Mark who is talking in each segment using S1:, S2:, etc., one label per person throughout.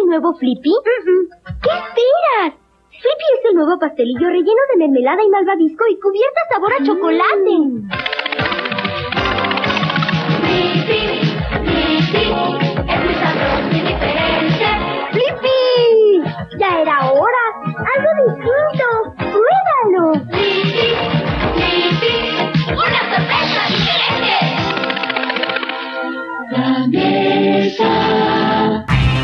S1: nuevo Flippy? ¿Qué esperas? Flippy es el nuevo pastelillo relleno de mermelada y malvavisco y cubierta sabor a chocolate.
S2: Flippy, es muy sabroso y diferente.
S1: ¡Flippy! ¡Ya era hora! ¡Algo distinto! ¡Pruébalo!
S2: Flippy, una sorpresa diferente. La mesa.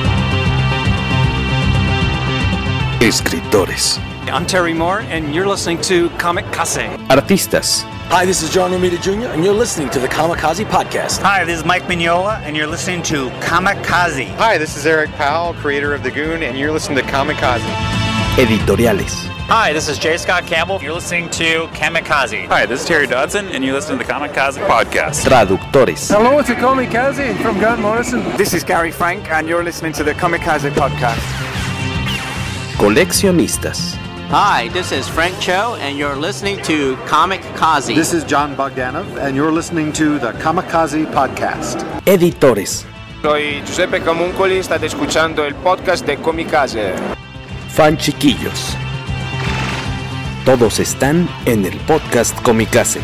S3: Escritores.
S4: I'm Terry Moore, and you're listening to Kamikaze.
S3: Artistas.
S5: Hi, this is John Romita Jr., and you're listening to the Kamikaze Podcast.
S6: Hi, this is Mike Mignola, and you're listening to Kamikaze.
S7: Hi, this is Eric Powell, creator of The Goon, and you're listening to Kamikaze.
S3: Editoriales.
S6: Hi, this is J. Scott Campbell. You're listening to Kamikaze.
S8: Hi, this is Terry Dodson, and you're listening to the Kamikaze Podcast.
S3: Traductores.
S9: Hello, it's Kamikaze from Grant Morrison.
S10: This is Gary Frank, and you're listening to the Kamikaze Podcast.
S3: Coleccionistas.
S11: Hi, this is Frank Cho, and you're listening to Kamikaze.
S12: This is John Bogdanov, and you're listening to the Kamikaze Podcast.
S3: Editores.
S13: Soy Giuseppe Camuncoli, state escuchando el podcast de Kamikaze.
S3: Fan chiquillos. Todos están en el podcast Kamikaze.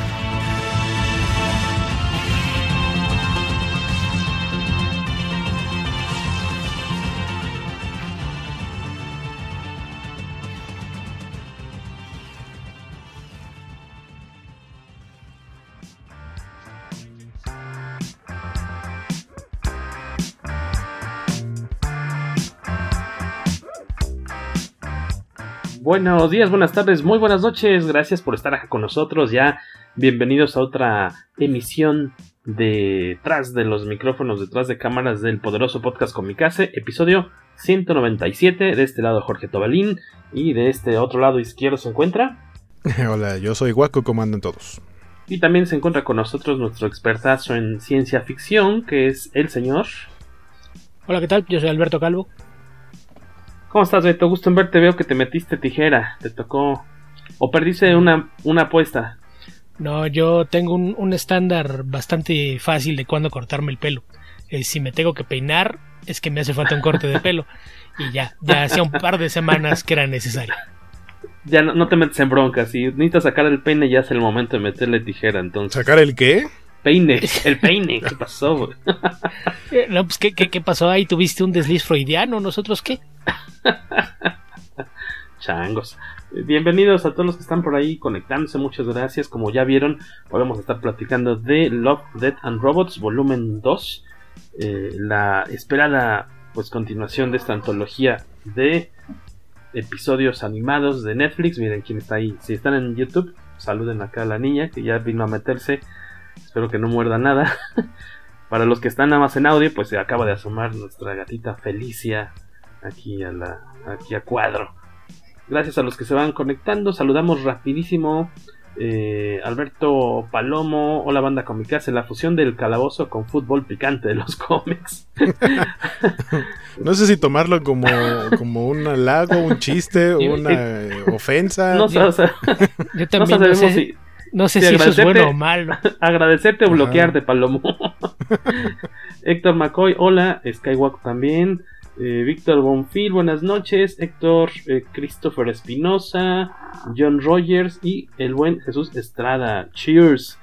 S14: Buenos días, buenas tardes, muy buenas noches. Gracias por estar acá con nosotros. Ya bienvenidos a otra emisión de Tras de los micrófonos, detrás de cámaras del poderoso podcast Kamikaze, episodio 197. De este lado Jorge Tobalín y de este otro lado izquierdo se encuentra...
S15: Hola, yo soy Guaco, ¿cómo andan todos?
S14: Y también se encuentra con nosotros nuestro expertazo en ciencia ficción, que es el señor...
S16: Hola, ¿qué tal? Yo soy Alberto Calvo.
S14: ¿Cómo estás, Beto? Gusto en verte. Veo que te metiste tijera. Te tocó... ¿O perdiste una apuesta?
S16: No, yo tengo un estándar bastante fácil de cuándo cortarme el pelo. Si me tengo que peinar, es que me hace falta un corte de pelo. Y ya hacía un par de semanas que era necesario.
S14: Ya no te metes en broncas. Si necesitas sacar el peine, ya es el momento de meterle tijera, entonces.
S15: ¿Sacar el qué?
S14: Peine, el peine. ¿Qué pasó, güey?
S16: No, pues, ¿qué pasó ahí? ¿Tuviste un desliz freudiano? ¿Nosotros qué?
S14: Changos. Bienvenidos a todos los que están por ahí conectándose, muchas gracias. Como ya vieron, podemos estar platicando de Love, Death and Robots volumen 2, la esperada pues continuación de esta antología de episodios animados de Netflix. Miren quién está ahí. Si están en YouTube, saluden acá a la niña que ya vino a meterse. Espero que no muerda nada. Para los que están nada más en audio, pues se acaba de asomar nuestra gatita Felicia aquí a cuadro. Gracias a los que se van conectando. Saludamos rapidísimo Alberto Palomo. Hola, banda Kamikaze. La fusión del calabozo con fútbol picante de los cómics.
S15: No sé si tomarlo como un halago, un chiste, una ofensa.
S14: No sé, o sea,
S16: yo también no sé si eso es bueno o malo.
S14: Agradecerte o bloquearte, Palomo. Héctor McCoy, hola. Skywalk también. Víctor Bonfil, buenas noches. Héctor, Christopher Espinosa, John Rogers y el buen Jesús Estrada. Cheers.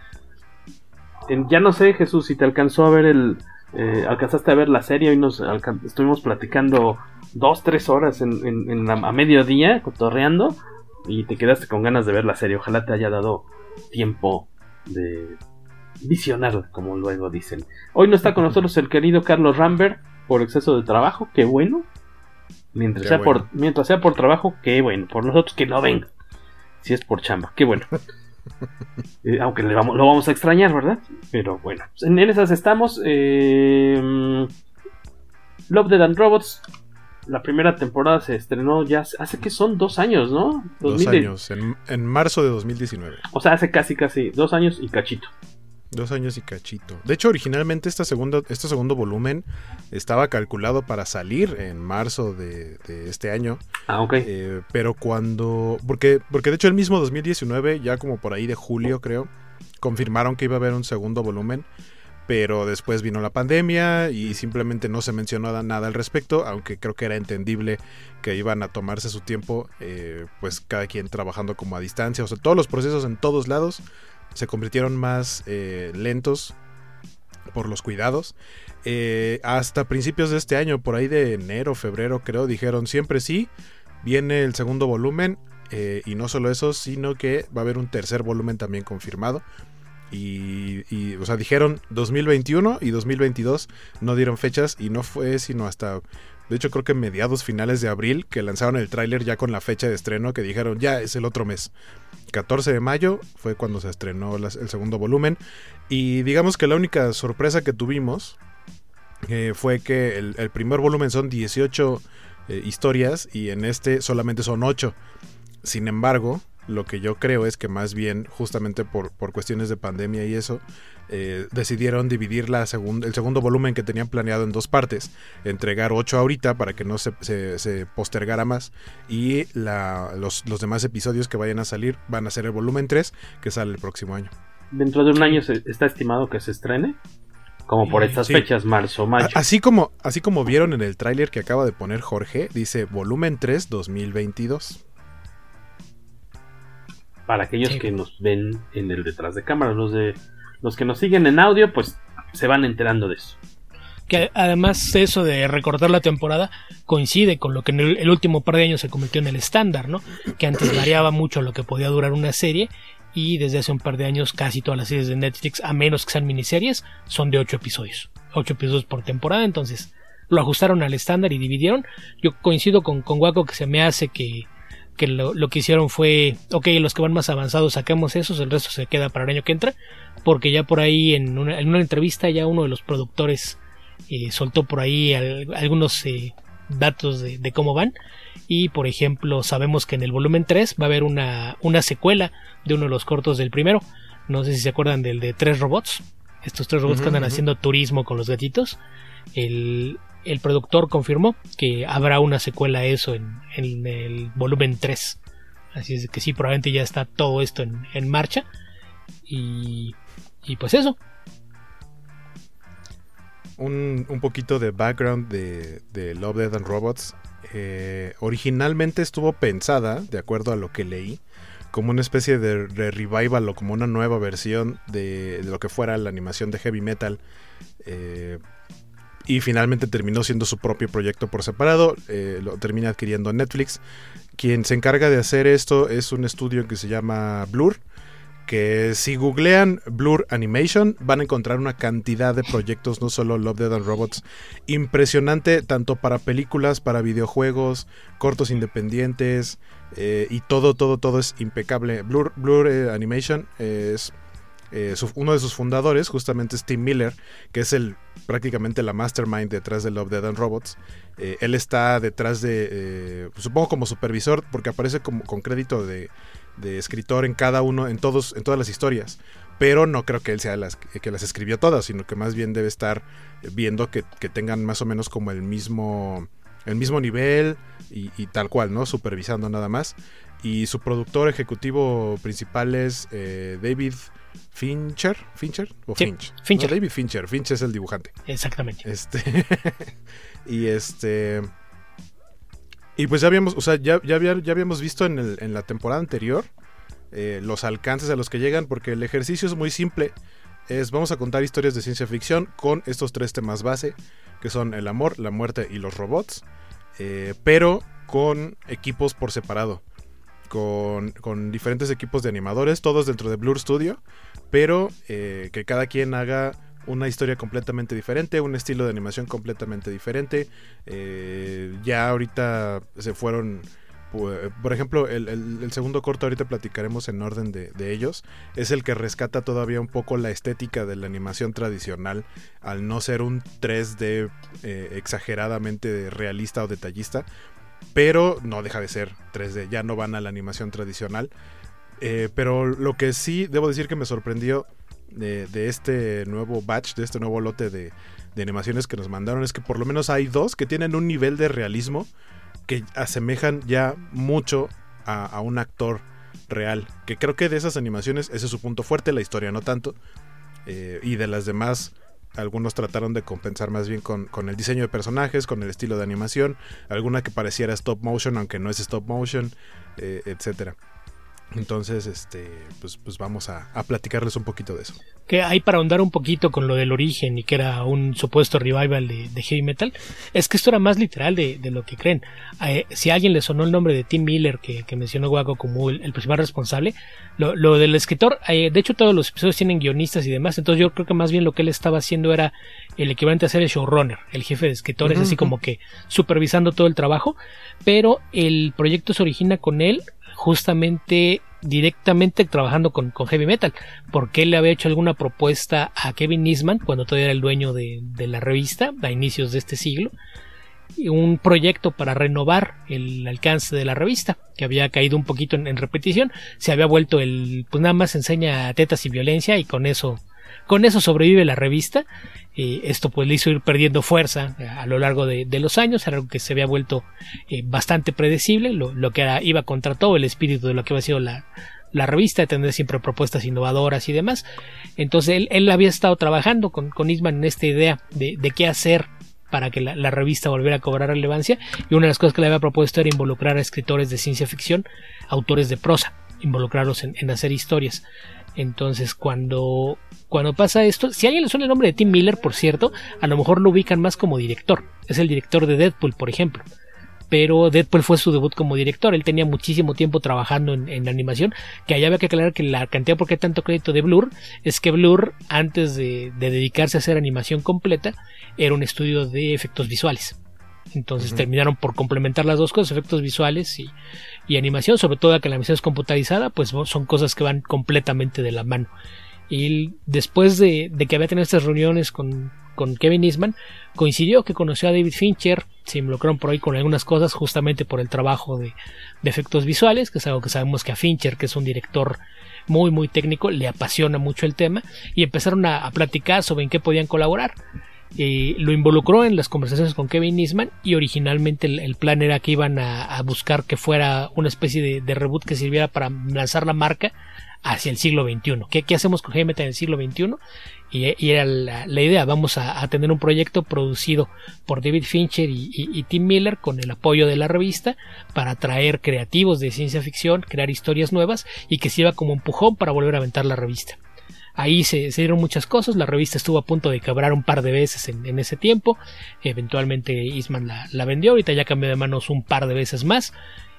S14: Ya no sé, Jesús, si te alcanzó a ver alcanzaste a ver la serie. Hoy estuvimos platicando 2-3 horas a mediodía, cotorreando, y te quedaste con ganas de ver la serie. Ojalá te haya dado tiempo de visionar, como luego dicen. Hoy no está con nosotros el querido Carlos Rambert por exceso de trabajo, qué bueno. Mientras sea por trabajo, qué bueno. Por nosotros que no venga. Si es por chamba, qué bueno. Aunque lo vamos a extrañar, ¿verdad? Pero bueno, en esas estamos. Love, Death and Robots. La primera temporada se estrenó ya hace que son 2 años, ¿no?
S15: 2 años, en marzo de 2019.
S14: O sea, hace casi 2 años y cachito.
S15: 2 años y cachito. De hecho, originalmente este segundo volumen estaba calculado para salir en marzo de este año.
S14: Ah, ok.
S15: Pero porque de hecho el mismo 2019, ya como por ahí de julio creo, confirmaron que iba a haber un segundo volumen. pero después vino la pandemia y simplemente no se mencionó nada al respecto, aunque creo que era entendible que iban a tomarse su tiempo, pues cada quien trabajando como a distancia. O sea, todos los procesos en todos lados se convirtieron más lentos por los cuidados. Hasta principios de este año, por ahí de enero, febrero creo, dijeron siempre sí, viene el segundo volumen, y no solo eso, sino que va a haber un tercer volumen también confirmado. Y o sea, dijeron 2021 y 2022, no dieron fechas y no fue sino hasta, de hecho creo que mediados finales de abril, que lanzaron el tráiler ya con la fecha de estreno, que dijeron ya es el otro mes. 14 de mayo fue cuando se estrenó el segundo volumen, y digamos que la única sorpresa que tuvimos fue que el primer volumen son 18 historias y en este solamente son 8. Sin embargo, lo que yo creo es que más bien, justamente por cuestiones de pandemia y eso, decidieron dividir el segundo volumen que tenían planeado en 2 partes, entregar 8 ahorita para que no se postergara más, y los demás episodios que vayan a salir van a ser el volumen 3, que sale el próximo año.
S14: ¿Dentro de un año está estimado que se estrene? Como por estas fechas, marzo, mayo.
S15: Así como vieron en el tráiler que acaba de poner Jorge, dice volumen 3 2022.
S14: Para aquellos que nos ven en el detrás de cámara, los que nos siguen en audio, pues se van enterando de eso.
S16: Que además eso de recortar la temporada coincide con lo que en el último par de años se convirtió en el estándar, ¿no? Que antes variaba mucho lo que podía durar una serie, y desde hace un par de años casi todas las series de Netflix, a menos que sean miniseries, son de 8 episodios. 8 episodios por temporada, entonces lo ajustaron al estándar y dividieron. Yo coincido con Waco, que se me hace que lo que hicieron fue, ok, los que van más avanzados saquemos esos, el resto se queda para el año que entra, porque ya por ahí en una entrevista ya uno de los productores soltó por ahí algunos datos de cómo van, y por ejemplo sabemos que en el volumen 3 va a haber una secuela de uno de los cortos del primero. No sé si se acuerdan del de 3 robots, estos 3 robots que andan haciendo turismo con los gatitos. El productor confirmó que habrá una secuela a eso en el volumen 3. Así es que sí, probablemente ya está todo esto en marcha. Y pues eso.
S15: Un poquito de background de Love, Death and Robots. Originalmente estuvo pensada, de acuerdo a lo que leí, como una especie de revival o como una nueva versión de lo que fuera la animación de Heavy Metal. Y finalmente terminó siendo su propio proyecto por separado. Lo termina adquiriendo Netflix. Quien se encarga de hacer esto es un estudio que se llama Blur, que si googlean Blur Animation van a encontrar una cantidad de proyectos, no solo Love, Death and Robots, impresionante, tanto para películas, para videojuegos, cortos independientes, y todo es impecable. Blur Animation es... uno de sus fundadores justamente es Tim Miller, que es prácticamente la mastermind detrás de Love, Death and Robots. Él está detrás de, supongo como supervisor, porque aparece con crédito de escritor en cada uno, en todas las historias, pero no creo que él sea que las escribió todas, sino que más bien debe estar viendo que tengan más o menos como el mismo nivel y tal cual, ¿no? Supervisando nada más. Y su productor ejecutivo principal es David Fincher o
S16: sí,
S15: Finch.
S16: Fincher.
S15: No, David Fincher. Finch es el dibujante.
S16: Exactamente.
S15: Y pues ya habíamos visto en la temporada anterior los alcances a los que llegan, porque el ejercicio es muy simple. Vamos a contar historias de ciencia ficción con estos 3 temas base, que son el amor, la muerte y los robots, pero con equipos por separado. Con diferentes equipos de animadores, todos dentro de Blur Studio, pero que cada quien haga una historia completamente diferente, un estilo de animación completamente diferente. Ya ahorita se fueron, por ejemplo, el segundo corto, ahorita platicaremos en orden de ellos, es el que rescata todavía un poco la estética de la animación tradicional, al no ser un 3D exageradamente realista o detallista, pero no deja de ser 3D, ya no van a la animación tradicional. Pero lo que sí debo decir que me sorprendió de este nuevo batch, de este nuevo lote de animaciones que nos mandaron, es que por lo menos hay 2 que tienen un nivel de realismo que asemejan ya mucho a un actor real, que creo que de esas animaciones ese es su punto fuerte, la historia no tanto, y de las demás algunos trataron de compensar más bien con el diseño de personajes, con el estilo de animación, alguna que pareciera stop motion aunque no es stop motion, etcétera. Entonces, pues vamos a platicarles un poquito de eso.
S16: Que hay para ahondar un poquito con lo del origen y que era un supuesto revival de heavy metal, es que esto era más literal de lo que creen. Si a alguien le sonó el nombre de Tim Miller, que mencionó Waco como el principal responsable, lo del escritor, de hecho todos los episodios tienen guionistas y demás, entonces yo creo que más bien lo que él estaba haciendo era el equivalente a ser el showrunner, el jefe de escritores, así como que supervisando todo el trabajo, pero el proyecto se origina con él justamente directamente trabajando con heavy metal, porque él le había hecho alguna propuesta a Kevin Eastman cuando todavía era el dueño de la revista a inicios de este siglo, un proyecto para renovar el alcance de la revista, que había caído un poquito en repetición, se había vuelto pues nada más enseña tetas y violencia y con eso sobrevive la revista. Esto pues le hizo ir perdiendo fuerza a lo largo de los años, era algo que se había vuelto bastante predecible, lo que iba contra todo el espíritu de lo que había sido la revista, de tener siempre propuestas innovadoras y demás. Entonces él había estado trabajando con Eastman en esta idea de qué hacer para que la revista volviera a cobrar relevancia, y una de las cosas que le había propuesto era involucrar a escritores de ciencia ficción, autores de prosa, involucrarlos en hacer historias. Entonces cuando pasa esto, si a alguien le suena el nombre de Tim Miller, por cierto, a lo mejor lo ubican más como director, es el director de Deadpool, por ejemplo, pero Deadpool fue su debut como director, él tenía muchísimo tiempo trabajando en animación, que allá había que aclarar que la cantidad por qué tanto crédito de Blur, es que Blur, antes de dedicarse a hacer animación completa, era un estudio de efectos visuales. Entonces terminaron por complementar las dos cosas, efectos visuales y animación, sobre todo que la animación es computarizada, pues son cosas que van completamente de la mano. Y después de que había tenido estas reuniones con Kevin Eastman, coincidió que conoció a David Fincher, se involucraron por ahí con algunas cosas justamente por el trabajo de efectos visuales, que es algo que sabemos que a Fincher, que es un director muy muy técnico, le apasiona mucho el tema, y empezaron a platicar sobre en qué podían colaborar. Lo involucró en las conversaciones con Kevin Eastman, y originalmente el plan era que iban a buscar que fuera una especie de reboot que sirviera para lanzar la marca hacia el siglo XXI. ¿Qué hacemos con heavy metal en el siglo XXI? Y era la idea, vamos a tener un proyecto producido por David Fincher y Tim Miller con el apoyo de la revista para atraer creativos de ciencia ficción, crear historias nuevas y que sirva como empujón para volver a aventar la revista. Ahí se dieron muchas cosas, la revista estuvo a punto de quebrar un par de veces en ese tiempo, eventualmente Eastman la vendió, ahorita ya cambió de manos un par de veces más,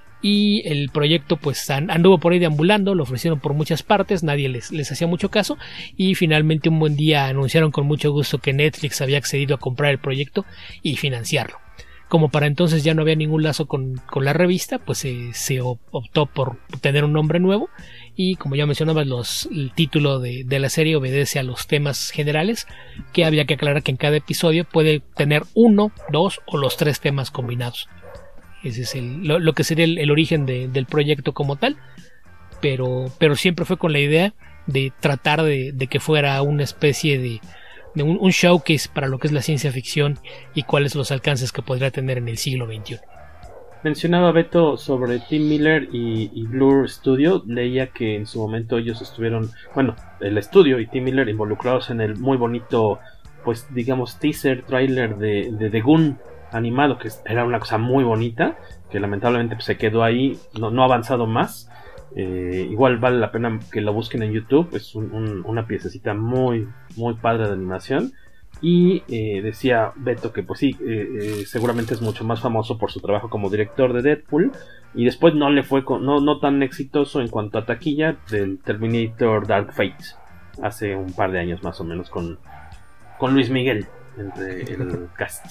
S16: y el proyecto pues anduvo por ahí deambulando, lo ofrecieron por muchas partes, nadie les hacía mucho caso, y finalmente un buen día anunciaron con mucho gusto que Netflix había accedido a comprar el proyecto y financiarlo. Como para entonces ya no había ningún lazo con la revista, pues se optó por tener un nombre nuevo, y como ya mencionaba, el título de la serie obedece a los temas generales, que había que aclarar que en cada episodio puede tener 1, 2 o los 3 temas combinados. Ese es lo que sería el origen del proyecto como tal, pero siempre fue con la idea de tratar de que fuera una especie de un showcase para lo que es la ciencia ficción y cuáles los alcances que podría tener en el siglo XXI.
S14: Mencionaba Beto sobre Tim Miller y Blur Studio. Leía que en su momento ellos estuvieron, el estudio y Tim Miller involucrados en el muy bonito, pues digamos, teaser, trailer de The Goon animado, que era una cosa muy bonita, que lamentablemente pues, se quedó ahí, no ha avanzado más. Igual vale la pena que lo busquen en YouTube, es una piececita muy muy padre de animación. Y decía Beto que pues sí, seguramente es mucho más famoso por su trabajo como director de Deadpool, y después no le fue no tan exitoso en cuanto a taquilla del Terminator Dark Fate hace un par de años más o menos, con Luis Miguel entre el cast.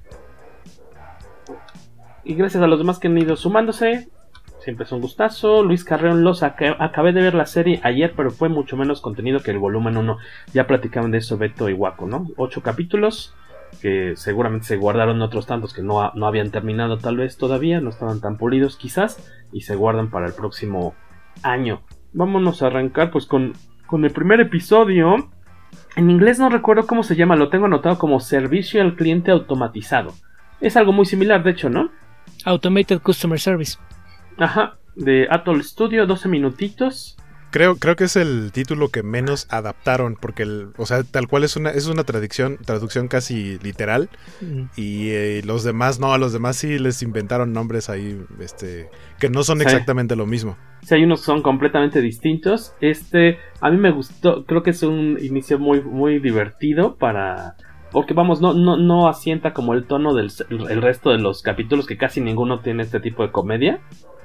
S14: Y gracias a los demás que han ido sumándose, siempre es un gustazo. Luis Carreón acabé de ver la serie ayer, pero fue mucho menos contenido que el volumen 1. Ya platicaban de eso Beto y Waco, ¿no? 8 capítulos, que seguramente se guardaron otros tantos que no habían terminado tal vez todavía, no estaban tan pulidos quizás, y se guardan para el próximo año. Vámonos a arrancar pues con el primer episodio. En inglés no recuerdo cómo se llama, lo tengo anotado como Servicio al Cliente Automatizado. Es algo muy similar, de hecho, ¿no?
S16: Automated Customer Service.
S14: Ajá, de Atoll Studio, 12 minutitos.
S15: Creo que es el título que menos adaptaron, porque o sea, tal cual es una traducción casi literal, y los demás no, a los demás sí les inventaron nombres ahí, que no son exactamente lo mismo.
S14: Sí, hay unos que son completamente distintos. A mí me gustó, creo que es un inicio muy, muy divertido porque vamos, no asienta como el tono del el resto de los capítulos, que casi ninguno tiene este tipo de comedia.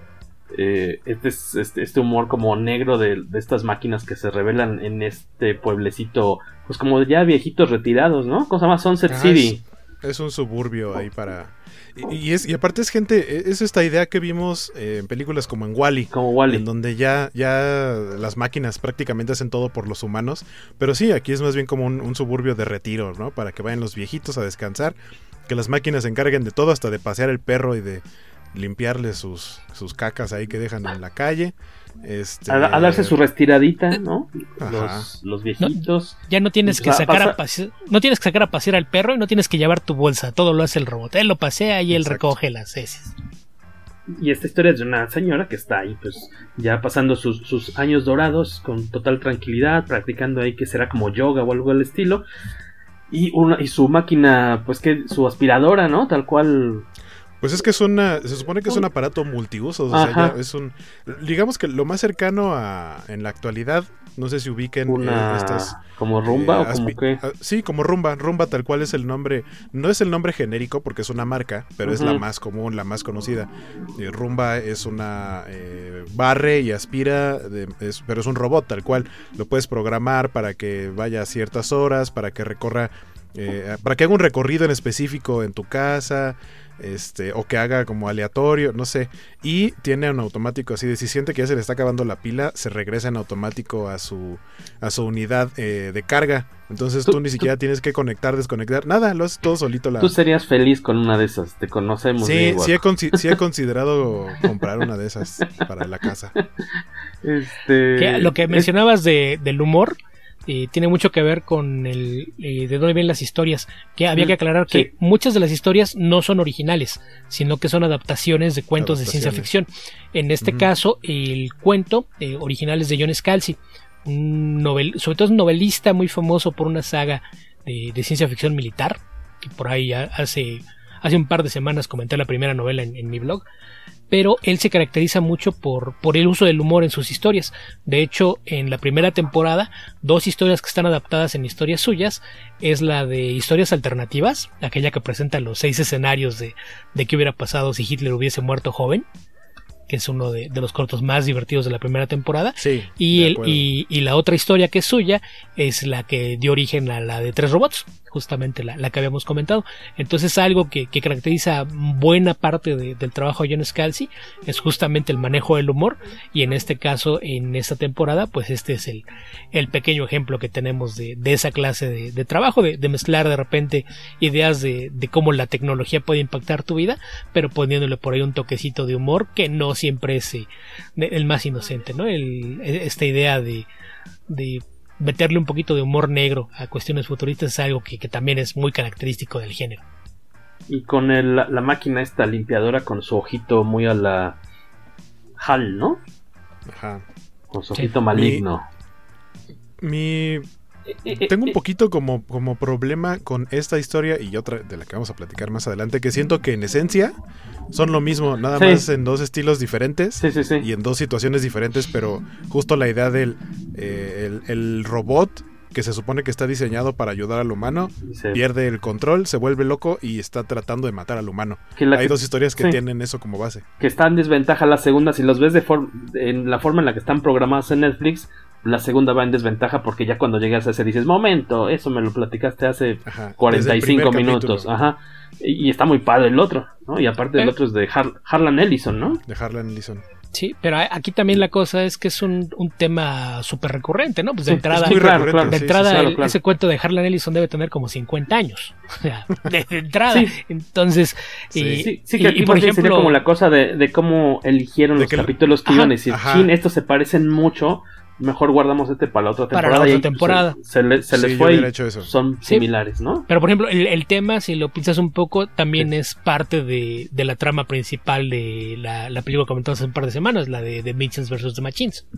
S14: Este humor como negro de estas máquinas que se revelan en este pueblecito, pues como ya viejitos retirados, ¿no? ¿Cómo se llama? Sunset City.
S15: Es un suburbio ahí para... Y aparte es gente, es esta idea que vimos en películas como en WALL-E, en donde ya las máquinas prácticamente hacen todo por los humanos, pero sí, aquí es más bien como un suburbio de retiro, ¿no? Para que vayan los viejitos a descansar, que las máquinas se encarguen de todo, hasta de pasear el perro y de limpiarle sus cacas ahí que dejan en la calle.
S14: A darse su restiradita, ¿no? Los viejitos.
S16: Ya no tienes que sacar a pasear al perro y no tienes que llevar tu bolsa, todo lo hace el robot. Él lo pasea y él recoge las heces.
S14: Y esta historia es de una señora que está ahí, pues, ya pasando sus años dorados con total tranquilidad, practicando ahí que será como yoga o algo del estilo. Y su máquina, pues que su aspiradora, ¿no? Tal cual.
S15: Pues es que se supone que es un aparato multiusos, o sea, digamos que lo más cercano en la actualidad, no sé si ubiquen estas...
S14: ¿Como Rumba o como qué?
S15: Sí, como Rumba tal cual es el nombre, no es el nombre genérico porque es una marca, pero es la más común, la más conocida. Rumba es una barre y aspira, pero es un robot tal cual, lo puedes programar para que vaya a ciertas horas, para que recorra, para que haga un recorrido en específico en tu casa, o que haga como aleatorio, no sé, y tiene un automático así de si siente que ya se le está acabando la pila, se regresa en automático a su unidad de carga, entonces tú ni siquiera tienes que desconectar, nada, lo haces todo solito.
S14: Tú serías feliz con una de esas, te conocemos.
S15: Sí, sí he considerado comprar una de esas para la casa.
S16: Lo que mencionabas del humor tiene mucho que ver con de dónde vienen las historias, que había que aclarar que muchas de las historias no son originales, sino que son adaptaciones de cuentos de ciencia ficción. En este caso, el cuento original es de John Scalzi, sobre todo es un novelista muy famoso por una saga de ciencia ficción militar, que por ahí hace un par de semanas comenté la primera novela en mi blog. Pero él se caracteriza mucho por el uso del humor en sus historias. De hecho, en la primera temporada, 2 historias que están adaptadas en historias suyas es la de Historias Alternativas, aquella que presenta los 6 escenarios de qué hubiera pasado si Hitler hubiese muerto joven, que es uno de los cortos más divertidos de la primera temporada.
S15: Sí,
S16: y la otra historia que es suya es la que dio origen a la de 3 robots, justamente la que habíamos comentado. Entonces algo que caracteriza buena parte del trabajo de John Scalzi es justamente el manejo del humor, y en este caso, en esta temporada, pues este es el pequeño ejemplo que tenemos de esa clase de trabajo, de mezclar de repente ideas de cómo la tecnología puede impactar tu vida, pero poniéndole por ahí un toquecito de humor que no siempre es el más inocente, ¿no? Esta idea de meterle un poquito de humor negro a cuestiones futuristas es algo que también es muy característico del género.
S14: Y con la máquina esta limpiadora con su ojito muy a la HAL, ¿no?
S15: Ajá.
S14: Con su ojito maligno.
S15: Tengo un poquito como problema con esta historia y otra de la que vamos a platicar más adelante, que siento que en esencia son lo mismo, nada más en 2 estilos diferentes y en 2 situaciones diferentes, pero justo la idea del el robot que se supone que está diseñado para ayudar al humano, pierde el control, se vuelve loco y está tratando de matar al humano. Hay 2 historias que tienen eso como base. Que
S14: está en desventaja la segunda, si los ves en la forma en la que están programados en Netflix, la segunda va en desventaja porque ya cuando llegas a ese dices, momento, eso me lo platicaste hace 45 minutos. Ajá. Y está muy padre el otro, ¿no? Y aparte el otro es de Harlan Ellison, ¿no?
S15: De Harlan Ellison.
S16: Sí, pero aquí también la cosa es que es un tema súper recurrente, ¿no? Pues de entrada,
S15: es muy recurrente,
S16: de entrada ese cuento de Harlan Ellison debe tener como 50 años. O sea, de entrada. Entonces,
S14: que aquí por ejemplo, sería como la cosa de cómo eligieron los capítulos que iban a decir, estos se parecen mucho, mejor guardamos para la otra temporada.
S16: Para la otra temporada.
S14: Se les fue y son similares, ¿no?
S16: Pero por ejemplo, el tema, si lo piensas un poco, también es parte de la trama principal de la película que comentamos hace un par de semanas, la de The Mitchells vs. The Machines.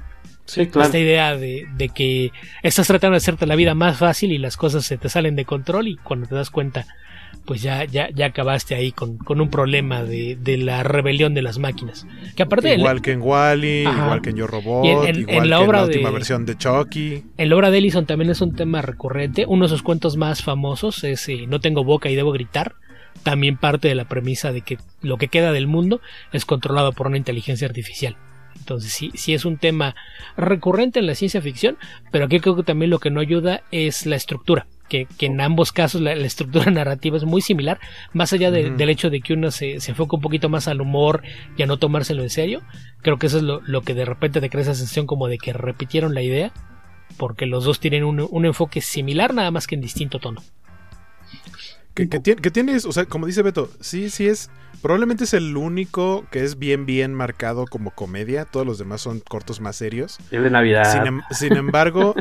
S14: Sí, claro.
S16: Esta idea de que estás tratando de hacerte la vida más fácil y las cosas se te salen de control y cuando te das cuenta pues ya acabaste ahí con un problema de la rebelión de las máquinas. Que aparte
S15: igual que en Wall-E, igual que en Yo Robot, igual
S16: en
S15: que en la última
S16: de,
S15: versión de Chucky.
S16: En la obra de Ellison también es un tema recurrente. Uno de sus cuentos más famosos es No tengo boca y debo gritar. También parte de la premisa de que lo que queda del mundo es controlado por una inteligencia artificial. Entonces sí es un tema recurrente en la ciencia ficción, pero aquí creo que también lo que no ayuda es la estructura. Que en ambos casos la estructura narrativa es muy similar, más allá del hecho de que uno se enfoca un poquito más al humor y a no tomárselo en serio. Creo que eso es lo que de repente te crea esa sensación como de que repitieron la idea, porque los dos tienen un enfoque similar, nada más que en distinto tono.
S15: Que tienes, o sea, como dice Beto, sí es, probablemente es el único que es bien marcado como comedia. Todos los demás son cortos más serios.
S14: Es de Navidad.
S15: Sin embargo,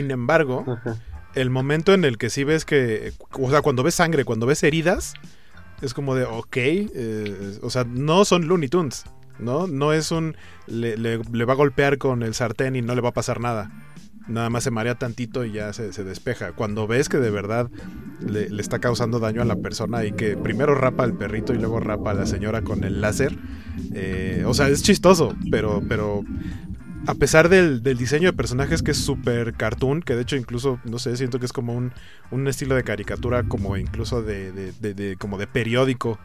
S15: el momento en el que sí ves que, o sea, cuando ves sangre, cuando ves heridas, es como de, o sea, no son Looney Tunes, no es un, le va a golpear con el sartén y no le va a pasar nada. Nada más se marea tantito y ya se despeja. Cuando ves que de verdad le está causando daño a la persona y que primero rapa al perrito y luego rapa a la señora con el láser, o sea, es chistoso, pero a pesar del diseño de personajes que es súper cartoon, que de hecho incluso, no sé, siento que es como un estilo de caricatura, como incluso como de periódico,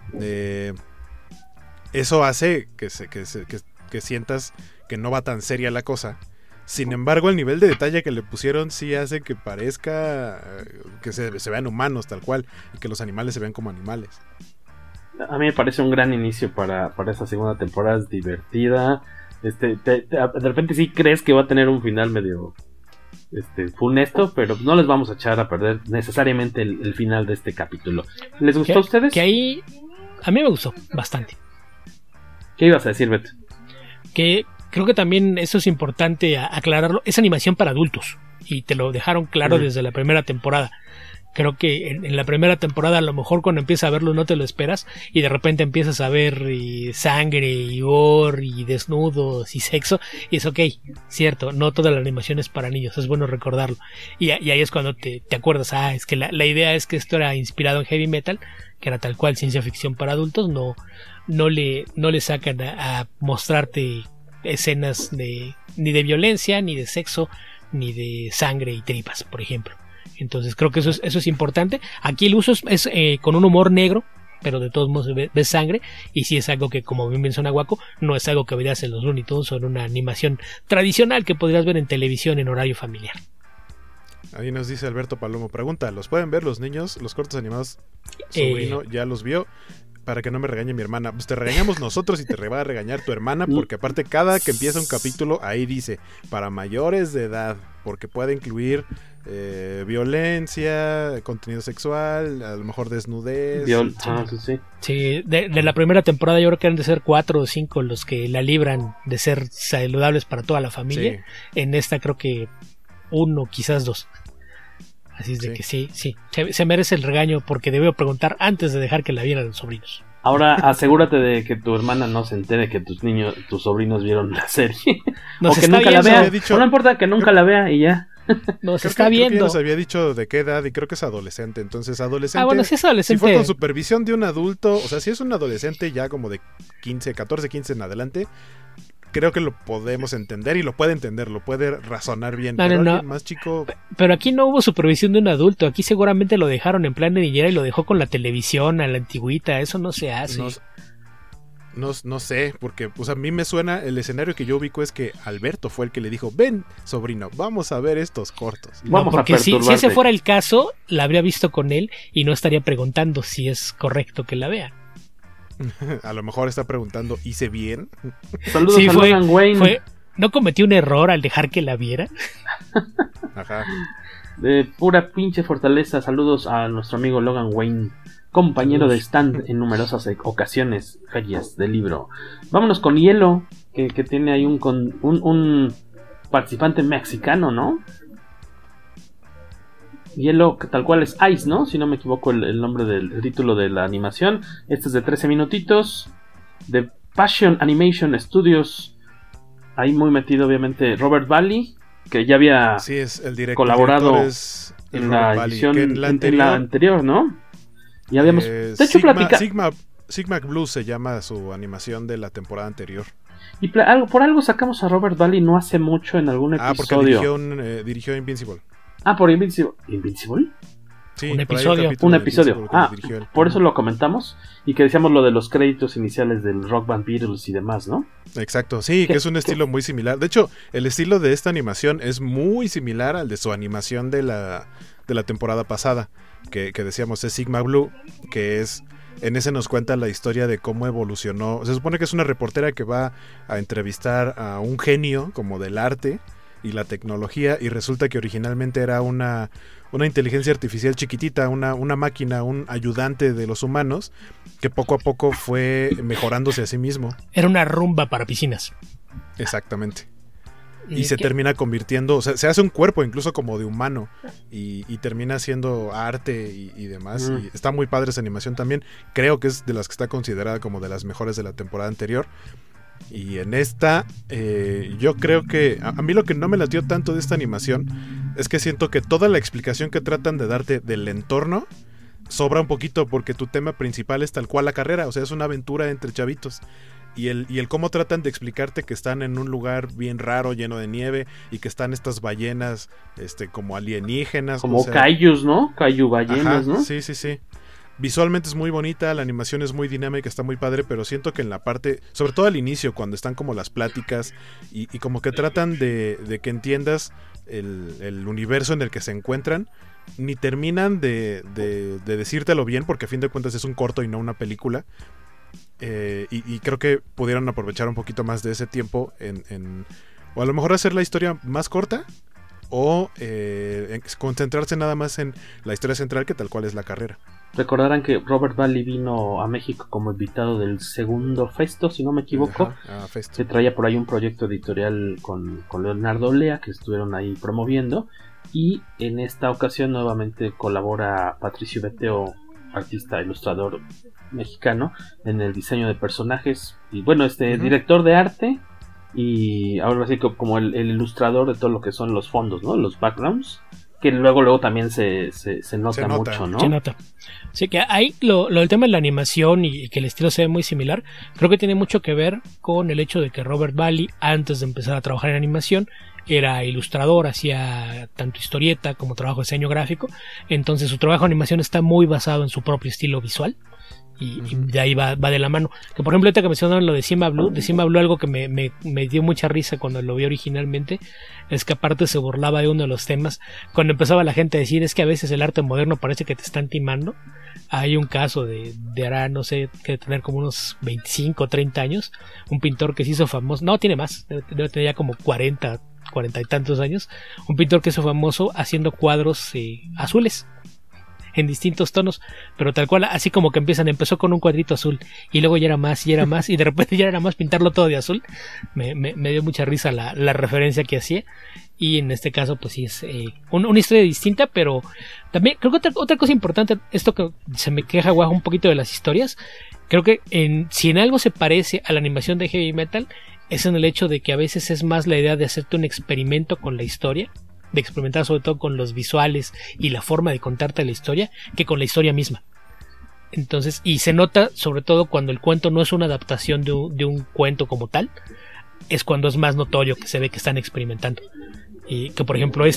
S15: eso hace que sientas que no va tan seria la cosa. Sin embargo, el nivel de detalle que le pusieron sí hace que parezca que se vean humanos tal cual, y que los animales se vean como animales.
S14: A mí me parece un gran inicio para esta segunda temporada. Es divertida. De repente sí crees que va a tener un final medio funesto, pero no les vamos a echar a perder necesariamente el final de este capítulo. ¿Les gustó a ustedes?
S16: Que ahí a mí me gustó bastante.
S14: ¿Qué ibas a decir, Beto?
S16: Que creo que también eso es importante aclararlo. Es animación para adultos y te lo dejaron claro desde la primera temporada. Creo que en la primera temporada a lo mejor cuando empiezas a verlo no te lo esperas y de repente empiezas a ver sangre y gore y desnudos y sexo y es ok, cierto, no toda la animación es para niños, es bueno recordarlo y ahí es cuando te acuerdas, es que la idea es que esto era inspirado en heavy metal, que era tal cual ciencia ficción para adultos, no le sacan a mostrarte escenas ni de violencia, ni de sexo, ni de sangre y tripas, por ejemplo. Entonces creo que eso es importante. Aquí el uso es con un humor negro, pero de todos modos ves sangre, y sí es algo que, como bien menciona Guaco, no es algo que verías en los Looney Tunes o en una animación tradicional que podrías ver en televisión en horario familiar.
S15: Ahí nos dice Alberto Palomo, pregunta, ¿los pueden ver los niños? ¿Los cortos animados? Sobrino ya los vio. Para que no me regañe mi hermana. Pues te regañamos nosotros y te va a regañar tu hermana, porque aparte cada que empieza un capítulo ahí dice para mayores de edad, porque puede incluir violencia, contenido sexual, a lo mejor desnudez.
S14: Sí.
S16: Sí, de la primera temporada yo creo que han de ser 4 o 5 los que la libran de ser saludables para toda la familia. Sí. En esta creo que 1, quizás 2. Así es de que sí, se merece el regaño porque debo preguntar antes de dejar que la vieran los sobrinos.
S14: Ahora asegúrate de que tu hermana no se entere que tus sobrinos vieron la serie. O que nunca la vea. No importa que nunca la vea y ya.
S16: Nos está viendo.
S15: Creo que nos había dicho de qué edad y creo que es adolescente. Entonces adolescente.
S16: Bueno, si es adolescente.
S15: Si fue con supervisión de un adulto, o sea, si es un adolescente ya como de 14, 15 en adelante, creo que lo podemos entender y lo puede entender, lo puede razonar bien. Pero alguien más chico.
S16: Pero aquí no hubo supervisión de un adulto. Aquí seguramente lo dejaron en plan de niñera y lo dejó con la televisión a la antigüita. Eso no se hace.
S15: No sé, porque pues a mí me suena, el escenario que yo ubico es que Alberto fue el que le dijo, ven, sobrino, vamos a ver estos cortos.
S16: No, porque si ese fuera el caso, la habría visto con él y no estaría preguntando si es correcto que la vea.
S15: A lo mejor está preguntando, ¿hice bien?
S14: Saludos a Logan Wayne.
S16: ¿No cometió un error al dejar que la viera?
S15: Ajá.
S14: De pura pinche fortaleza, saludos a nuestro amigo Logan Wayne, compañero de stand en numerosas ocasiones, ferias de libro. Vámonos con Hielo, que tiene ahí un participante mexicano, ¿no? Hielo, que tal cual es Ice, ¿no? Si no me equivoco el nombre del título de la animación. Este es de 13 minutitos, de Passion Animation Studios. ahí muy metido obviamente Robert Valley, que ya había
S15: es el
S14: colaborado en la edición
S15: en la
S14: anterior, ¿no? Y habíamos de hecho
S15: Sigma Blue se llama su animación de la temporada anterior.
S14: Y por algo sacamos a Robert Valley no hace mucho en algún episodio.
S15: Porque dirigió Invincible.
S14: Por ¿Invincible?
S15: Sí,
S16: un episodio.
S14: Por eso lo comentamos y que decíamos lo de los créditos iniciales del Rock Band Beatles y demás, ¿no?
S15: Exacto, sí, que es un estilo muy similar. De hecho, el estilo de esta animación es muy similar al de su animación de la temporada pasada, que decíamos es Sigma Blue, que es... En ese nos cuenta la historia de cómo evolucionó. Se supone que es una reportera que va a entrevistar a un genio como del arte y la tecnología, y resulta que originalmente era una inteligencia artificial chiquitita, una máquina, un ayudante de los humanos, que poco a poco fue mejorándose a sí mismo.
S16: Era una rumba para piscinas.
S15: Exactamente. Y se termina convirtiendo, o sea, se hace un cuerpo incluso como de humano y termina siendo arte y demás. Y está muy padre esa animación también. Creo que es de las que está considerada como de las mejores de la temporada anterior. Y en esta, yo creo que a mí lo que no me latió tanto de esta animación es que siento que toda la explicación que tratan de darte del entorno sobra un poquito, porque tu tema principal es tal cual la carrera, o sea, es una aventura entre chavitos. Y el cómo tratan de explicarte que están en un lugar bien raro, lleno de nieve, y que están estas ballenas como alienígenas.
S14: Como kaijus, ¿no? Kaiju ballenas, ¿no?
S15: Sí. Visualmente es muy bonita, la animación es muy dinámica, está muy padre, pero siento que en la parte, sobre todo al inicio, cuando están como las pláticas y como que tratan de que entiendas el universo en el que se encuentran, ni terminan de decírtelo bien, porque a fin de cuentas es un corto y no una película. Y creo que pudieron aprovechar un poquito más de ese tiempo o a lo mejor hacer la historia más corta o concentrarse nada más en la historia central, que tal cual es la carrera.
S14: Recordarán que Robert Valley vino a México como invitado del segundo Festo, si no me equivoco. Se traía por ahí un proyecto editorial con Leonardo Lea, que estuvieron ahí promoviendo, y en esta ocasión nuevamente colabora Patricio Beteo, artista ilustrador mexicano, en el diseño de personajes y bueno, director de arte, y ahora sí como el ilustrador de todo lo que son los fondos, ¿no? Los backgrounds, que luego también se nota mucho, ¿no?
S16: Se nota. Sí, que ahí el tema de la animación y que el estilo sea muy similar, creo que tiene mucho que ver con el hecho de que Robert Valley, antes de empezar a trabajar en animación, era ilustrador, hacía tanto historieta como trabajo de diseño gráfico, entonces su trabajo de animación está muy basado en su propio estilo visual. Y de ahí va de la mano. Que por ejemplo, ahorita que mencionaron lo de Sigma Blue, algo que me dio mucha risa cuando lo vi originalmente, es que aparte se burlaba de uno de los temas, cuando empezaba la gente a decir, es que a veces el arte moderno parece que te están timando. Hay un caso de hará, no sé, que tener como unos 25 o 30 años, un pintor que se hizo famoso, no, tiene más, debe tener ya como 40 y tantos años, un pintor que se hizo famoso haciendo cuadros azules en distintos tonos, pero tal cual, así como que empezó con un cuadrito azul y luego ya era más y de repente ya era más pintarlo todo de azul. Me dio mucha risa la referencia que hacía, y en este caso pues sí es una historia distinta, pero también creo que otra cosa importante, esto que se me queja un poquito de las historias, creo que si en algo se parece a la animación de Heavy Metal, es en el hecho de que a veces es más la idea de hacerte un experimento con la historia, de experimentar sobre todo con los visuales y la forma de contarte la historia, que con la historia misma. Entonces, y se nota sobre todo cuando el cuento no es una adaptación de un cuento como tal, es cuando es más notorio que se ve que están experimentando. Y que por ejemplo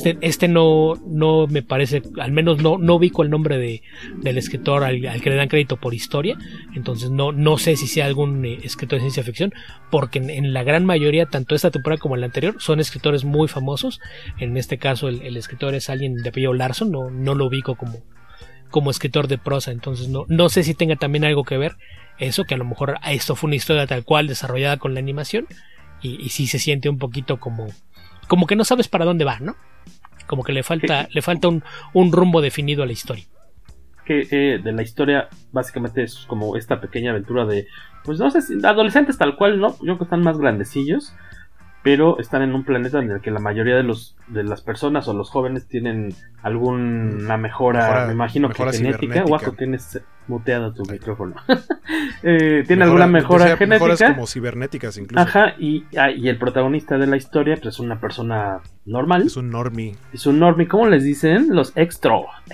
S16: no me parece, al menos no ubico el nombre del escritor al que le dan crédito por historia, entonces no sé si sea algún escritor de ciencia ficción, porque en la gran mayoría, tanto esta temporada como en la anterior, son escritores muy famosos. En este caso el escritor es alguien de apellido Larson, no lo ubico como escritor de prosa, entonces no sé si tenga también algo que ver eso, que a lo mejor esto fue una historia tal cual desarrollada con la animación, y sí se siente un poquito como que no sabes para dónde va, ¿no? Como que le falta un rumbo definido a la historia.
S14: Que de la historia básicamente es como esta pequeña aventura de, pues no sé si adolescentes tal cual, ¿no? Yo creo que están más grandecillos, pero están en un planeta en el que la mayoría de las personas o los jóvenes tienen alguna mejora, me imagino que genética. Guaco, tienes muteado tu micrófono. Tiene alguna mejora genética.
S15: Mejoras como cibernéticas incluso.
S14: Ajá, y el protagonista de la historia pues es una persona normal.
S15: Es un normie.
S14: ¿Cómo les dicen? Los extra.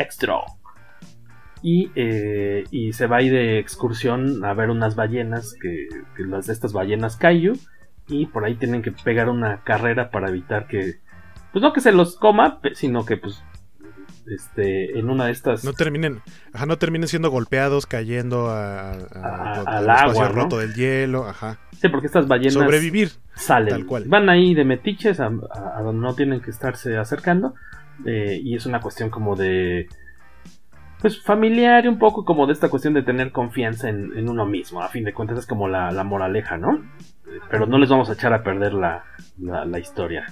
S14: Y se va a ir de excursión a ver unas ballenas, que las de estas ballenas kaiju, y por ahí tienen que pegar una carrera para evitar que, pues no que se los coma, sino que pues en una de estas
S15: no terminen siendo golpeados, cayendo al
S14: agua, ¿no?
S15: roto del hielo, ajá.
S14: Sí, porque estas ballenas
S15: sobrevivir,
S14: salen,
S15: tal cual.
S14: Van ahí de metiches a donde no tienen que estarse acercando, y es una cuestión como de pues familiar, un poco como de esta cuestión de tener confianza en uno mismo. A fin de cuentas es como la moraleja, ¿no? Pero no les vamos a echar a perder la historia.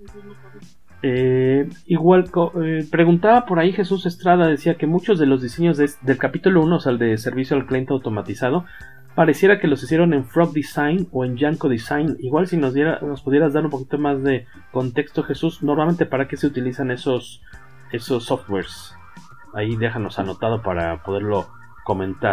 S14: Preguntaba por ahí Jesús Estrada, decía que muchos de los diseños del capítulo 1, o sea, el de servicio al cliente automatizado, pareciera que los hicieron en Frog Design o en Yanko Design. Igual si nos pudieras dar un poquito más de contexto, Jesús, normalmente para qué se utilizan esos softwares. Ahí déjanos anotado para poderlo comentar.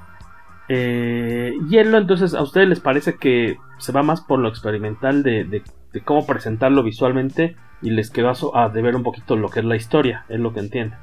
S14: Hielo, entonces, ¿a ustedes les parece que se va más por lo experimental de cómo presentarlo visualmente y les quedó a deber un poquito lo que es la historia? Es lo que entiendo.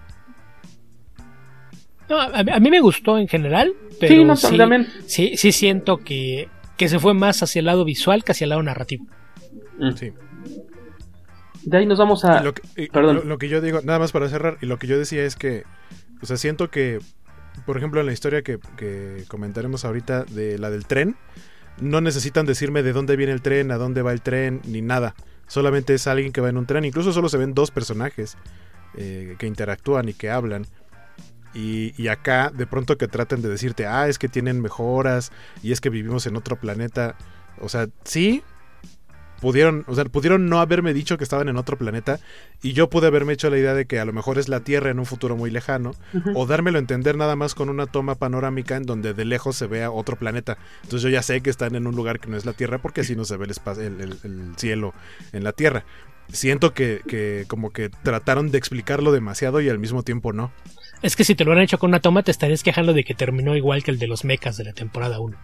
S16: No, a mí me gustó en general, pero sí siento que se fue más hacia el lado visual que hacia el lado narrativo.
S15: Sí.
S14: De ahí nos vamos a...
S15: Lo que yo digo, nada más para cerrar, y lo que yo decía es que, o sea, siento que, por ejemplo, en la historia que comentaremos ahorita de la del tren, no necesitan decirme de dónde viene el tren, a dónde va el tren, ni nada. Solamente es alguien que va en un tren. Incluso solo se ven dos personajes que interactúan y que hablan. Y acá, de pronto que traten de decirte, es que tienen mejoras y es que vivimos en otro planeta. O sea, sí... Pudieron no haberme dicho que estaban en otro planeta y yo pude haberme hecho la idea de que a lo mejor es la Tierra en un futuro muy lejano, o dármelo a entender nada más con una toma panorámica en donde de lejos se vea otro planeta. Entonces yo ya sé que están en un lugar que no es la Tierra porque así no se ve el cielo en la Tierra. Siento que como que trataron de explicarlo demasiado y al mismo tiempo no.
S16: Es que si te lo han hecho con una toma te estarías quejando de que terminó igual que el de los mechas de la temporada 1.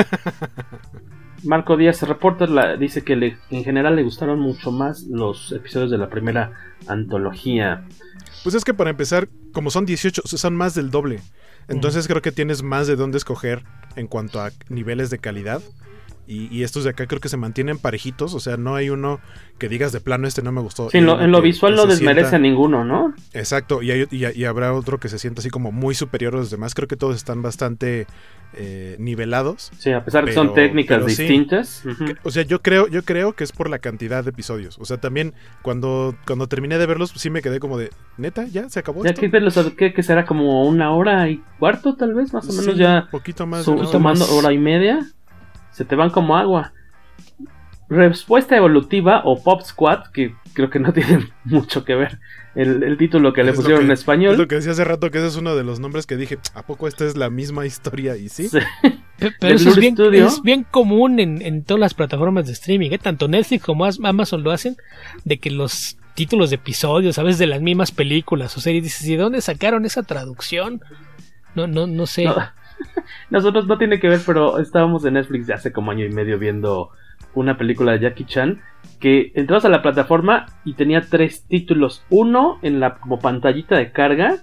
S14: Marco Díaz Reporter dice que en general le gustaron mucho más los episodios de la primera antología.
S15: Pues es que para empezar, como son 18, son más del doble. Entonces creo que tienes más de dónde escoger en cuanto a niveles de calidad. Y estos de acá creo que se mantienen parejitos. O sea, no hay uno que digas de plano no me gustó.
S14: Sí, en lo visual no desmerece ninguno, ¿no?
S15: Exacto, y habrá otro que se sienta así como muy superior a los demás. Creo que todos están bastante nivelados.
S14: Sí, a pesar de que son técnicas distintas.
S15: Sí. O sea, yo creo que es por la cantidad de episodios. O sea, también cuando terminé de verlos, sí me quedé como de, ¿neta? ¿Ya se acabó
S14: ya
S15: esto?
S14: Que verlos, que será como 1 hora y cuarto, tal vez, más o menos ya.
S15: Un poquito más.
S14: Tomando hora y media. Se te van como agua. Respuesta evolutiva o Pop Squad, que creo que no tiene mucho que ver el título que le pusieron en español.
S15: Es lo que decía hace rato, que ese es uno de los nombres que dije, ¿a poco esta es la misma historia? Y sí.
S16: Pero eso es bien común en todas las plataformas de streaming, ¿eh? Tanto Netflix como Amazon lo hacen, de que los títulos de episodios, ¿sabes? De las mismas películas o series, dices, ¿y de dónde sacaron esa traducción? No sé.
S14: No. Nosotros no tiene que ver, pero estábamos en Netflix de hace como 1 año y medio viendo una película de Jackie Chan que entrabas a la plataforma y tenía 3 títulos. Uno en la como pantallita de carga,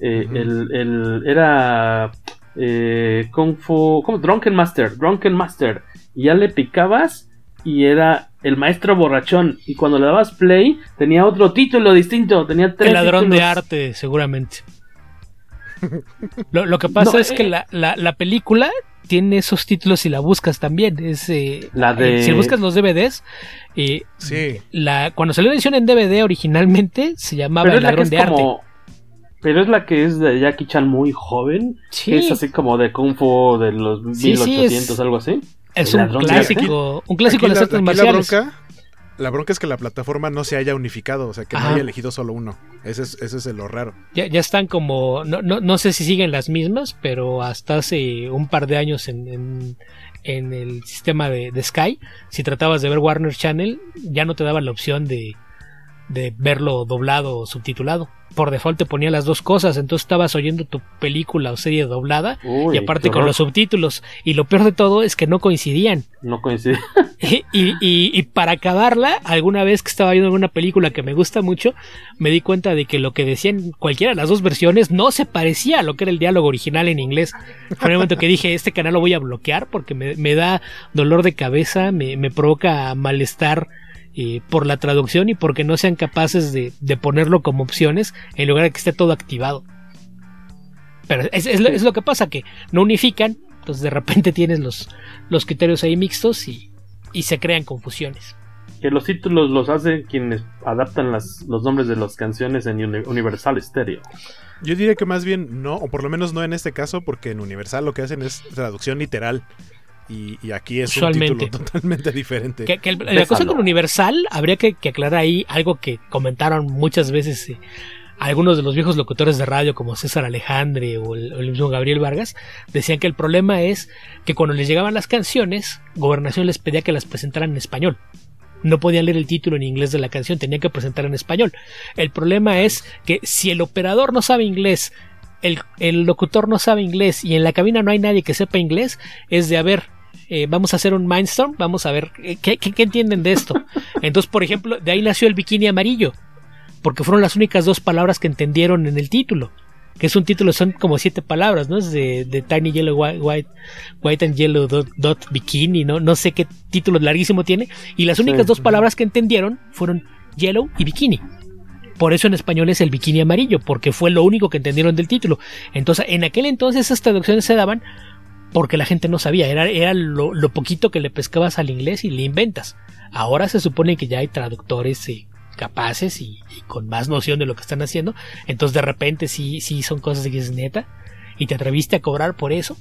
S14: era Kung Fu, ¿cómo? Drunken Master, y ya le picabas y era El Maestro Borrachón, y cuando le dabas play tenía otro título distinto, tenía 3
S16: El Ladrón
S14: títulos.
S16: de Arte, seguramente. Lo que pasa es que la película tiene esos títulos si la buscas también. Si buscas los DVDs,
S15: sí.
S16: Cuando salió la edición en DVD originalmente se llamaba El Ladrón de Arte.
S14: Pero es la que es de Jackie Chan muy joven.
S16: Sí.
S14: Que es así como de Kung Fu de los 1800, algo así.
S16: Es un clásico de las artes marciales.
S15: La bronca es que la plataforma no se haya unificado, o sea, que no haya elegido solo uno. Ese es lo raro.
S16: Ya están como, no sé si siguen las mismas, pero hasta hace un par de años en en el sistema de Sky, si tratabas de ver Warner Channel, ya no te daba la opción de verlo doblado o subtitulado. Por default te ponía las dos cosas, entonces estabas oyendo tu película o serie doblada y aparte con los subtítulos. Y lo peor de todo es que no coincidían. Y para acabarla, alguna vez que estaba viendo alguna película que me gusta mucho, me di cuenta de que lo que decían cualquiera de las dos versiones no se parecía a lo que era el diálogo original en inglés. Fue el momento que dije, este canal lo voy a bloquear porque me da dolor de cabeza, me provoca malestar por la traducción y porque no sean capaces de ponerlo como opciones en lugar de que esté todo activado. Pero es lo que pasa, que no unifican, entonces de repente tienes los criterios ahí mixtos y se crean confusiones.
S14: Que los títulos los hacen quienes adaptan los nombres de las canciones en Universal Stereo.
S15: Yo diría que más bien no, o por lo menos no en este caso, porque en Universal lo que hacen es traducción literal. Y aquí es un título totalmente diferente.
S16: La cosa con Universal, habría que aclarar ahí algo que comentaron muchas veces algunos de los viejos locutores de radio como César Alejandre o el mismo Gabriel Vargas. Decían que el problema es que cuando les llegaban las canciones, Gobernación les pedía que las presentaran en español. No podían leer el título en inglés de la canción, tenían que presentar en español. El problema es que si el operador no sabe inglés, el locutor no sabe inglés y en la cabina no hay nadie que sepa inglés, es de vamos a hacer un Mindstorm, vamos a ver ¿qué entienden de esto? Entonces, por ejemplo, de ahí nació el bikini amarillo, porque fueron las únicas 2 palabras que entendieron en el título, que es un título, son como 7 palabras, ¿no? Es de Tiny Yellow White and Yellow dot Bikini, no sé qué título larguísimo tiene, y las únicas 2 palabras que entendieron fueron Yellow y Bikini. Por eso en español es el bikini amarillo, porque fue lo único que entendieron del título. Entonces, en aquel entonces esas traducciones se daban porque la gente no sabía, era lo poquito que le pescabas al inglés y le inventas. Ahora se supone que ya hay traductores capaces y con más noción de lo que están haciendo, entonces de repente sí son cosas que es neta y te atreviste a cobrar por eso.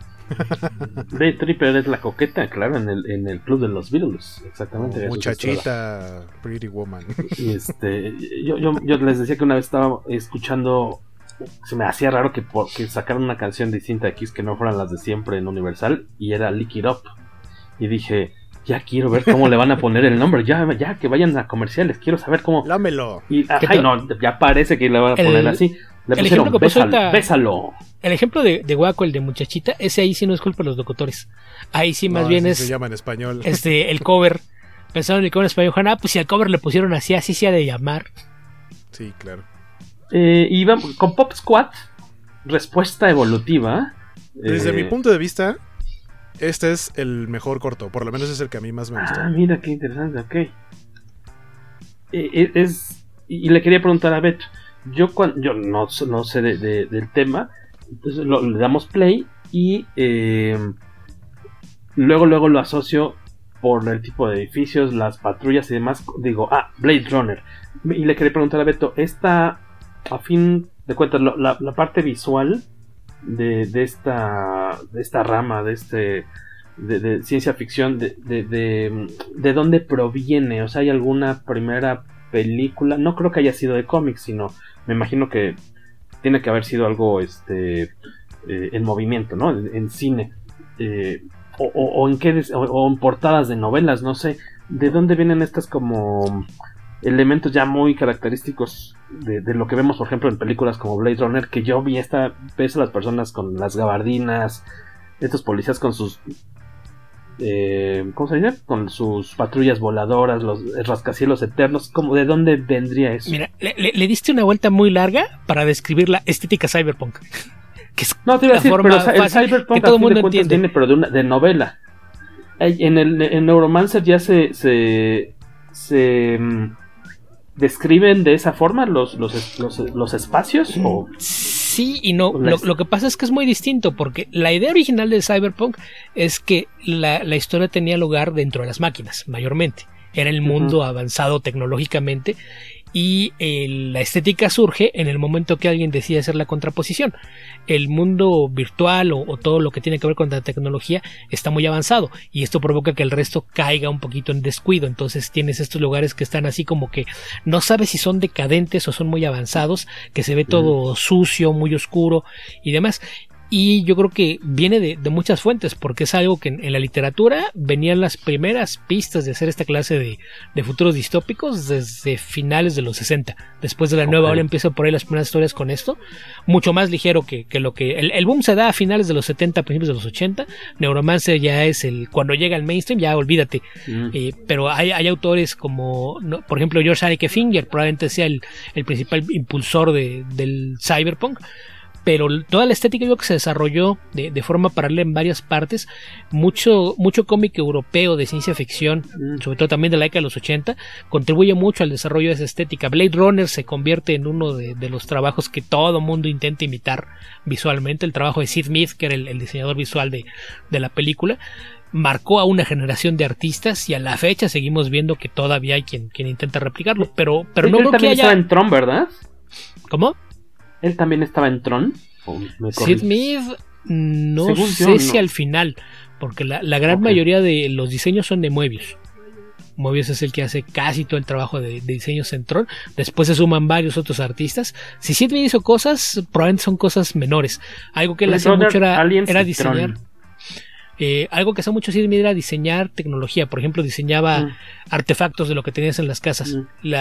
S14: Dave Tripper es la coqueta, claro, en el club de los Beatles, exactamente.
S15: Muchachita, Pretty Woman.
S14: Y yo les decía que una vez estaba escuchando, se me hacía raro que sacaran una canción distinta de Kiss que no fueran las de siempre en Universal, y era Lick It Up, y dije, ya quiero ver cómo le van a poner el nombre, ya que vayan a comerciales, quiero saber cómo.
S15: Lámelo.
S14: Y no, ya parece que le van a poner así. Le pusieron bésalo.
S16: El ejemplo de Guaco, el de Muchachita, ese ahí sí no es culpa de los locutores. Ahí sí más bien
S15: se llama en español.
S16: El cover. Pensaron en el cover en español, pues si al cover le pusieron así se ha de llamar.
S15: Sí, claro.
S14: Y vamos con Pop Squad, respuesta evolutiva.
S15: Desde mi punto de vista, este es el mejor corto, por lo menos es el que a mí más me gustó.
S14: Mira qué interesante, ok. Y le quería preguntar a Beto, yo no sé del tema, entonces le damos play y luego lo asocio por el tipo de edificios, las patrullas y demás, digo, Blade Runner. Y le quería preguntar a Beto, esta, a fin de cuentas, la parte visual de esta rama, de ciencia ficción, de dónde proviene, o sea, ¿hay alguna primera película? No creo que haya sido de cómics, sino me imagino que tiene que haber sido algo en movimiento, ¿no? En cine, o en portadas de novelas, no sé. ¿De dónde vienen estas como elementos ya muy característicos de lo que vemos, por ejemplo, en películas como Blade Runner? Que yo ves a las personas con las gabardinas, estos policías con sus ¿cómo se dice? Con sus patrullas voladoras, los rascacielos eternos. ¿Cómo, de dónde vendría eso?
S16: Mira, le diste una vuelta muy larga para describir la estética cyberpunk. Que es
S14: no, te iba a decir, pero el cyberpunk que todo el mundo entiende. Viene, pero de novela. En Neuromancer ya se describen de esa forma los espacios, ¿o?
S16: Sí y no. Lo que pasa es que es muy distinto, porque la idea original del cyberpunk es que la historia tenía lugar dentro de las máquinas, mayormente. Era el mundo avanzado tecnológicamente, y la estética surge en el momento que alguien decide hacer la contraposición. El mundo virtual o todo lo que tiene que ver con la tecnología está muy avanzado, y esto provoca que el resto caiga un poquito en descuido. Entonces tienes estos lugares que están así como que no sabes si son decadentes o son muy avanzados, que se ve todo sucio, muy oscuro y demás. Y yo creo que viene de muchas fuentes, porque es algo que en la literatura venían las primeras pistas de hacer esta clase de futuros distópicos desde finales de los 60. Después de la nueva ola empieza por ahí las primeras historias con esto, mucho más ligero que lo que... El boom se da a finales de los 70, principios de los 80. Neuromancer ya es cuando llega al mainstream, ya olvídate. Pero hay autores como, por ejemplo, George R. Finger, probablemente sea el principal impulsor del cyberpunk. Pero toda la estética yo creo que se desarrolló de forma paralela en varias partes. Mucho cómic europeo de ciencia ficción, sobre todo también de la década de los 80, contribuye mucho al desarrollo de esa estética. Blade Runner se convierte en uno de los trabajos que todo mundo intenta imitar visualmente. El trabajo de Sid Mead, que era el diseñador visual de la película, marcó a una generación de artistas y a la fecha seguimos viendo que todavía hay quien intenta replicarlo. Pero no creo que haya...
S14: estaba en Tron, ¿verdad?
S16: ¿Cómo?
S14: ¿Él también estaba en Tron?
S16: Sid Mead, no sé si al final, porque la gran mayoría de los diseños son de Moebius. Moebius es el que hace casi todo el trabajo de diseños en Tron. Después se suman varios otros artistas. Si Sid Mead hizo cosas, probablemente son cosas menores. Algo que él hacía mucho era diseñar. Algo que hacía mucho Sid Mead era diseñar tecnología. Por ejemplo, diseñaba artefactos de lo que tenías en las casas,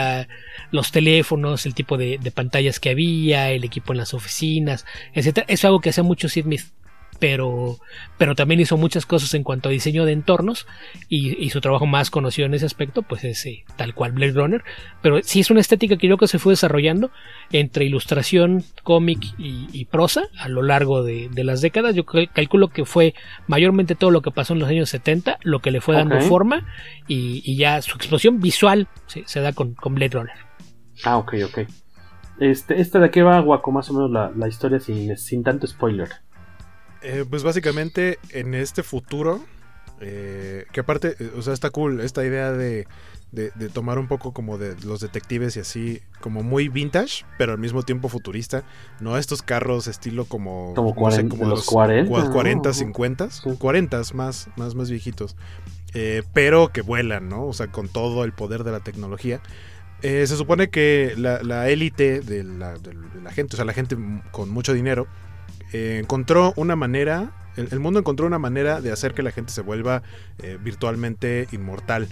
S16: los teléfonos, el tipo de pantallas que había, el equipo en las oficinas, etcétera. Eso es algo que hacía mucho Sid Mead, pero también hizo muchas cosas en cuanto a diseño de entornos, y su trabajo más conocido en ese aspecto pues es tal cual Blade Runner. Pero sí es una estética que yo creo que se fue desarrollando entre ilustración, cómic y prosa a lo largo de las décadas. Yo calculo que fue mayormente todo lo que pasó en los años 70 lo que le fue dando forma, y ya su explosión visual se da con Blade Runner.
S14: Ok. ¿Esta de qué va, Guaco? Más o menos la historia sin tanto spoiler.
S15: Pues básicamente en este futuro, que aparte, o sea, está cool esta idea de tomar un poco como de los detectives y así, como muy vintage, pero al mismo tiempo futurista, no estos carros estilo como
S14: no sé, como los 40,
S15: 50, 40 más viejitos, pero que vuelan, ¿no? O sea, con todo el poder de la tecnología. Se supone que la élite de la gente, o sea, la gente con mucho dinero, encontró una manera, el mundo encontró una manera de hacer que la gente se vuelva virtualmente inmortal,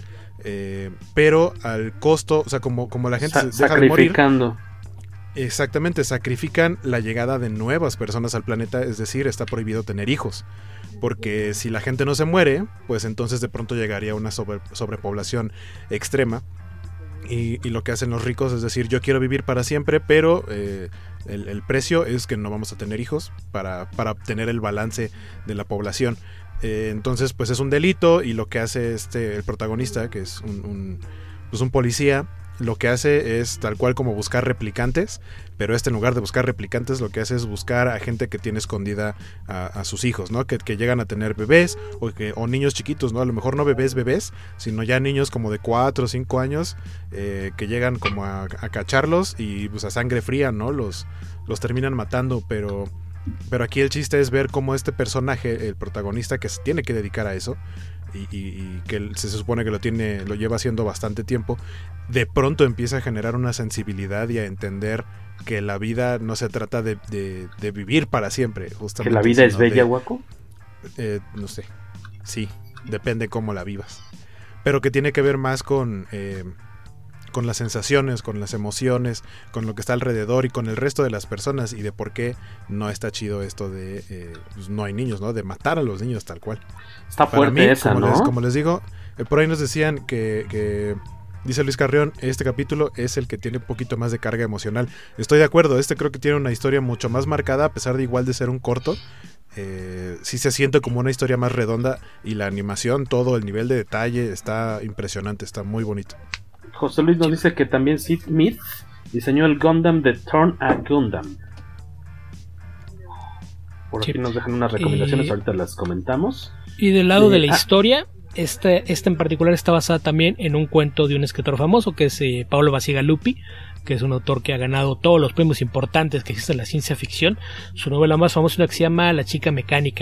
S15: pero al costo, o sea, como la gente se deja de morir, exactamente, sacrifican la llegada de nuevas personas al planeta, es decir, está prohibido tener hijos, porque si la gente no se muere, pues entonces de pronto llegaría una sobrepoblación extrema. Y lo que hacen los ricos es decir, yo quiero vivir para siempre, pero el precio es que no vamos a tener hijos para obtener el balance de la población. Entonces pues es un delito, y lo que hace el protagonista, que es un policía, lo que hace es tal cual como buscar replicantes, pero en lugar de buscar replicantes lo que hace es buscar a gente que tiene escondida a sus hijos, ¿no? Que llegan a tener bebés o niños chiquitos, ¿no? A lo mejor no bebés, sino ya niños como de 4 o 5 años, que llegan como a cacharlos y pues a sangre fría, ¿no? Los terminan matando, pero aquí el chiste es ver cómo este personaje, el protagonista, que se tiene que dedicar a eso, y que se supone que lo lleva haciendo bastante tiempo, de pronto empieza a generar una sensibilidad y a entender que la vida no se trata de vivir para siempre, justamente.
S14: ¿Que la vida es bella, Guaco?
S15: No sé, sí, depende cómo la vivas, pero que tiene que ver más con las sensaciones, con las emociones, con lo que está alrededor y con el resto de las personas, y de por qué no está chido esto de pues no hay niños, ¿no? De matar a los niños tal cual.
S14: Está fuerte mí, esa, ¿no?
S15: Como les digo, por ahí nos decían que dice Luis Carrión, este capítulo es el que tiene un poquito más de carga emocional. Estoy de acuerdo, creo que tiene una historia mucho más marcada, a pesar de igual de ser un corto. Sí se siente como una historia más redonda, y la animación, todo el nivel de detalle está impresionante, está muy bonito.
S14: José Luis nos dice que también Sid Mead diseñó el Gundam de Turn a Gundam. Por aquí nos dejan unas recomendaciones, ahorita las comentamos.
S16: Y del lado de la historia, esta en particular está basada también en un cuento de un escritor famoso, que es Paolo Bacigalupi, que es un autor que ha ganado todos los premios importantes que existen en la ciencia ficción. Su novela más famosa es una que se llama La chica mecánica,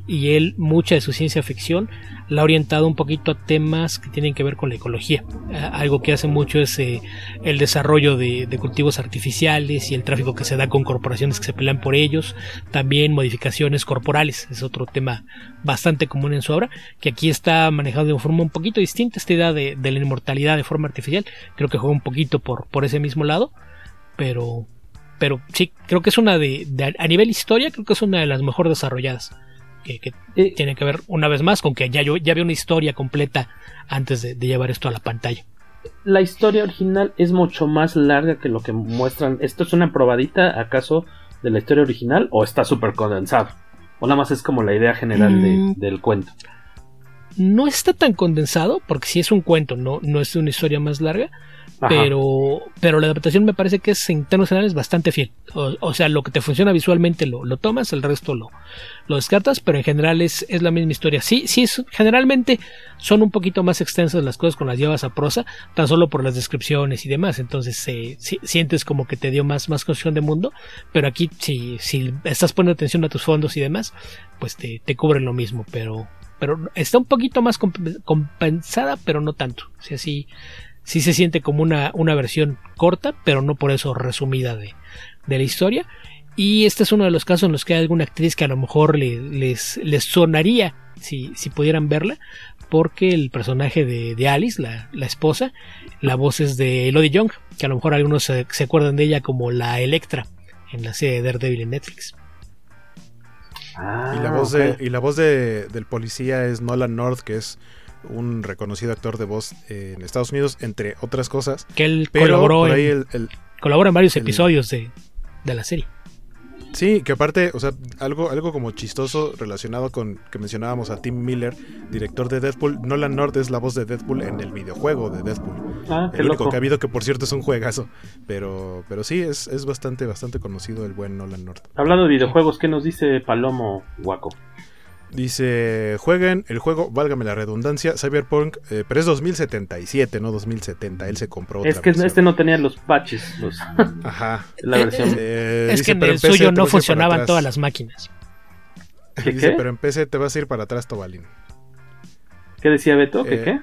S16: y él mucha de su ciencia ficción la ha orientado un poquito a temas que tienen que ver con la ecología. Algo que hace mucho es el desarrollo de cultivos artificiales y el tráfico que se da con corporaciones que se pelean por ellos. También modificaciones corporales, es otro tema bastante común en su obra, que aquí está manejado de una forma un poquito distinta. Esta idea de la inmortalidad de forma artificial creo que juega un poquito por ese mismo lado, pero sí, creo que es una a nivel historia, creo que es una de las mejor desarrolladas, que tiene que ver una vez más con que ya había una historia completa antes de llevar esto a la pantalla.
S14: La historia original es mucho más larga que lo que muestran. ¿Esto es una probadita acaso de la historia original o está súper condensado? O nada más es como la idea general del cuento.
S16: No está tan condensado, porque si es un cuento, no es una historia más larga. Pero la adaptación me parece que es en términos generales bastante fiel. O sea, lo que te funciona visualmente lo tomas, el resto lo descartas, pero en general es la misma historia. Sí, generalmente son un poquito más extensas las cosas cuando las llevas a prosa, tan solo por las descripciones y demás. Entonces sientes como que te dio más construcción de mundo, pero aquí si estás poniendo atención a tus fondos y demás, pues te cubren lo mismo, pero está un poquito más compensada, pero no tanto. O sea, sí se siente como una versión corta, pero no por eso resumida de la historia. Y este es uno de los casos en los que hay alguna actriz que a lo mejor les sonaría si pudieran verla, porque el personaje de Alice, la esposa, la voz es de Elodie Young, que a lo mejor algunos se acuerdan de ella como la Electra en la serie de Daredevil en Netflix.
S15: Y la voz del policía es Nolan North, que es un reconocido actor de voz en Estados Unidos, entre otras cosas.
S16: Que él colaboró colabora en varios episodios de la serie.
S15: Sí, que aparte, o sea, algo como chistoso relacionado con que mencionábamos a Tim Miller, director de Deadpool. Nolan North es la voz de Deadpool en el videojuego de Deadpool. El único que ha habido, que por cierto es un juegazo. Pero sí, es bastante conocido el buen Nolan North.
S14: Hablando de videojuegos, ¿qué nos dice Palomo Guaco?
S15: Dice, jueguen el juego, válgame la redundancia, Cyberpunk, pero es 2077, no 2070. Él se compró otra
S14: versión. Este no tenía los patches.
S15: Ajá.
S14: La versión.
S16: Es que en el suyo no funcionaban todas las máquinas.
S15: Dice, pero en PC te vas a ir para atrás, Tobalín.
S14: ¿Qué decía Beto? ¿Qué?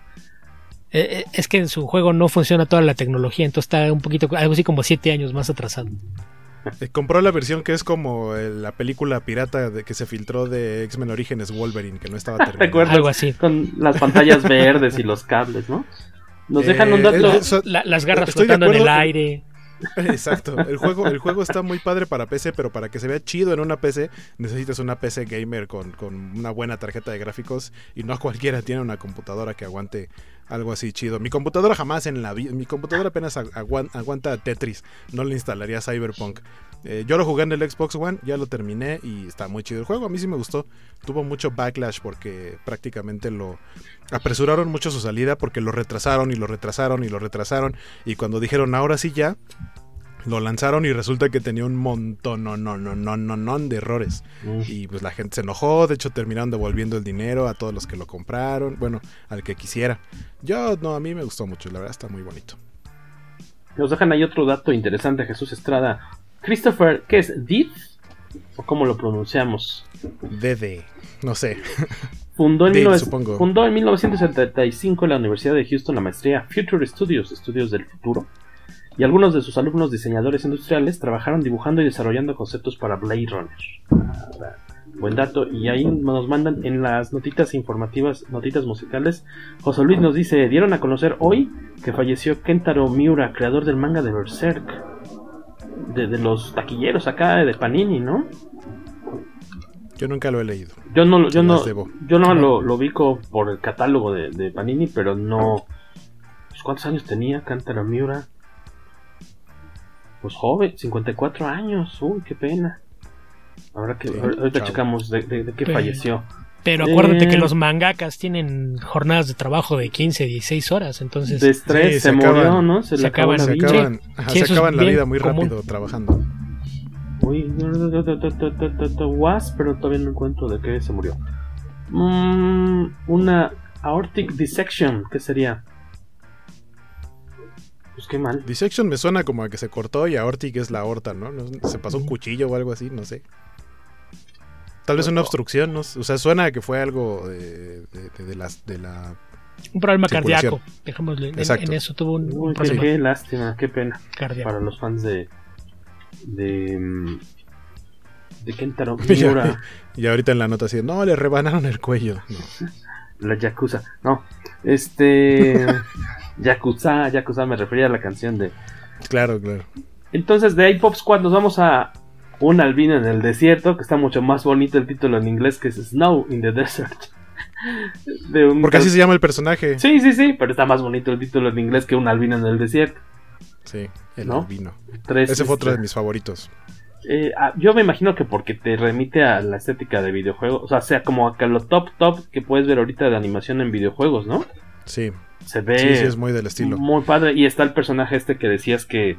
S16: Es que en su juego no funciona toda la tecnología, entonces está un poquito, algo así como 7 años más atrasado.
S15: Compró la versión que es como la película pirata que se filtró de X-Men Orígenes Wolverine, que no estaba terminada.
S14: ¿Te acuerdas?
S16: Algo así.
S14: Con las pantallas verdes y los cables, ¿no? Nos dejan un dato.
S16: Las garras flotando en el aire.
S15: Exacto. El juego está muy padre para PC, pero para que se vea chido en una PC necesitas una PC gamer con una buena tarjeta de gráficos, y no cualquiera tiene una computadora que aguante algo así chido. Mi computadora jamás en la vida, mi computadora apenas aguanta Tetris, no le instalaría Cyberpunk. Yo lo jugué en el Xbox One, ya lo terminé y está muy chido el juego. A mí sí me gustó. Tuvo mucho backlash porque prácticamente lo apresuraron mucho su salida, porque lo retrasaron y cuando dijeron ahora sí ya, lo lanzaron y resulta que tenía un montón de errores. Y pues la gente se enojó. De hecho terminaron devolviendo el dinero a todos los que lo compraron, bueno, al que quisiera. A mí me gustó mucho, la verdad está muy bonito.
S14: Nos dejan ahí otro dato interesante, Jesús Estrada. Christopher, ¿qué es? ¿Did? ¿O cómo lo pronunciamos?
S15: Dede, no sé.
S14: Fundó en 1975 en la Universidad de Houston la maestría Future Studios, Estudios del Futuro. Y algunos de sus alumnos diseñadores industriales trabajaron dibujando y desarrollando conceptos para Blade Runner. Buen dato. Y ahí nos mandan en las notitas informativas, notitas musicales. José Luis nos dice, dieron a conocer hoy que falleció Kentaro Miura, creador del manga de Berserk. De los taquilleros acá de Panini, ¿no?
S15: Yo nunca lo he leído.
S14: Yo no lo ubico por el catálogo de Panini, pero no. ¿Cuántos años tenía Kentaro Miura? Pues joven, 54 años. Uy, qué pena. Ahorita checamos de qué falleció.
S16: Pero acuérdate que los mangakas tienen jornadas de trabajo de 15, 16 horas, entonces...
S14: De estrés, se murió, ¿no? Se acaban
S15: la vida muy rápido trabajando.
S14: Uy, pero todavía no encuentro de qué se murió. Una aortic dissection, ¿qué sería? Pues qué mal.
S15: Dissection me suena como a que se cortó, y aortic es la aorta, ¿no? Se pasó un cuchillo o algo así, no sé. Tal vez una obstrucción, ¿no? O sea, suena a que fue algo de la
S16: un problema cardíaco, dejémosle en eso, tuvo un problema.
S14: Qué lástima, qué pena
S16: cardíaco
S14: para los fans de Kentaro Miura.
S15: Y ahorita en la nota así, no, le rebanaron el cuello. No.
S14: La Yakuza, no, Yakuza, me refería a la canción de...
S15: Claro.
S14: Entonces de Pop Squad nos vamos a Un albino en el desierto, que está mucho más bonito el título en inglés, que es Snow in the Desert.
S15: Porque así se llama el personaje.
S14: Sí, pero está más bonito el título en inglés que Un albino en el desierto.
S15: Sí, albino.
S14: 3,
S15: ese fue otro de mis favoritos.
S14: Yo me imagino que porque te remite a la estética de videojuegos, o sea como a lo top que puedes ver ahorita de animación en videojuegos, ¿no?
S15: Sí.
S14: Se ve...
S15: Sí, es muy del estilo.
S14: Muy padre, y está el personaje que decías que...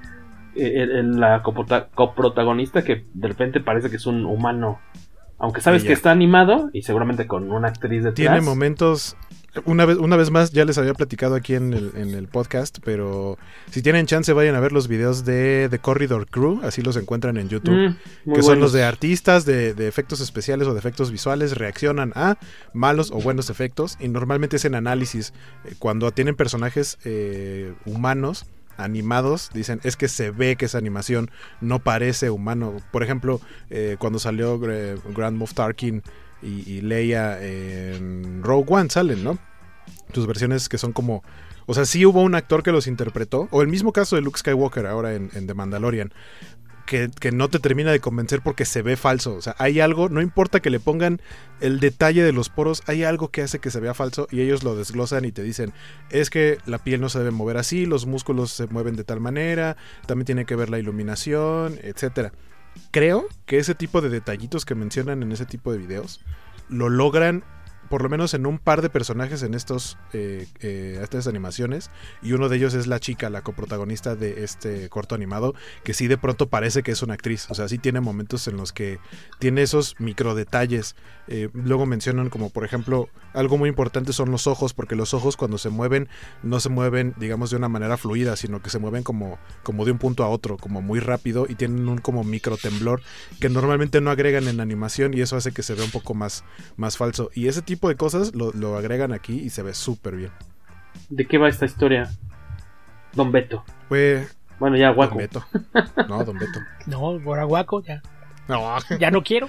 S14: la coprotagonista que de repente parece que es un humano, aunque sabes que está animado y seguramente con una actriz detrás.
S15: Tiene momentos, una vez más ya les había platicado aquí en el podcast, pero si tienen chance vayan a ver los videos de The Corridor Crew, así los encuentran en YouTube, que son los de artistas de efectos especiales o de efectos visuales, reaccionan a malos o buenos efectos y normalmente hacen análisis cuando tienen personajes humanos animados, dicen, es que se ve que esa animación no parece humano. Por ejemplo, cuando salió Grand Moff Tarkin y Leia en Rogue One salen, ¿no? Sus versiones que son como... O sea, sí hubo un actor que los interpretó, o el mismo caso de Luke Skywalker ahora en The Mandalorian, que no te termina de convencer porque se ve falso. O sea, hay algo, no importa que le pongan el detalle de los poros, hay algo que hace que se vea falso y ellos lo desglosan y te dicen, es que la piel no se debe mover así, los músculos se mueven de tal manera, también tiene que ver la iluminación, etcétera. Creo que ese tipo de detallitos que mencionan en ese tipo de videos lo logran por lo menos en un par de personajes en estas animaciones, y uno de ellos es la chica, la coprotagonista de este corto animado, que sí de pronto parece que es una actriz. O sea, sí tiene momentos en los que tiene esos micro detalles. Luego mencionan como por ejemplo algo muy importante son los ojos, porque los ojos cuando se mueven no se mueven digamos de una manera fluida, sino que se mueven como de un punto a otro, como muy rápido, y tienen un como micro temblor que normalmente no agregan en animación, y eso hace que se vea un poco más falso, y ese tipo de cosas lo agregan aquí y se ve súper bien.
S14: ¿De qué va esta historia, Don Beto?
S15: Bueno,
S14: ya Guaco.
S15: Don Beto. No, Don Beto.
S16: No, ahora Guaco, ya.
S15: No.
S16: Ya no quiero.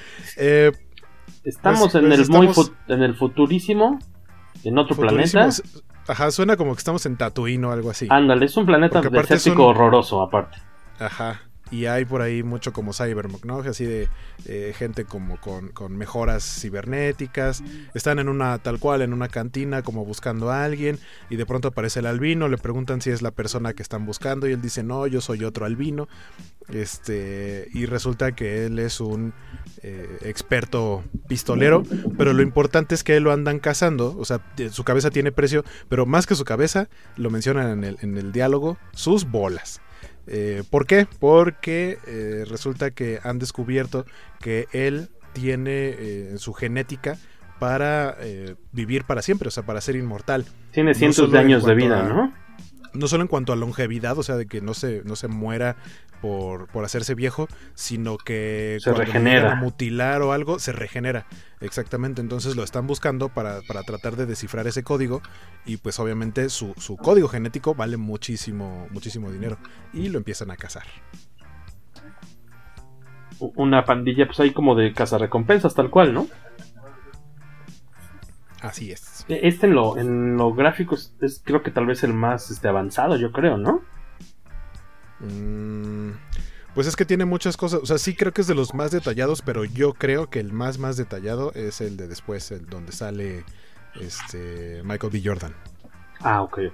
S14: Estamos en el futurísimo, en otro planeta.
S15: Ajá, suena como que estamos en Tatooine o algo así.
S14: Ándale, es un planeta desértico horroroso aparte.
S15: Ajá. Y hay por ahí mucho como cyberpunk, ¿no? Así de gente como con mejoras cibernéticas. Están en una cantina como buscando a alguien, y de pronto aparece el albino, le preguntan si es la persona que están buscando y él dice, no, yo soy otro albino. Y resulta que él es un experto pistolero, pero lo importante es que él lo andan cazando, o sea, su cabeza tiene precio, pero más que su cabeza, lo mencionan en el diálogo, sus bolas. ¿Por qué? Porque resulta que han descubierto que él tiene en su genética para vivir para siempre, o sea, para ser inmortal.
S14: Tiene cientos de años de vida, ¿no?
S15: No solo en cuanto a longevidad, o sea, de que no se muera por hacerse viejo, sino que
S14: se
S15: cuando
S14: regenera.
S15: llegan a mutilar o algo, se regenera. Exactamente, entonces lo están buscando para tratar de descifrar ese código, y pues obviamente su código genético vale muchísimo dinero, y lo empiezan a cazar.
S14: Una pandilla, pues hay como de cazarrecompensas, tal cual, ¿no?
S15: Así es.
S14: En lo gráfico es creo que tal vez el más avanzado, yo creo, ¿no?
S15: Pues es que tiene muchas cosas, o sea, sí creo que es de los más detallados, pero yo creo que el más detallado es el de después, el donde sale Michael B. Jordan.
S14: Ah, ok.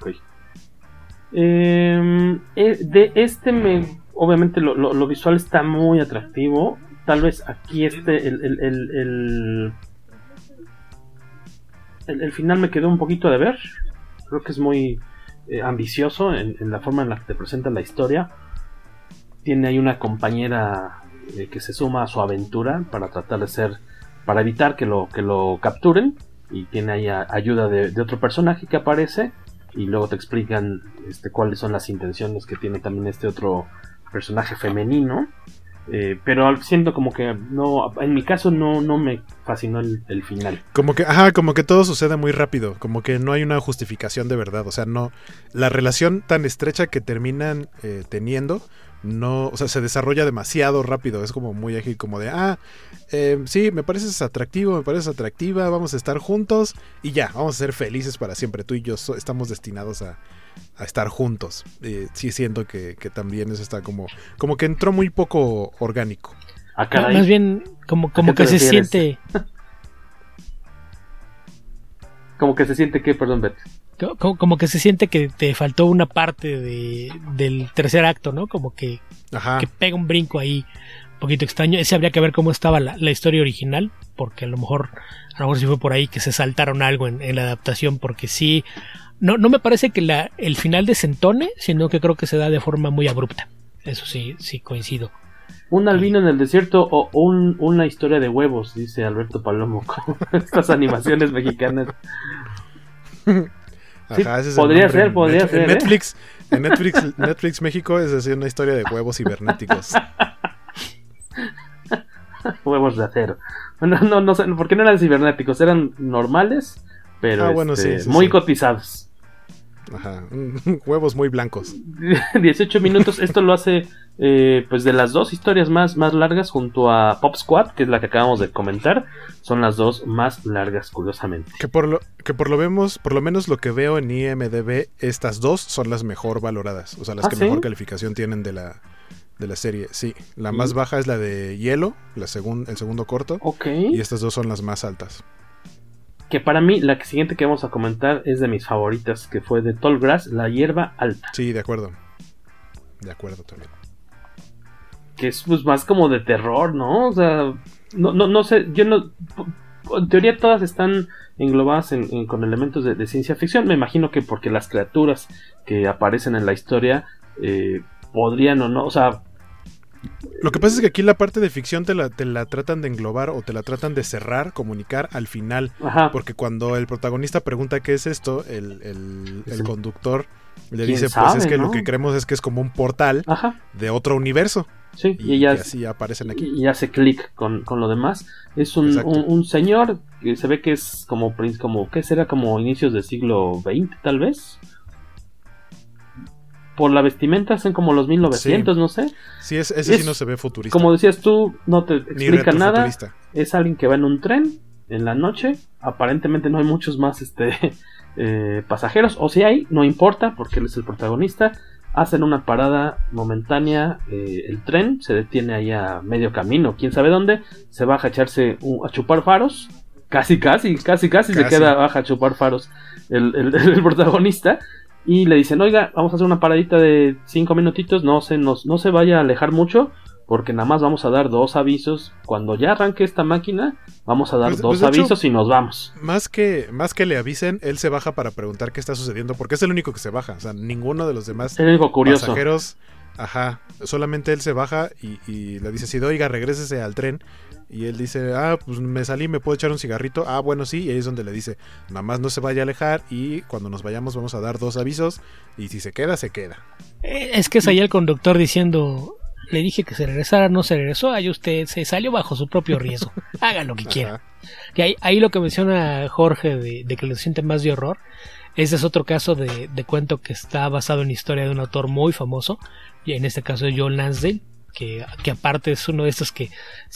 S14: Obviamente lo visual está muy atractivo. Tal vez aquí el final me quedó un poquito de ver. Creo que es muy ambicioso en la forma en la que te presenta la historia. Tiene ahí una compañera que se suma a su aventura para tratar para evitar que lo capturen, y tiene ahí ayuda de otro personaje que aparece, y luego te explican cuáles son las intenciones que tiene también este otro personaje femenino. Pero siento como que no, en mi caso no me fascinó el final.
S15: Como que todo sucede muy rápido, como que no hay una justificación de verdad, o sea, no, la relación tan estrecha que terminan teniendo, no, o sea, se desarrolla demasiado rápido, es como muy ágil, como de, sí, me pareces atractivo, me pareces atractiva, vamos a estar juntos y ya, vamos a ser felices para siempre, tú y yo estamos destinados a estar juntos. Sí siento que también eso está como que entró muy poco orgánico.
S16: Más bien como que se siente
S14: como que se siente que, perdón, Beth.
S16: Como que se siente que te faltó una parte del tercer acto, ¿no? Como que pega un brinco ahí un poquito extraño. Ese habría que ver cómo estaba la historia original, porque a lo mejor sí fue por ahí que se saltaron algo en la adaptación, porque sí. No me parece que el final desentone, sino que creo que se da de forma muy abrupta. Eso sí coincido.
S14: Un albino en el desierto o una historia de huevos, dice Alberto Palomo. Estas animaciones mexicanas. Sí, ese es podría ser.
S15: En Netflix México es así una historia de huevos cibernéticos.
S14: Huevos de acero. No sé, ¿por qué no eran cibernéticos? Eran normales, pero muy cotizados.
S15: Ajá, huevos muy blancos.
S14: 18 minutos, esto lo hace pues de las dos historias más largas junto a Pop Squad, que es la que acabamos de comentar, son las dos más largas, curiosamente.
S15: Que por lo menos lo que veo en IMDb, estas dos son las mejor valoradas, o sea, las que mejor calificación tienen de la serie. Sí, la más baja es la de Hielo, el segundo corto, y estas dos son las más altas.
S14: Que para mí, la siguiente que vamos a comentar es de mis favoritas, que fue de Tall Grass, La Hierba Alta.
S15: Sí, de acuerdo. De acuerdo también.
S14: Que es pues más como de terror, ¿no? O sea, no sé, yo no... En teoría todas están englobadas con elementos de ciencia ficción. Me imagino que porque las criaturas que aparecen en la historia podrían o no, o sea...
S15: Lo que pasa es que aquí la parte de ficción te la tratan de englobar o te la tratan de cerrar, comunicar al final. Ajá. Porque cuando el protagonista pregunta qué es esto, el conductor le dice, pues es que lo que creemos es que es como un portal de otro universo.
S14: Sí,
S15: y así aparecen aquí.
S14: Y hace clic con lo demás. Es un señor que se ve que es como ¿qué será? Como inicios del siglo XX, tal vez. Por la vestimenta hacen como los 1900, no sé.
S15: Sí, ese sí no se ve futurista.
S14: Como decías tú, no te explica nada. Es alguien que va en un tren en la noche. Aparentemente no hay muchos más pasajeros. O si hay, no importa, porque él es el protagonista. Hacen una parada momentánea. El tren se detiene ahí a medio camino, quién sabe dónde. Se baja a echarse a chupar faros. Casi se queda baja a chupar faros el protagonista. Y le dicen, oiga, vamos a hacer una paradita de 5 minutitos, no se vaya a alejar mucho, porque nada más vamos a dar 2 avisos. Cuando ya arranque esta máquina, vamos a dar 2 avisos y nos vamos.
S15: Más que le avisen, él se baja para preguntar qué está sucediendo, porque es el único que se baja. O sea, ninguno de los demás pasajeros, solamente él se baja y le dice así, oiga, regrésese al tren. Y él dice, pues me salí, ¿me puedo echar un cigarrito? Bueno, sí, y ahí es donde le dice, nada más no se vaya a alejar y cuando nos vayamos vamos a dar 2 avisos y si se queda, se queda.
S16: Es que es ahí el conductor diciendo, le dije que se regresara, no se regresó, ahí usted se salió bajo su propio riesgo, haga lo que quiera. Y ahí lo que menciona Jorge de que lo siente más de horror, ese es otro caso de cuento que está basado en la historia de un autor muy famoso, y en este caso Joel Lansdale, que aparte es uno de estos que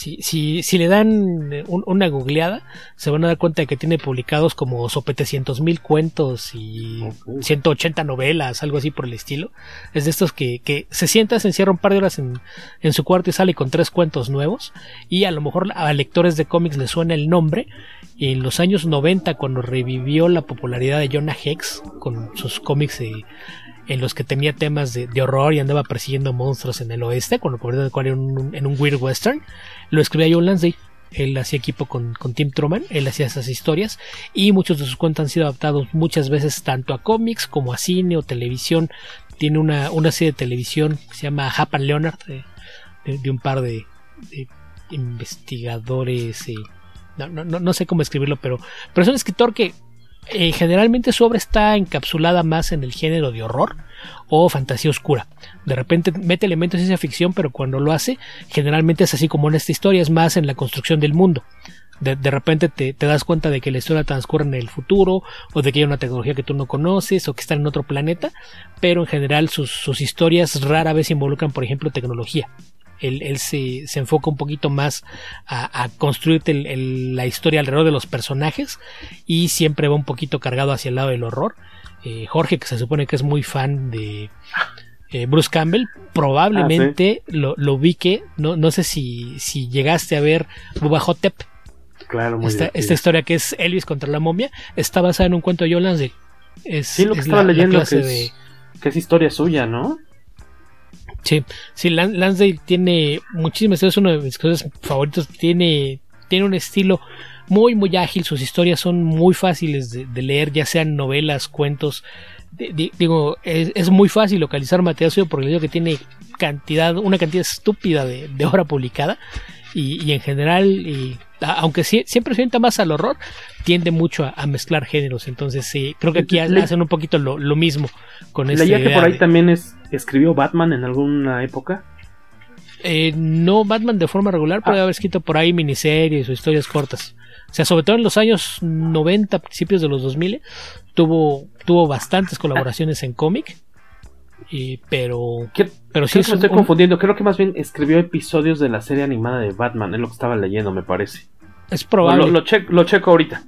S16: si le dan una googleada se van a dar cuenta de que tiene publicados como 700,000 cuentos y 180 novelas, algo así por el estilo. Es de estos que se sienta, se encierra un par de horas en su cuarto y sale con 3 cuentos nuevos, y a lo mejor a lectores de cómics les suena el nombre. Y en los años 90, cuando revivió la popularidad de Jonah Hex con sus cómics en los que tenía temas de horror y andaba persiguiendo monstruos en el oeste, cuando en un weird western, lo escribía Joel Lansdale. Él hacía equipo con Tim Truman, él hacía esas historias y muchos de sus cuentos han sido adaptados muchas veces tanto a cómics como a cine o televisión. Tiene una serie de televisión que se llama Hap and Leonard, de un par de investigadores, no sé cómo escribirlo, pero es un escritor que Generalmente su obra está encapsulada más en el género de horror o fantasía oscura. De repente mete elementos de ciencia ficción, pero cuando lo hace, generalmente es así como en esta historia, es más en la construcción del mundo. De repente te das cuenta de que la historia transcurre en el futuro, o de que hay una tecnología que tú no conoces, o que están en otro planeta, pero en general sus historias rara vez involucran, por ejemplo, tecnología. Él se enfoca un poquito más a construirte la historia alrededor de los personajes, y siempre va un poquito cargado hacia el lado del horror. Jorge, que se supone que es muy fan de Bruce Campbell, probablemente lo ubique. No sé si llegaste a ver Bubba Hotep.
S14: Claro,
S16: esta historia que es Elvis contra la momia, está basada en un cuento de Joe Lansdale.
S14: Sí, lo que estaba leyendo que es historia suya, ¿no?
S16: Sí, Lansdale tiene muchísimas historias, es uno de mis cosas favoritos. Tiene un estilo muy muy ágil, sus historias son muy fáciles de leer, ya sean novelas, cuentos. Digo, es muy fácil localizar material suyo porque le digo que tiene una cantidad estúpida de obra publicada, y en general, aunque siempre se orienta más al horror, tiende mucho a mezclar géneros. Entonces creo que aquí hacen un poquito lo mismo con esta idea.
S14: ¿Leía que por ahí también escribió Batman en alguna época?
S16: No Batman de forma regular, pero debe haber escrito por ahí miniseries o historias cortas. O sea, sobre todo en los años 90, principios de los 2000, tuvo bastantes colaboraciones en cómic. Pero sí,
S14: me estoy confundiendo. Creo que más bien escribió episodios de la serie animada de Batman, es lo que estaba leyendo, me parece.
S16: Es probable.
S14: Lo checo ahorita.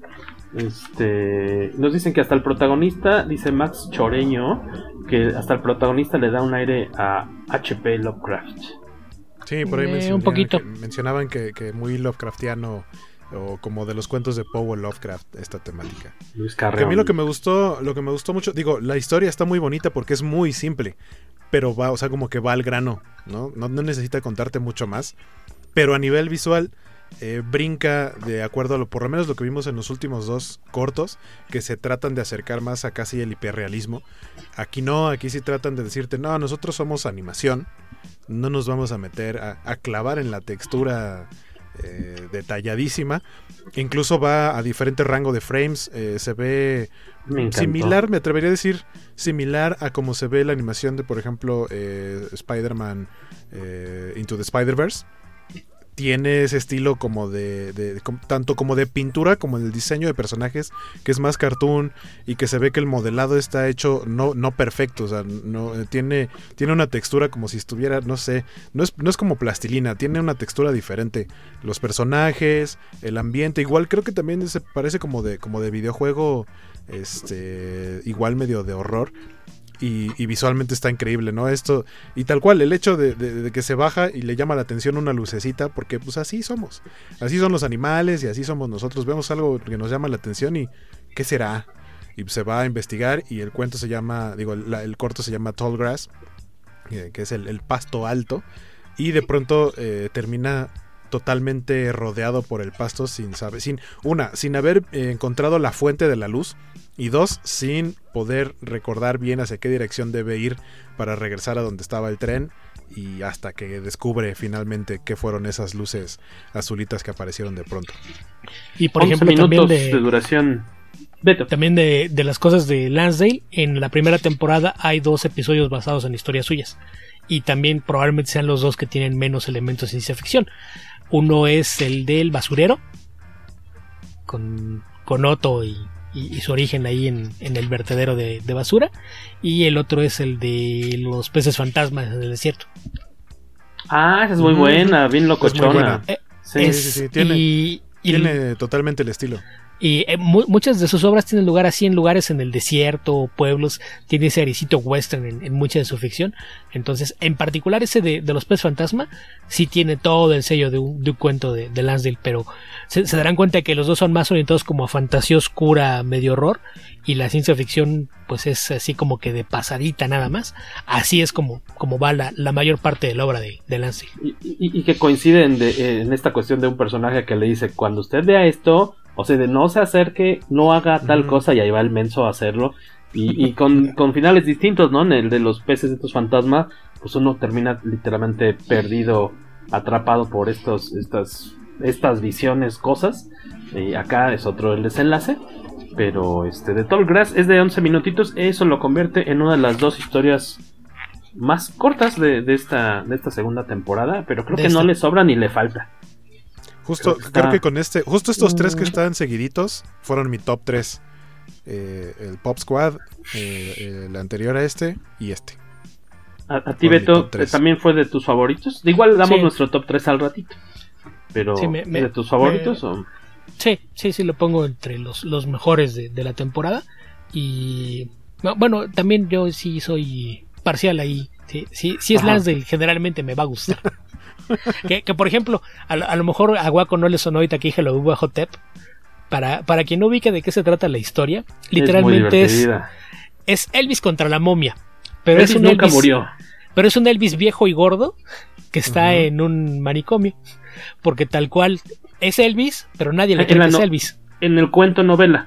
S14: Nos dicen que hasta el protagonista, dice Max Choreño, que hasta el protagonista le da un aire a H.P. Lovecraft.
S15: Sí, por ahí
S16: un poquito.
S15: mencionaban que muy Lovecraftiano, o como de los cuentos de Poe Lovecraft, esta temática.
S14: Luis Carreón.
S15: Que a mí lo que me gustó mucho, digo, la historia está muy bonita porque es muy simple, pero va, o sea, como que va al grano, ¿no? No necesita contarte mucho más, pero a nivel visual brinca de acuerdo a por lo menos lo que vimos en los últimos 2 cortos, que se tratan de acercar más a casi el hiperrealismo. Aquí no, aquí sí tratan de decirte, no, nosotros somos animación, no nos vamos a meter a clavar en la textura detalladísima. Incluso va a diferente rango de frames. Se ve similar, me atrevería a decir, similar a como se ve la animación de, por ejemplo, Spider-Man Into the Spider-Verse. Tiene ese estilo como tanto como de pintura como el diseño de personajes, que es más cartoon, y que se ve que el modelado está hecho no perfecto, o sea, no tiene una textura como si estuviera, no sé, no es como plastilina, tiene una textura diferente. Los personajes, el ambiente, igual creo que también se parece como de videojuego, igual medio de horror. Y visualmente está increíble, ¿no? Esto, y tal cual, el hecho de que se baja y le llama la atención una lucecita, porque pues así somos. Así son los animales y así somos nosotros. Vemos algo que nos llama la atención y ¿qué será? Y se va a investigar, y el cuento se llama, el corto se llama Tall Grass, que es el pasto alto, y de pronto termina totalmente rodeado por el pasto sin haber encontrado la fuente de la luz, y 2, sin poder recordar bien hacia qué dirección debe ir para regresar a donde estaba el tren, y hasta que descubre finalmente qué fueron esas luces azulitas que aparecieron de pronto.
S16: Y por ejemplo también
S14: de duración. Beto.
S16: También de las cosas de Lansdale, en la primera temporada hay 2 episodios basados en historias suyas, y también probablemente sean los 2 que tienen menos elementos de ciencia ficción. Uno es el del basurero, con Otto y su origen ahí en el vertedero de basura, y el otro es el de los peces fantasmas en el desierto.
S14: Esa es muy buena, bien locochona.
S15: Sí. Tiene totalmente el estilo.
S16: Y muchas de sus obras tienen lugar así en lugares en el desierto, pueblos. Tiene ese airecito western en mucha de su ficción. Entonces, en particular ese de los peces fantasma sí tiene todo el sello de un cuento de Lansdale, pero se darán cuenta que los dos son más orientados como a fantasía oscura, medio horror, y la ciencia ficción pues es así como que de pasadita nada más. Así es como va la mayor parte de la obra de Lansdale.
S14: Y que coinciden en esta cuestión de un personaje que le dice, cuando usted vea esto, o sea, de no se acerque, no haga tal cosa, y ahí va el menso a hacerlo. Y con finales distintos, ¿no? En el de los peces de estos fantasmas, pues uno termina literalmente perdido, atrapado por estas visiones, cosas. Acá es otro el desenlace. Pero de Tall Grass es de 11 minutitos. Eso lo convierte en una de las 2 historias más cortas de esta segunda temporada. Pero creo que no le sobra ni le falta.
S15: Creo que con justo estos 3 que están seguiditos fueron mi top 3. El Pop Squad, el anterior a este y este.
S14: A ti, Beto, también fue de tus favoritos. Igual damos nuestro top 3 al ratito. Pero, ¿de tus favoritos o...?
S16: Sí, lo pongo entre los mejores de la temporada. Y bueno, también yo sí soy parcial ahí. Sí, es Lansdale, generalmente me va a gustar. que por ejemplo, a lo mejor a Guaco no le sonó ahorita que dije lo de Hotep. Para quien no ubique de qué se trata la historia, literalmente es Elvis contra la momia. Pero
S14: Elvis nunca murió.
S16: Pero es un Elvis viejo y gordo que está en un manicomio. Porque tal cual es Elvis, pero nadie le cree que es Elvis.
S14: En el cuento novela.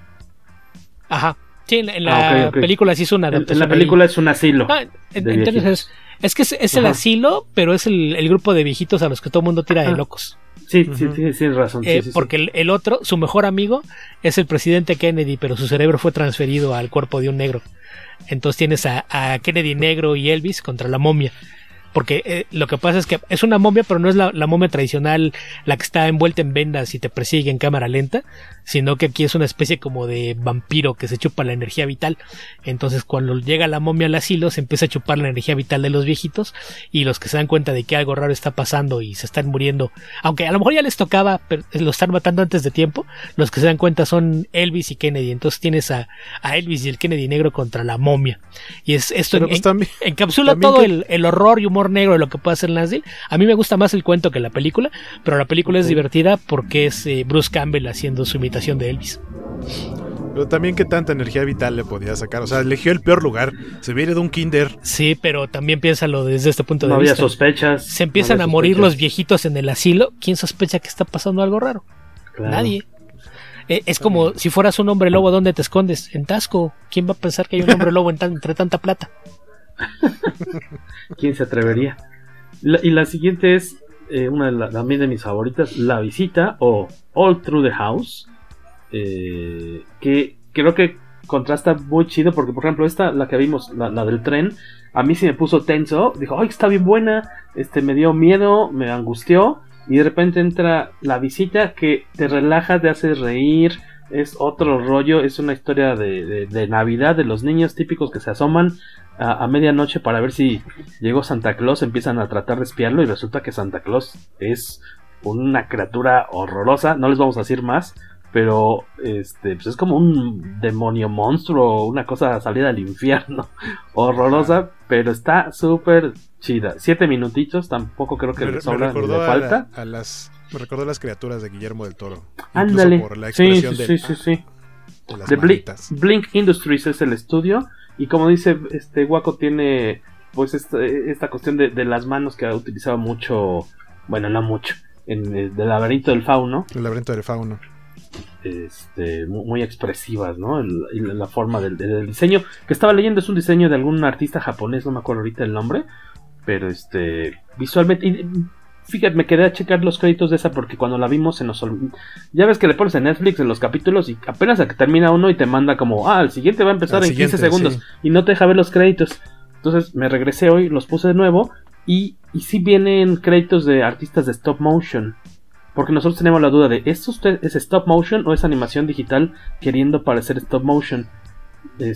S16: Ajá. Sí, en la película sí es una adaptación.
S14: En la película es un asilo.
S16: Entonces es que es el asilo, pero es el grupo de viejitos a los que todo el mundo tira de locos.
S14: Sí, tienes razón.
S16: Porque el otro, su mejor amigo, es el presidente Kennedy, pero su cerebro fue transferido al cuerpo de un negro. Entonces tienes a Kennedy negro y Elvis contra la momia. Porque lo que pasa es que es una momia, pero no es la momia tradicional, la que está envuelta en vendas y te persigue en cámara lenta, sino que aquí es una especie como de vampiro que se chupa la energía vital. Entonces cuando llega la momia al asilo se empieza a chupar la energía vital de los viejitos, y los que se dan cuenta de que algo raro está pasando y se están muriendo, aunque a lo mejor ya les tocaba, pero lo están matando antes de tiempo, los que se dan cuenta son Elvis y Kennedy. Entonces tienes a Elvis y el Kennedy negro contra la momia, y esto encapsula todo el horror y humor negro de lo que puede hacer Lansdale. A mí me gusta más el cuento que la película, pero la película es divertida porque es Bruce Campbell haciendo su imitación de Elvis.
S15: Pero también qué tanta energía vital le podía sacar. O sea, eligió el peor lugar. Se viene de un kinder.
S16: Sí, pero también piénsalo desde este punto de vista.
S14: No había sospechas.
S16: Se empiezan a morir los viejitos en el asilo. ¿Quién sospecha que está pasando algo raro? Claro. Nadie. Es como si fueras un hombre lobo, ¿dónde te escondes? En Tasco. ¿Quién va a pensar que hay un hombre lobo entre tanta plata?
S14: ¿Quién se atrevería? Y la siguiente es una también de mis favoritas, La Visita o All Through the House, que creo que contrasta muy chido porque, por ejemplo, esta, la que vimos, la del tren, a mí sí me puso tenso. Dijo, ¡ay, está bien buena! Me dio miedo, me angustió, y de repente entra La Visita, que te relaja, te hace reír. Es otro rollo, es una historia de Navidad, de los niños típicos que se asoman a medianoche para ver si llegó Santa Claus. Empiezan a tratar de espiarlo y resulta que Santa Claus es una criatura horrorosa. No les vamos a decir más, pero pues es como un demonio monstruo, una cosa salida del infierno, horrorosa, pero está súper chida. 7 minutitos, tampoco creo que le sobra ni le falta.
S15: Me recordó las criaturas de Guillermo del Toro.
S14: Ándale.
S15: Por la expresión
S14: sí. De Blink Industries es el estudio. Y como dice Guaco, tiene pues esta cuestión de las manos que ha utilizado mucho. Bueno, no mucho. En el laberinto del fauno.
S15: El laberinto del fauno.
S14: Muy expresivas, ¿no? La forma del diseño. Que estaba leyendo, es un diseño de algún artista japonés, no me acuerdo ahorita el nombre. Pero visualmente. Fíjate, me quedé a checar los créditos de esa porque cuando la vimos se nos olvidó. Ya ves que le pones en Netflix en los capítulos y apenas a que termina uno y te manda como, el siguiente va a empezar en 15 segundos. Sí. Y no te deja ver los créditos. Entonces me regresé hoy, los puse de nuevo y sí vienen créditos de artistas de stop motion. Porque nosotros teníamos la duda de, ¿esto es stop motion o es animación digital queriendo parecer stop motion? Y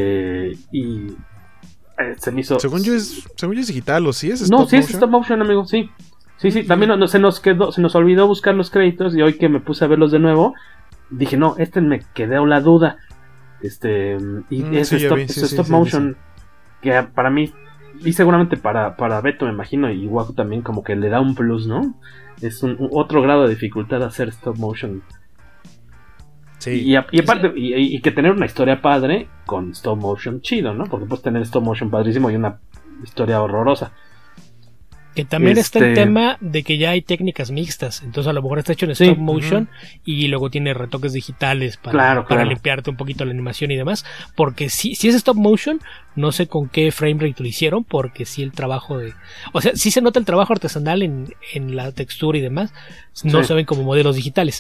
S14: se me hizo...
S15: Según yo es digital, ¿o sí es stop
S14: motion? No, sí
S15: es
S14: stop motion, amigo, sí. Sí, también se nos olvidó buscar los créditos y hoy que me puse a verlos de nuevo, dije, no, me quedó la duda. Es stop motion, que para mí, y seguramente para Beto, me imagino, y Waco también, como que le da un plus, ¿no? Es otro grado de dificultad hacer stop motion. Sí. Y aparte, y que tener una historia padre con stop motion chido, ¿no? Porque puedes tener stop motion padrísimo y una historia horrorosa.
S16: Que también está el tema de que ya hay técnicas mixtas. Entonces a lo mejor está hecho en stop motion y luego tiene retoques digitales para limpiarte un poquito la animación y demás. Porque si es stop motion, no sé con qué frame rate lo hicieron, porque sí el trabajo o sea, sí se nota el trabajo artesanal en la textura y demás. No se ven como modelos digitales.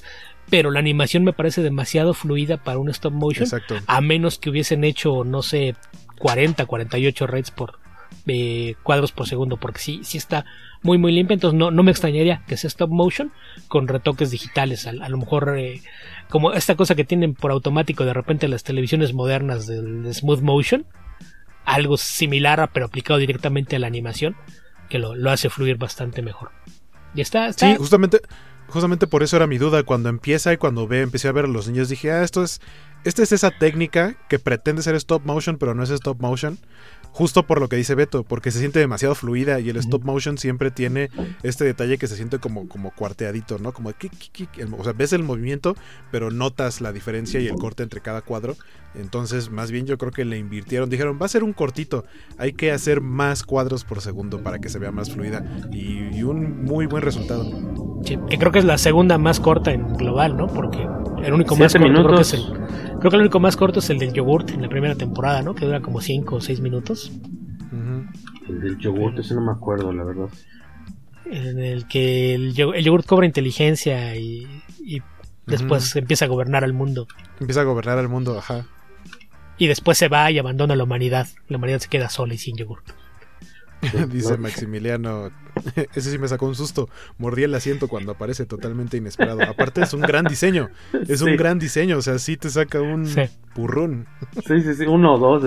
S16: pero la animación me parece demasiado fluida para un stop motion.
S15: Exacto.
S16: A menos que hubiesen hecho, no sé, 40, 48 rates por cuadros por segundo, porque sí está muy muy limpia. Entonces no me extrañaría que sea stop motion con retoques digitales, a lo mejor como esta cosa que tienen por automático de repente las televisiones modernas del smooth motion, algo similar pero aplicado directamente a la animación, que lo hace fluir bastante mejor. Y está...
S15: Sí, justamente por eso era mi duda. Cuando empieza y cuando empecé a ver a los niños, dije, esta es esa técnica que pretende ser stop motion, pero no es stop motion. Justo por lo que dice Beto, porque se siente demasiado fluida y el stop motion siempre tiene este detalle que se siente como cuarteadito, ¿no? Como o sea, ves el movimiento, pero notas la diferencia y el corte entre cada cuadro. Entonces, más bien yo creo que le invirtieron, dijeron, va a ser un cortito, hay que hacer más cuadros por segundo para que se vea más fluida, y un muy buen resultado.
S16: Sí, que creo que es la segunda más corta en global, ¿no? Porque el único más corto creo que el único más corto es el del yogurt en la primera temporada, ¿no? Que dura como 5 o 6 minutos.
S14: El del yogurt, ese no me acuerdo, la verdad.
S16: En el que el yogurt cobra inteligencia y después empieza a gobernar al mundo.
S15: Ajá.
S16: Y después se va y abandona a la humanidad. La humanidad se queda sola y sin yogurt.
S15: Dice Maximiliano, ese sí me sacó un susto. Mordí el asiento cuando aparece totalmente inesperado. Aparte es un gran diseño. Un gran diseño. O sea, sí te saca un purrún.
S14: Sí, 1 o 2,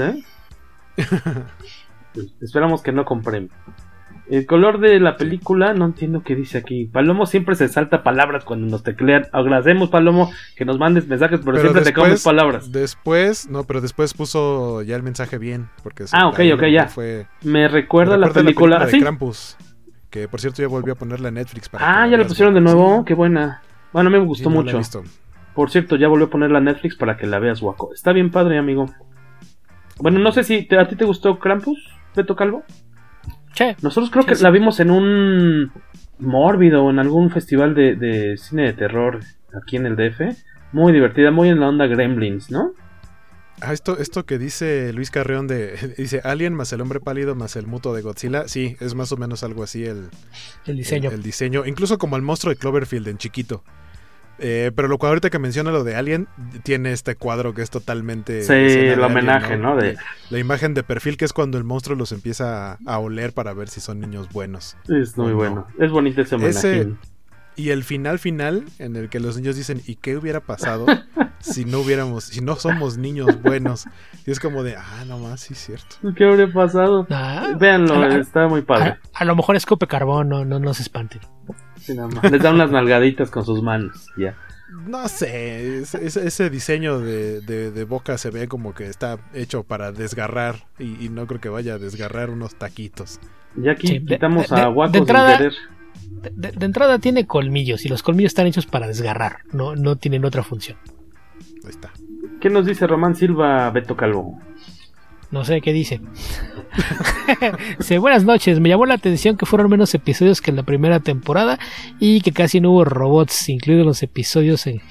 S14: Esperamos que no compren. El color de la película, no entiendo qué dice aquí. Palomo siempre se salta palabras cuando nos teclean. Agradecemos, Palomo, que nos mandes mensajes, pero siempre te comes palabras.
S15: Después puso ya el mensaje bien. Porque
S14: ok, ya. Me recuerda la película
S15: de Krampus, que por cierto ya volvió a ponerla en Netflix.
S14: Ya la pusieron de nuevo, qué buena. Bueno, a mí me gustó mucho. Por cierto, ya volvió a ponerla en Netflix para que la veas, guaco. Está bien padre, amigo. Bueno, no sé si a ti te gustó Krampus, Beto Calvo.
S16: Che,
S14: nosotros creo que la vimos en un Mórbido o en algún festival de cine de terror aquí en el DF. Muy divertida, muy en la onda Gremlins, ¿no?
S15: Esto que dice Luis Carreón dice Alien más el hombre pálido más el muto de Godzilla. Sí, es más o menos algo así el
S16: diseño.
S15: El diseño, incluso como el monstruo de Cloverfield en chiquito. Pero lo cual ahorita que menciona lo de Alien, tiene este cuadro que es totalmente...
S14: Sí, el homenaje, Alien, ¿no?
S15: La imagen de perfil, que es cuando el monstruo los empieza a oler para ver si son niños buenos.
S14: Es muy bueno. Es bonito ese homenaje.
S15: Y el final en el que los niños dicen, ¿y qué hubiera pasado si no somos niños buenos? Y es como de, nomás, sí es cierto.
S14: ¿Qué habría pasado? Véanlo, está muy padre.
S16: A lo mejor escupe carbón, no se espanten.
S14: Sí, nada más. Les da unas nalgaditas con sus manos, ya.
S15: No sé, ese diseño de boca se ve como que está hecho para desgarrar, y no creo que vaya a desgarrar unos taquitos.
S14: Ya aquí quitamos a Guaco sin querer.
S16: De entrada tiene colmillos, y los colmillos están hechos para desgarrar, no tienen otra función.
S15: Ahí está.
S14: ¿Qué nos dice Román Silva, Beto Calvo?
S16: No sé qué dice. Buenas noches, me llamó la atención que fueron menos episodios que en la primera temporada y que casi no hubo robots incluidos los episodios en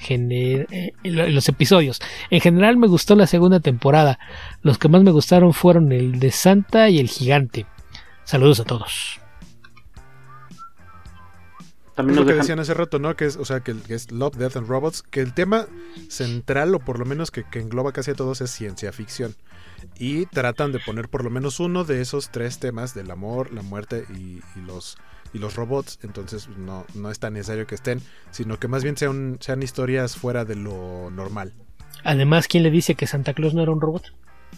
S16: general me gustó la segunda temporada. Los que más me gustaron fueron el de Santa y el gigante. Saludos a todos.
S15: También lo que decían hace rato, ¿no? Que es Love, Death and Robots, que el tema central, o por lo menos que engloba casi a todos, es ciencia ficción. Y tratan de poner por lo menos uno de esos 3 temas, del amor, la muerte y los robots. Entonces no es tan necesario que estén, sino que más bien sean historias fuera de lo normal.
S16: Además, ¿quién le dice que Santa Claus no era un robot?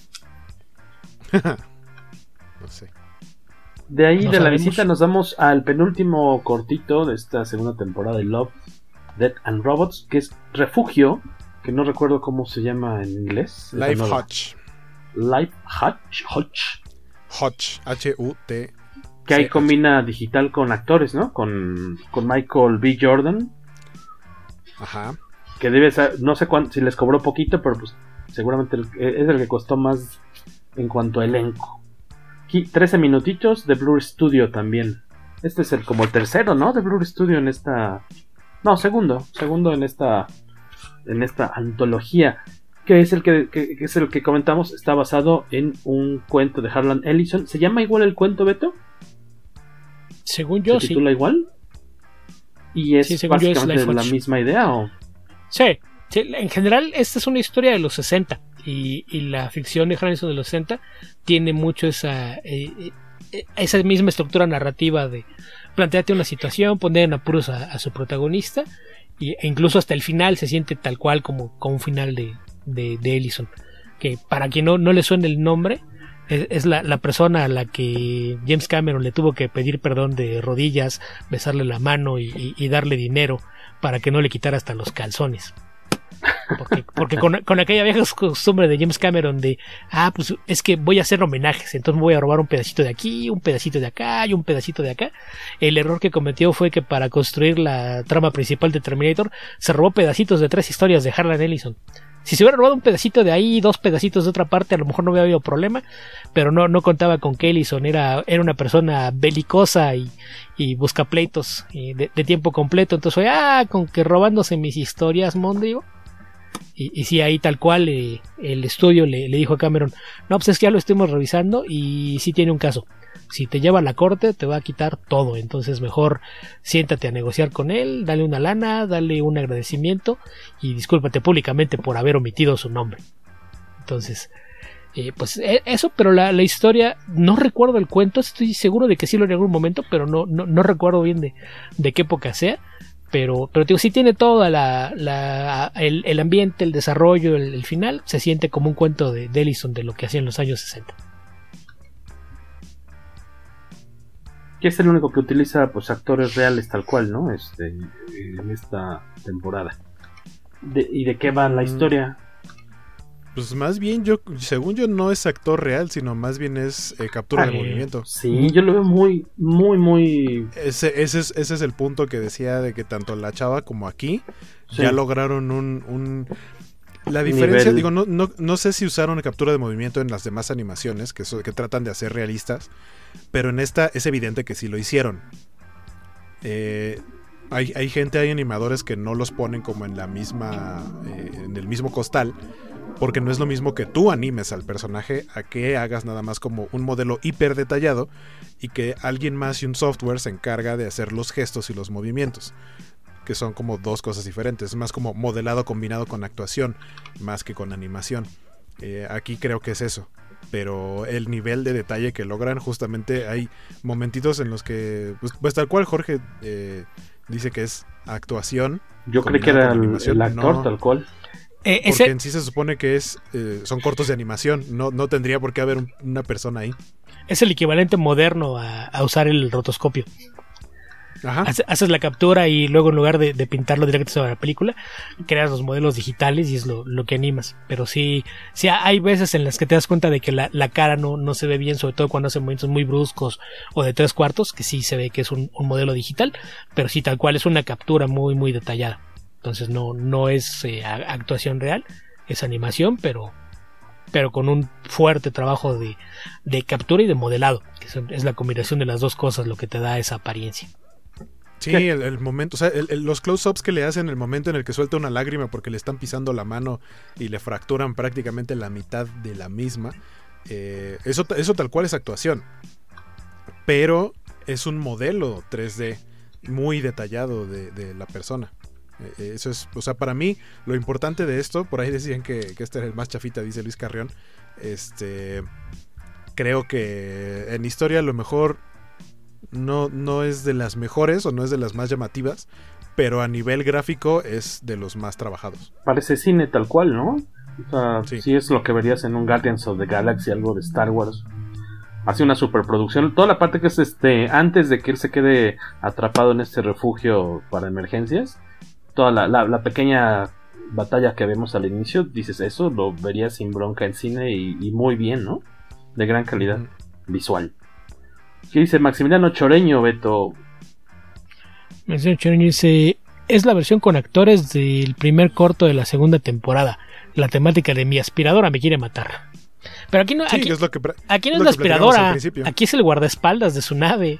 S15: No sé.
S14: De ahí de la visita nos vamos al penúltimo cortito de esta segunda temporada de Love, Death and Robots, que es Refugio, que no recuerdo cómo se llama en inglés.
S15: Life Hutch.
S14: Life Hutch.
S15: Hutch, H-U-T.
S14: Que ahí combina digital con actores, ¿no? Con Michael B. Jordan.
S15: Ajá.
S14: Que debe ser, no sé si les cobró poquito, pero pues seguramente es el que costó más en cuanto a elenco. Aquí 13 minutitos de Blur Studio también. Este es como el tercero, ¿no? De Blur Studio en esta... No, segundo en esta antología. Que es el que comentamos. Está basado en un cuento de Harlan Ellison. ¿Se llama igual el cuento, Beto?
S16: Según yo,
S14: ¿Se titula igual? ¿Y es básicamente la misma idea o...?
S16: Sí, en general esta es una historia de los 60 y la ficción de Harrison de los 60 tiene mucho esa misma estructura narrativa de plantearte una situación, poner en apuros a su protagonista e incluso hasta el final se siente tal cual como un final de Ellison, que para quien no le suene el nombre es la persona a la que James Cameron le tuvo que pedir perdón de rodillas, besarle la mano y darle dinero para que no le quitara hasta los calzones. Porque con aquella vieja costumbre de James Cameron de pues es que voy a hacer homenajes, entonces me voy a robar un pedacito de aquí, un pedacito de acá y un pedacito de acá. El error que cometió fue que para construir la trama principal de Terminator se robó pedacitos de 3 historias de Harlan Ellison. Si se hubiera robado un pedacito de ahí y 2 pedacitos de otra parte, a lo mejor no hubiera habido problema, pero no contaba con que Ellison era una persona belicosa y busca pleitos de tiempo completo. Entonces fue con que robándose mis historias, Mondrigo. Y sí, ahí tal cual el estudio le dijo a Cameron, no, pues es que ya lo estuvimos revisando y sí tiene un caso. Si te lleva a la corte te va a quitar todo, entonces mejor siéntate a negociar con él, dale una lana, dale un agradecimiento y discúlpate públicamente por haber omitido su nombre. Entonces, pues eso, pero la historia, no recuerdo el cuento, estoy seguro de que sí lo en algún momento, pero no recuerdo bien de qué época sea. Pero digo, sí tiene todo el ambiente, el desarrollo, el final. Se siente como un cuento de Ellison de lo que hacía en los años 60.
S14: Que es el único que utiliza pues actores reales tal cual, ¿no? En esta temporada. ¿Y de qué va la historia?
S15: Pues más bien, según yo, no es actor real, sino más bien es captura de movimiento.
S14: Sí, yo lo veo muy, muy, muy...
S15: Ese es el punto que decía de que tanto la chava como aquí ya lograron la diferencia, digo, no sé si usaron captura de movimiento en las demás animaciones, que tratan de hacer realistas, pero en esta es evidente que sí lo hicieron. Hay animadores que no los ponen como en en el mismo costal, porque no es lo mismo que tú animes al personaje a que hagas nada más como un modelo hiper detallado y que alguien más y un software se encarga de hacer los gestos y los movimientos, que son como 2 cosas diferentes, es más como modelado combinado con actuación más que con animación. Aquí creo que es eso, pero el nivel de detalle que logran, justamente hay momentitos en los que pues tal cual Jorge dice que es actuación.
S14: Yo creí que era el actor tal cual.
S15: Porque en sí se supone que son cortos de animación, no tendría por qué haber una persona ahí.
S16: Es el equivalente moderno a usar el rotoscopio. Ajá. Haces la captura y luego en lugar de pintarlo directo sobre la película, creas los modelos digitales y es lo que animas. Pero sí hay veces en las que te das cuenta de que la cara no se ve bien, sobre todo cuando hacen movimientos muy bruscos o de 3/4, que sí se ve que es un modelo digital, pero sí tal cual es una captura muy, muy detallada. Entonces no es actuación real, es animación, pero con un fuerte trabajo de captura y de modelado, que es la combinación de las 2 cosas lo que te da esa apariencia.
S15: Sí, el momento, o sea, los close-ups que le hacen, el momento en el que suelta una lágrima porque le están pisando la mano y le fracturan prácticamente la mitad de la misma, eso tal cual es actuación, pero es un modelo 3D muy detallado de la persona. Eso es, o sea, para mí lo importante de esto, por ahí decían que este era el más chafita, dice Luis Carrión. Creo que en historia a lo mejor no es de las mejores o no es de las más llamativas, pero a nivel gráfico es de los más trabajados.
S14: Parece cine tal cual, ¿no? O sea, sí es lo que verías en un Guardians of the Galaxy, algo de Star Wars. Hace una superproducción. Toda la parte que es antes de que él se quede atrapado en este refugio para emergencias, toda la pequeña batalla que vemos al inicio, dices, eso lo verías sin bronca en cine y muy bien, ¿no? De gran calidad visual. ¿Qué dice Maximiliano Choreño, Beto?
S16: Maximiliano Choreño dice, es la versión con actores del primer corto de la segunda temporada. La temática de mi aspiradora me quiere matar. Pero aquí no, aquí no es la aspiradora, aquí es el guardaespaldas de su nave.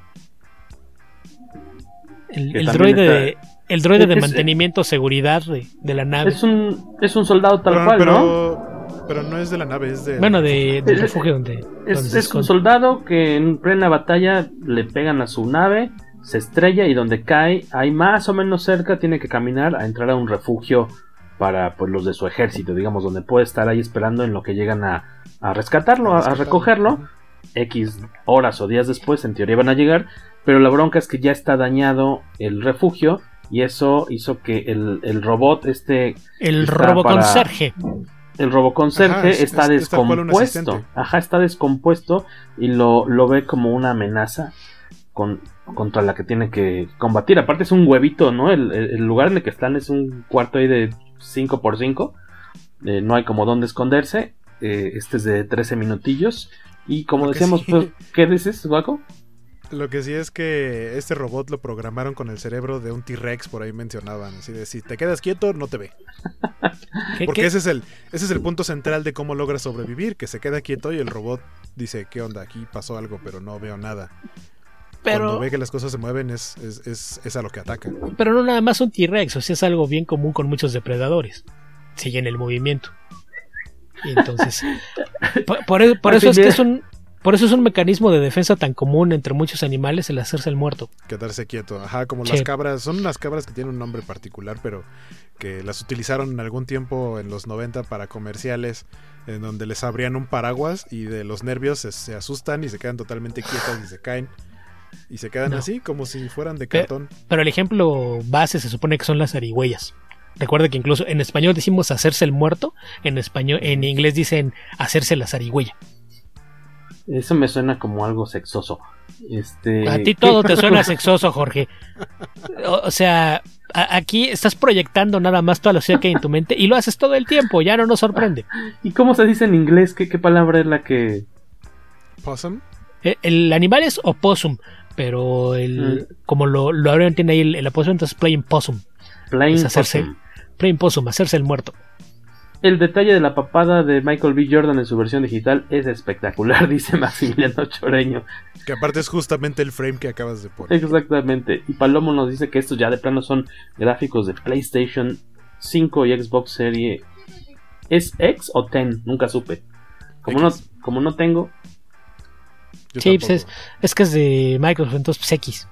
S16: El droide de mantenimiento, seguridad de la nave.
S14: Es un soldado tal cual, ¿no?
S15: Pero no es de la nave, es de...
S16: Bueno, del refugio donde
S14: es un soldado que en plena batalla le pegan a su nave, se estrella y donde cae, ahí más o menos cerca, tiene que caminar a entrar a un refugio para pues los de su ejército, digamos, donde puede estar ahí esperando en lo que llegan a rescatarlo, a recogerlo. X horas o días después, en teoría van a llegar, pero la bronca es que ya está dañado el refugio y eso hizo que el robot
S16: el roboconserje.
S14: El roboconserje está descompuesto. Está descompuesto y lo ve como una amenaza contra la que tiene que combatir. Aparte es un huevito, ¿no? El lugar en el que están es un cuarto ahí de 5x5. No hay como dónde esconderse. Este es de 13 minutillos. Y como decíamos, sí. Pues, ¿qué dices, Guaco?
S15: Lo que sí es que este robot lo programaron con el cerebro de un T-Rex, por ahí mencionaban. Así de, si te quedas quieto, no te ve. Porque ese es el punto central de cómo logra sobrevivir, que se queda quieto y el robot dice, ¿qué onda? Aquí pasó algo, pero no veo nada. Cuando ve que las cosas se mueven es a lo que ataca. Pero
S16: no nada más un T-Rex, o sea, es algo bien común con muchos depredadores. Siguen el movimiento. Y entonces, por eso es que por eso es un mecanismo de defensa tan común entre muchos animales el hacerse el muerto.
S15: Quedarse quieto, como las cabras, son unas cabras que tienen un nombre particular, pero que las utilizaron en algún tiempo en los 90 para comerciales, en donde les abrían un paraguas y de los nervios se asustan y se quedan totalmente quietas y se caen. Y se quedan así, como si fueran de cartón.
S16: Pero el ejemplo base se supone que son las zarigüeyas. Recuerda que incluso en español decimos hacerse el muerto, en inglés dicen hacerse la zarigüeya.
S14: Eso me suena como algo sexoso.
S16: A ti todo te suena sexoso, Jorge. O sea, aquí estás proyectando nada más toda la sociedad que hay en tu mente y lo haces todo el tiempo, ya no nos sorprende.
S14: ¿Y cómo se dice en inglés? ¿Qué palabra es la que...?
S15: ¿Possum?
S16: El animal es opossum, pero como lo abren, tiene ahí el opossum, entonces playing possum. Playing possum, hacerse el muerto.
S14: El detalle de la papada de Michael B. Jordan en su versión digital es espectacular, dice Maximiliano Choreño.
S15: Que aparte es justamente el frame que acabas de poner.
S14: Exactamente. Y Palomo nos dice que estos ya de plano son gráficos de PlayStation 5 y Xbox Series. ¿Es X o 10? Nunca supe. Como no tengo.
S16: Sí, pues es que es de Microsoft, entonces pues X.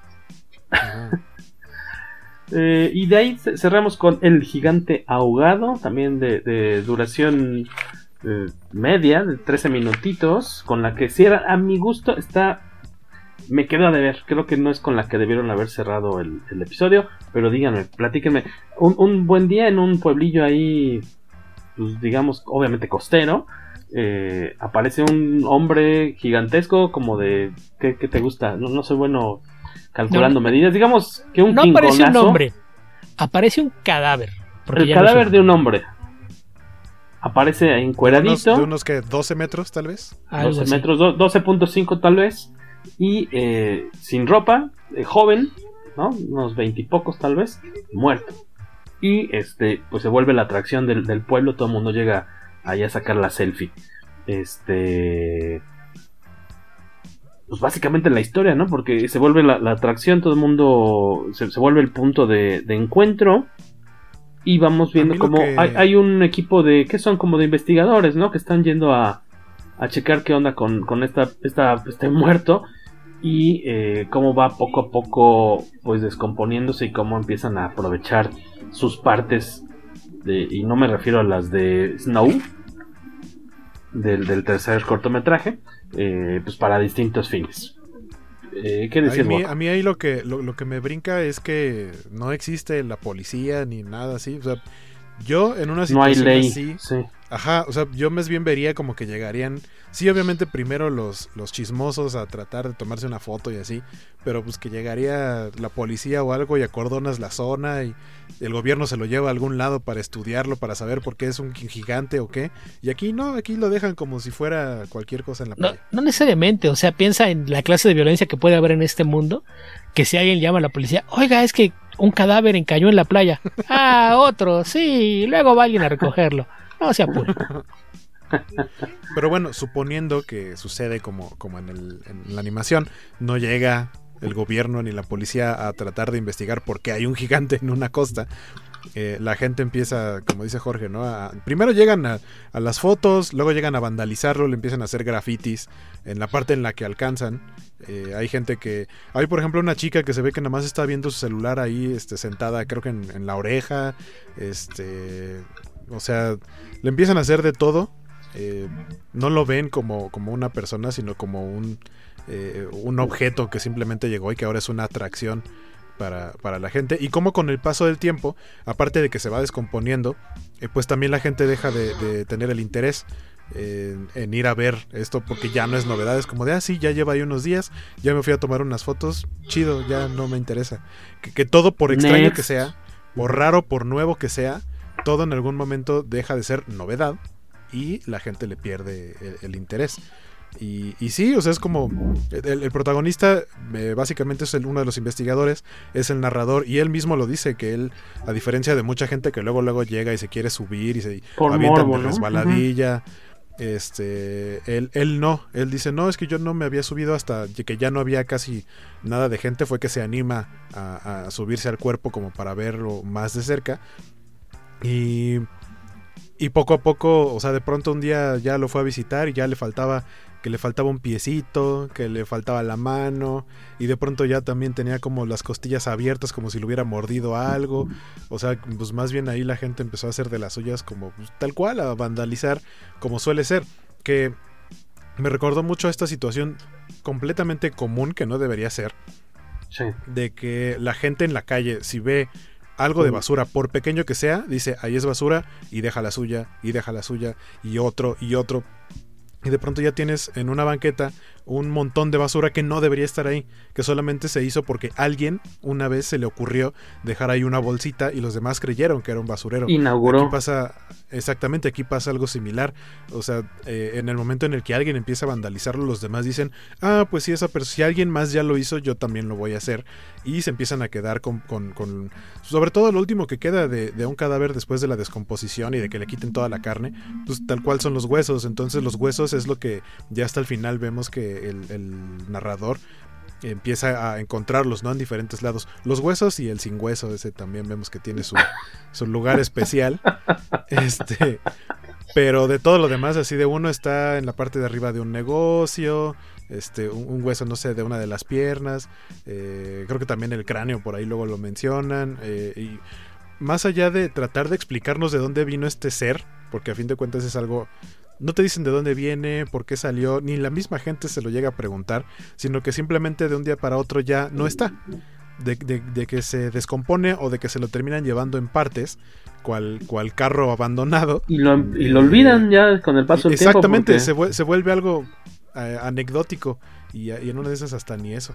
S14: Y de ahí cerramos con El Gigante Ahogado, también de duración media, de 13 minutitos, con la que cierra, a mi gusto, me quedo a deber, creo que no es con la que debieron haber cerrado el episodio, pero díganme, platíquenme, un buen día en un pueblillo ahí, pues digamos, obviamente costero, aparece un hombre gigantesco, como de, ¿qué te gusta? No soy bueno calculando medidas, digamos que un
S16: no aparece un hombre, aparece un cadáver.
S14: El cadáver de un hombre aparece encueradito.
S15: De unos que 12 metros tal vez.
S14: 12 metros, 12.5 tal vez. Y sin ropa, joven, ¿no? Unos 20 y pocos tal vez, muerto. Y pues se vuelve la atracción del pueblo, todo el mundo llega allá a sacar la selfie. Pues básicamente la historia, ¿no? Porque se vuelve la atracción, todo el mundo se vuelve el punto de encuentro. Y vamos viendo como hay un equipo de, ¿qué son? Como de investigadores, ¿no? Que están yendo a checar qué onda con este muerto. Y cómo va poco a poco pues descomponiéndose y cómo empiezan a aprovechar sus partes. Y no me refiero a las de Snow, del tercer cortometraje, pues para distintos fines. ¿Qué decías,
S15: a mí ahí lo que me brinca es que no existe la policía ni nada así. O sea, yo en una situación
S14: no hay ley,
S15: así,
S14: sí.
S15: O sea, yo más bien vería como que llegarían, sí, obviamente primero los chismosos a tratar de tomarse una foto y así, pero pues que llegaría la policía o algo y acordonas la zona y el gobierno se lo lleva a algún lado para estudiarlo, para saber por qué es un gigante o qué, y aquí no, aquí lo dejan como si fuera cualquier cosa en la playa.
S16: No necesariamente, o sea, piensa en la clase de violencia que puede haber en este mundo, que si alguien llama a la policía, oiga, es que un cadáver encalló en la playa. Otro, sí, luego va alguien a recogerlo. No se apure.
S15: Pero bueno, suponiendo que sucede como en la animación, no llega el gobierno ni la policía a tratar de investigar por qué hay un gigante en una costa, la gente empieza, como dice Jorge, ¿no? Primero llegan a las fotos, luego llegan a vandalizarlo, le empiezan a hacer grafitis en la parte en la que alcanzan. Hay gente que... Hay, por ejemplo, una chica que se ve que nada más está viendo su celular ahí, sentada, creo que en la oreja. O sea, le empiezan a hacer de todo. No lo ven como una persona, sino como un objeto que simplemente llegó y que ahora es una atracción para la gente. Y como con el paso del tiempo, aparte de que se va descomponiendo, pues también la gente deja de tener el interés en ir a ver esto, porque ya no es novedad. Es como de, sí, ya lleva ahí unos días, ya me fui a tomar unas fotos, chido, ya no me interesa. Que todo, por extraño que sea, por raro, por nuevo que sea, todo en algún momento deja de ser novedad y la gente le pierde el interés. Y sí, o sea, es como el protagonista básicamente es uno de los investigadores, es el narrador, y él mismo lo dice, que él, a diferencia de mucha gente que luego llega y se quiere subir y se avientan de resbaladilla, él no, él dice, no, es que yo no me había subido hasta que ya no había casi nada de gente, fue que se anima a subirse al cuerpo como para verlo más de cerca. Y poco a poco, o sea, de pronto un día ya lo fue a visitar y ya le faltaba un piecito, que le faltaba la mano, y de pronto ya también tenía como las costillas abiertas, como si le hubiera mordido algo. O sea, pues más bien ahí la gente empezó a hacer de las suyas, como pues, tal cual, a vandalizar, como suele ser. Que me recordó mucho a esta situación completamente común, que no debería ser,
S14: sí, de
S15: que la gente en la calle, si ve algo de basura, por pequeño que sea, dice, ahí es basura, y deja la suya, y otro, y de pronto ya tienes en una banqueta un montón de basura que no debería estar ahí, que solamente se hizo porque alguien una vez se le ocurrió dejar ahí una bolsita y los demás creyeron que era un basurero.
S14: Inauguró.
S15: Aquí pasa algo similar. O sea, en el momento en el que alguien empieza a vandalizarlo, los demás dicen, pues sí, si alguien más ya lo hizo, yo también lo voy a hacer. Y se empiezan a quedar con sobre todo lo último que queda de un cadáver después de la descomposición y de que le quiten toda la carne, pues tal cual son los huesos. Entonces los huesos es lo que ya hasta el final vemos que el narrador empieza a encontrarlos, ¿no? En diferentes lados. Los huesos y el sin hueso, ese también vemos que tiene su lugar especial. Pero de todo lo demás, así de uno está en la parte de arriba de un negocio, un hueso, no sé, de una de las piernas, creo que también el cráneo por ahí luego lo mencionan, y más allá de tratar de explicarnos de dónde vino este ser, porque a fin de cuentas es algo... No te dicen de dónde viene, por qué salió, ni la misma gente se lo llega a preguntar, sino que simplemente de un día para otro ya no está. De que se descompone o de que se lo terminan llevando en partes, cual carro abandonado.
S14: Y lo olvidan ya con el paso del tiempo.
S15: Exactamente, se vuelve algo anecdótico y en una de esas hasta ni eso.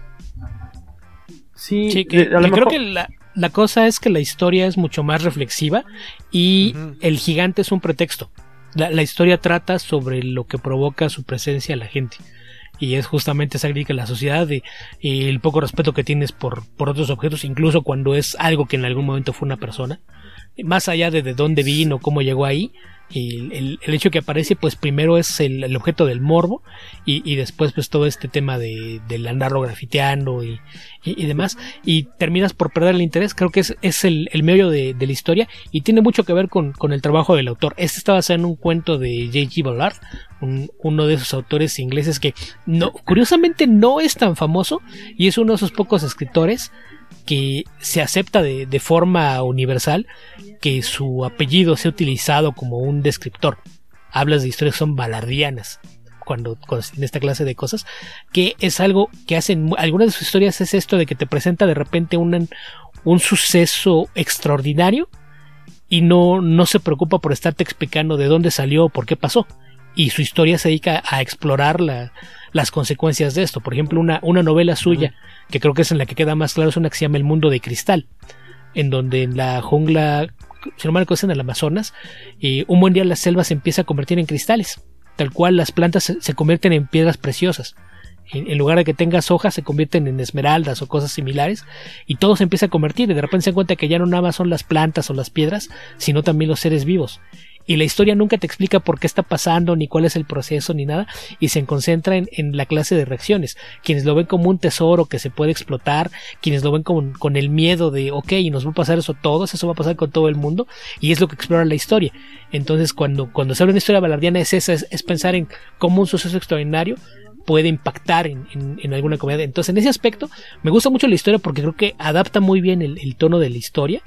S16: Sí, creo que la cosa es que la historia es mucho más reflexiva y el gigante es un pretexto. La historia trata sobre lo que provoca su presencia a la gente. Y es justamente esa crítica a la sociedad de el poco respeto que tienes por otros objetos, incluso cuando es algo que en algún momento fue una persona. Más allá de dónde vino, cómo llegó ahí, el hecho que aparece, pues primero es el objeto del morbo y después pues todo este tema del andarlo grafiteando y demás, y terminas por perder el interés. Creo que es el meollo de la historia y tiene mucho que ver con el trabajo del autor. Está basado en un cuento de J.G. Ballard, uno de esos autores ingleses que curiosamente no es tan famoso y es uno de esos pocos escritores que se acepta de forma universal que su apellido sea utilizado como un descriptor. Hablas de historias que son balardianas cuando se tiene esta clase de cosas, que es algo que hacen algunas de sus historias, es esto de que te presenta de repente un suceso extraordinario y no se preocupa por estarte explicando de dónde salió o por qué pasó, y su historia se dedica a explorar las consecuencias de esto. Por ejemplo, una novela suya, que creo que es en la que queda más claro, es una que se llama El Mundo de Cristal, en donde en la jungla, si no me recuerdo, en el Amazonas, un buen día la selva se empieza a convertir en cristales, tal cual las plantas se convierten en piedras preciosas. En lugar de que tengas hojas, se convierten en esmeraldas o cosas similares, y todo se empieza a convertir, y de repente se encuentra que ya no nada más son las plantas o las piedras, sino también los seres vivos. y la historia nunca te explica por qué está pasando, ni cuál es el proceso, ni nada, y se concentra en la clase de reacciones. Quienes lo ven como un tesoro que se puede explotar, quienes lo ven con el miedo de, ok, nos va a pasar eso a todos, eso va a pasar con todo el mundo, y es lo que explora la historia. Entonces cuando se habla de una historia balardiana es pensar en cómo un suceso extraordinario puede impactar en alguna comedia. Entonces en ese aspecto me gusta mucho la historia porque creo que adapta muy bien el tono de la historia.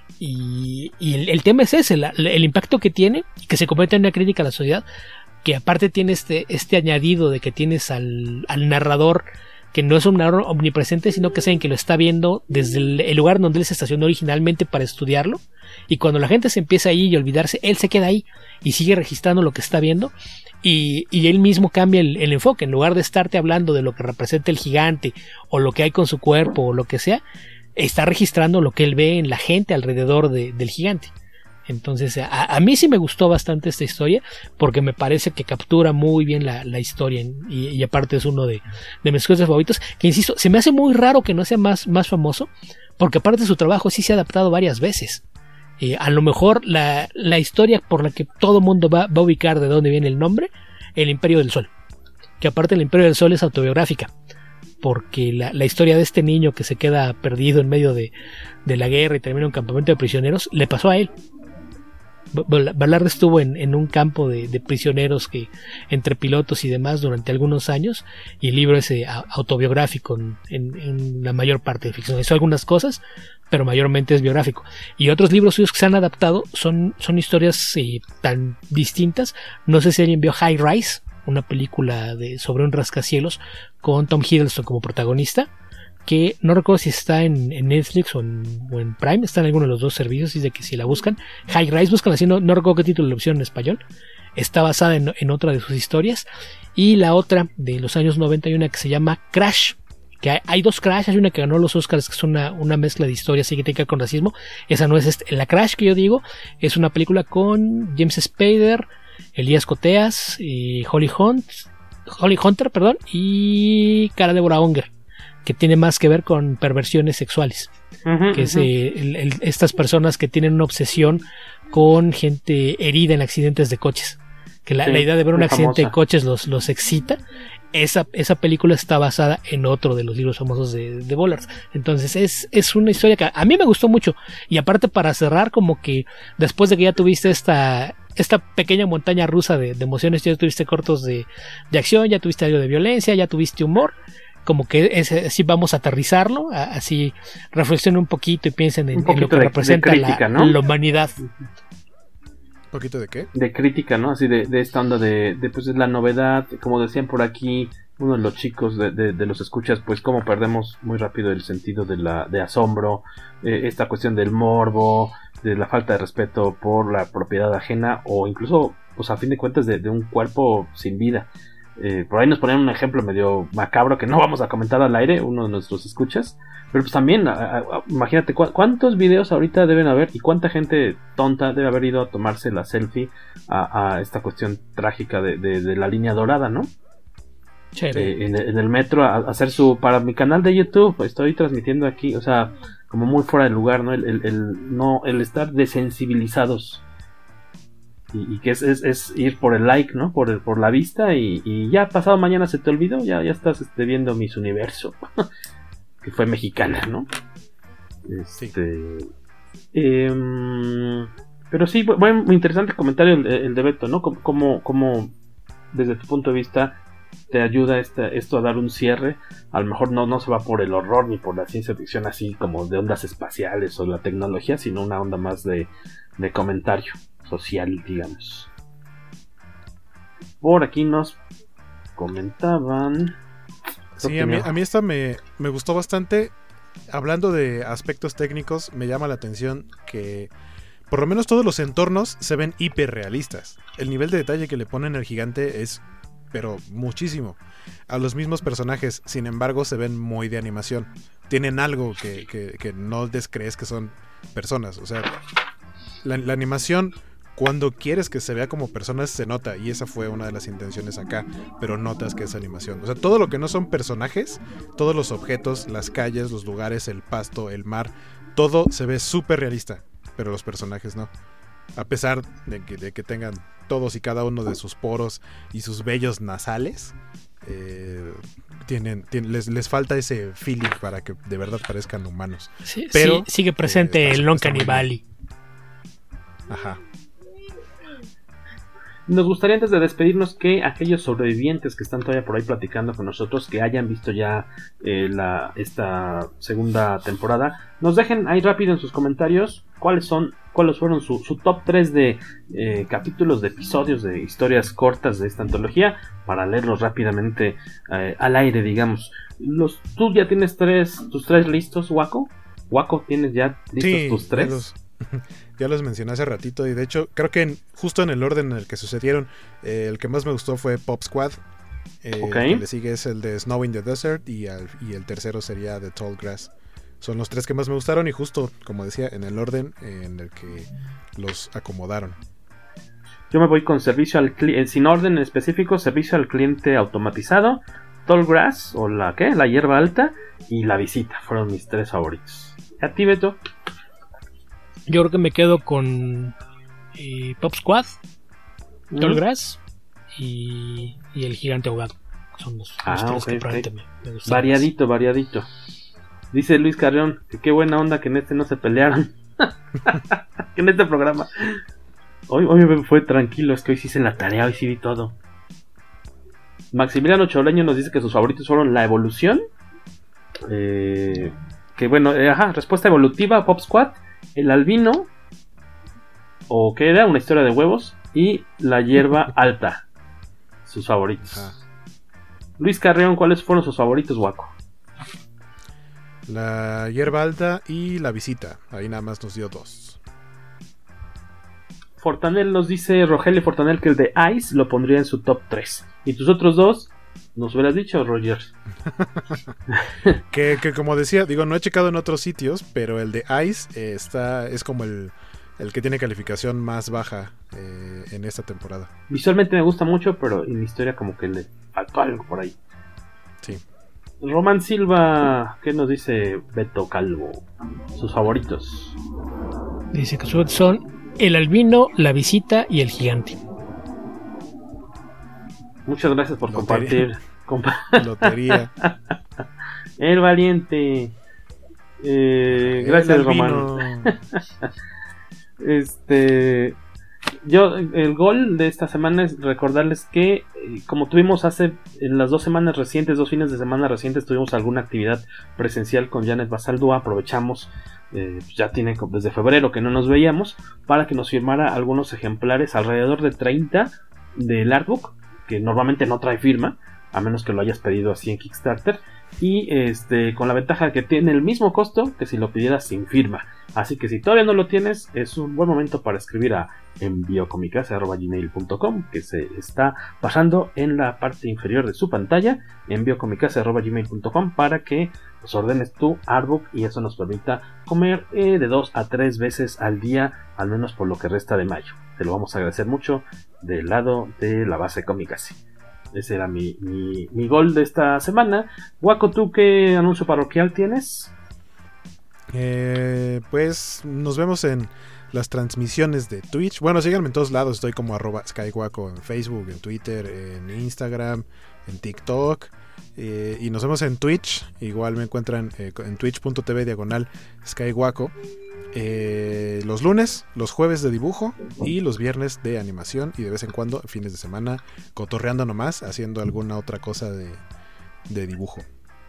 S16: Y el tema es ese, el impacto que tiene, que se convierte en una crítica a la sociedad, que aparte tiene este añadido de que tienes al narrador, que no es un narrador omnipresente, sino que saben que lo está viendo desde el lugar donde él se estacionó originalmente para estudiarlo, y cuando la gente se empieza a ir y olvidarse, él se queda ahí y sigue registrando lo que está viendo, y él mismo cambia el enfoque. En lugar de estarte hablando de lo que representa el gigante o lo que hay con su cuerpo o lo que sea, está registrando lo que él ve en la gente alrededor del gigante. Entonces a mí sí me gustó bastante esta historia, porque me parece que captura muy bien la historia, y aparte es uno de mis cosas favoritos, que insisto, se me hace muy raro que no sea más famoso, porque aparte de su trabajo sí se ha adaptado varias veces. A lo mejor la historia por la que todo mundo va a ubicar de dónde viene el nombre, El Imperio del Sol, que aparte El Imperio del Sol es autobiográfica, porque la historia de este niño que se queda perdido en medio de la guerra y termina en un campamento de prisioneros, le pasó a él. Ballard estuvo en un campo de prisioneros entre pilotos y demás durante algunos años, y el libro es autobiográfico en la mayor parte de ficción. Hizo algunas cosas, pero mayormente es biográfico. Y otros libros suyos que se han adaptado son historias tan distintas. No sé si alguien vio High Rise, una película sobre un rascacielos con Tom Hiddleston como protagonista, que no recuerdo si está en Netflix o en Prime, está en alguno de los dos servicios, y de que si la buscan, High Rise, buscan así, no recuerdo qué título le pusieron en español. Está basada en otra de sus historias. Y la otra de los años 90 hay una que se llama Crash, que hay dos Crash. Hay una que ganó los Oscars, que es una mezcla de historias y que tiene que ver con racismo. Esa no es la Crash que yo digo, es una película con James Spader, Elías Koteas, Holly Hunter, y Cara Deborah Unger, que tiene más que ver con perversiones sexuales, que es estas personas que tienen una obsesión con gente herida en accidentes de coches, que la idea de ver un accidente de coches los excita. Esa película está basada en otro de los libros famosos de Ballard. Entonces es una historia que a mí me gustó mucho, y aparte, para cerrar, como que después de que ya tuviste esta pequeña montaña rusa de emociones, ya tuviste cortos de acción, ya tuviste algo de violencia, ya tuviste humor, como que así vamos a aterrizarlo, así reflexionen un poquito y piensen en lo que representa crítica, la humanidad.
S15: ¿Un poquito de qué?
S14: De crítica, ¿no? Así de esta onda de pues es la novedad, como decían por aquí uno de los chicos de los escuchas, pues cómo perdemos muy rápido el sentido de asombro, esta cuestión del morbo, de la falta de respeto por la propiedad ajena, o incluso, pues a fin de cuentas, de un cuerpo sin vida. Por ahí nos ponían un ejemplo medio macabro que no vamos a comentar al aire, uno de nuestros escuchas, pero pues también imagínate cuántos videos ahorita deben haber, y cuánta gente tonta debe haber ido a tomarse la selfie a esta cuestión trágica de la línea dorada, ¿no? En el metro, a hacer para mi canal de YouTube estoy transmitiendo aquí, o sea, como muy fuera de lugar, ¿no? El estar desensibilizados. Y que es ir por el like, ¿no? Por la vista, y ya pasado mañana se te olvidó, ya estás viendo Miss Universo, que fue mexicana, ¿no? Pero sí, bueno, muy interesante comentario el de Beto, ¿no? Como desde tu punto de vista te ayuda esto a dar un cierre. A lo mejor no se va por el horror ni por la ciencia ficción así como de ondas espaciales o la tecnología, sino una onda más de comentario social, digamos. Por aquí nos comentaban.
S15: Sí, a mí esta me gustó bastante. Hablando de aspectos técnicos, me llama la atención que por lo menos todos los entornos se ven hiperrealistas. El nivel de detalle que le ponen al gigante es, pero muchísimo. A los mismos personajes, sin embargo, se ven muy de animación. Tienen algo que no descrees que son personas. O sea, la animación, cuando quieres que se vea como personas, se nota, y esa fue una de las intenciones acá, pero notas que es animación. O sea, todo lo que no son personajes, todos los objetos, las calles, los lugares, el pasto, el mar, todo se ve súper realista, pero los personajes no. a pesar de que tengan todos y cada uno de sus poros y sus vellos nasales, les falta ese feeling para que de verdad parezcan humanos.
S16: Sí,
S15: pero
S16: sigue presente el Uncanny Valley.
S15: Ajá.
S14: Nos gustaría, antes de despedirnos, que aquellos sobrevivientes que están todavía por ahí platicando con nosotros, que hayan visto ya esta segunda temporada, nos dejen ahí rápido en sus comentarios cuáles fueron su top 3 de capítulos, de episodios, de historias cortas de esta antología, para leerlos rápidamente al aire, digamos. ¿Tú ya tienes tus 3 listos, Waco? ¿Waco, tienes ya listos tus 3?
S15: Ya los mencioné hace ratito, y de hecho creo que justo en el orden en el que sucedieron, el que más me gustó fue Pop Squad. El que le sigue es el de Snow in the Desert, y el tercero sería The Tall Grass. Son los 3 que más me gustaron, y justo, como decía, en el orden en el que los acomodaron.
S14: Yo me voy con servicio al cliente, sin orden específico, servicio al cliente automatizado, Tall Grass, o la hierba alta, y La Visita. Fueron mis 3 favoritos. ¿A ti, Beto?
S16: Yo creo que me quedo con Pop Squad, Tall Grass y El Gigante Ahogado. Son los 3 que probablemente me gustan.
S14: Variadito. Dice Luis Carrión que qué buena onda que en este no se pelearon. Que en este programa. Hoy me fue tranquilo, es que hoy sí hice la tarea, hoy sí vi todo. Maximiliano Choleño nos dice que sus favoritos fueron La Evolución. Que bueno, respuesta evolutiva, Pop Squad, El Albino, o que era Una Historia de Huevos, y La Hierba Alta. Sus favoritos. Luis Carrión, ¿cuáles fueron sus favoritos, Waco?
S15: La Hierba Alta y La Visita. Ahí nada más nos dio 2.
S14: Fortanel nos dice, Rogelio Fortanel, que el de Ice lo pondría en su top 3. ¿Y tus otros 2? ¿Nos hubieras dicho, Roger?
S15: que como decía, digo, no he checado en otros sitios, pero el de Ice es como el que tiene calificación más baja en esta temporada.
S14: Visualmente me gusta mucho, pero en la historia como que le faltó algo por ahí.
S15: Sí.
S14: Román Silva, ¿qué nos dice Beto Calvo? Sus favoritos.
S16: Dice que son El Albino, La Visita y El Gigante.
S14: Muchas gracias por compartir.
S15: Lotería.
S14: El Valiente. Gracias, Román. El gol de esta semana es recordarles que como tuvimos en las 2 semanas recientes, 2 fines de semana recientes, tuvimos alguna actividad presencial con Janet Basaldúa, aprovechamos, ya tiene desde febrero que no nos veíamos, para que nos firmara algunos ejemplares, alrededor de 30 del artbook, que normalmente no trae firma, a menos que lo hayas pedido así en Kickstarter, y con la ventaja que tiene el mismo costo que si lo pidieras sin firma. Así que si todavía no lo tienes, es un buen momento para escribir a enviocomicase@gmail.com, que se está pasando en la parte inferior de su pantalla, enviocomicase@gmail.com, para que pues ordenes tu artbook y eso nos permita comer de 2 a 3 veces al día, al menos por lo que resta de mayo. Te lo vamos a agradecer mucho del lado de la base Comicase. Ese era mi gol de esta semana. Waco, ¿tú qué anuncio parroquial tienes?
S15: Pues nos vemos en las transmisiones de Twitch. Bueno, síganme en todos lados. Estoy como @SkyWaco en Facebook, en Twitter, en Instagram, en TikTok. Y nos vemos en Twitch. Igual me encuentran en twitch.tv/SkyWaco. Los lunes, los jueves de dibujo y los viernes de animación, y de vez en cuando fines de semana cotorreando nomás, haciendo alguna otra cosa de dibujo.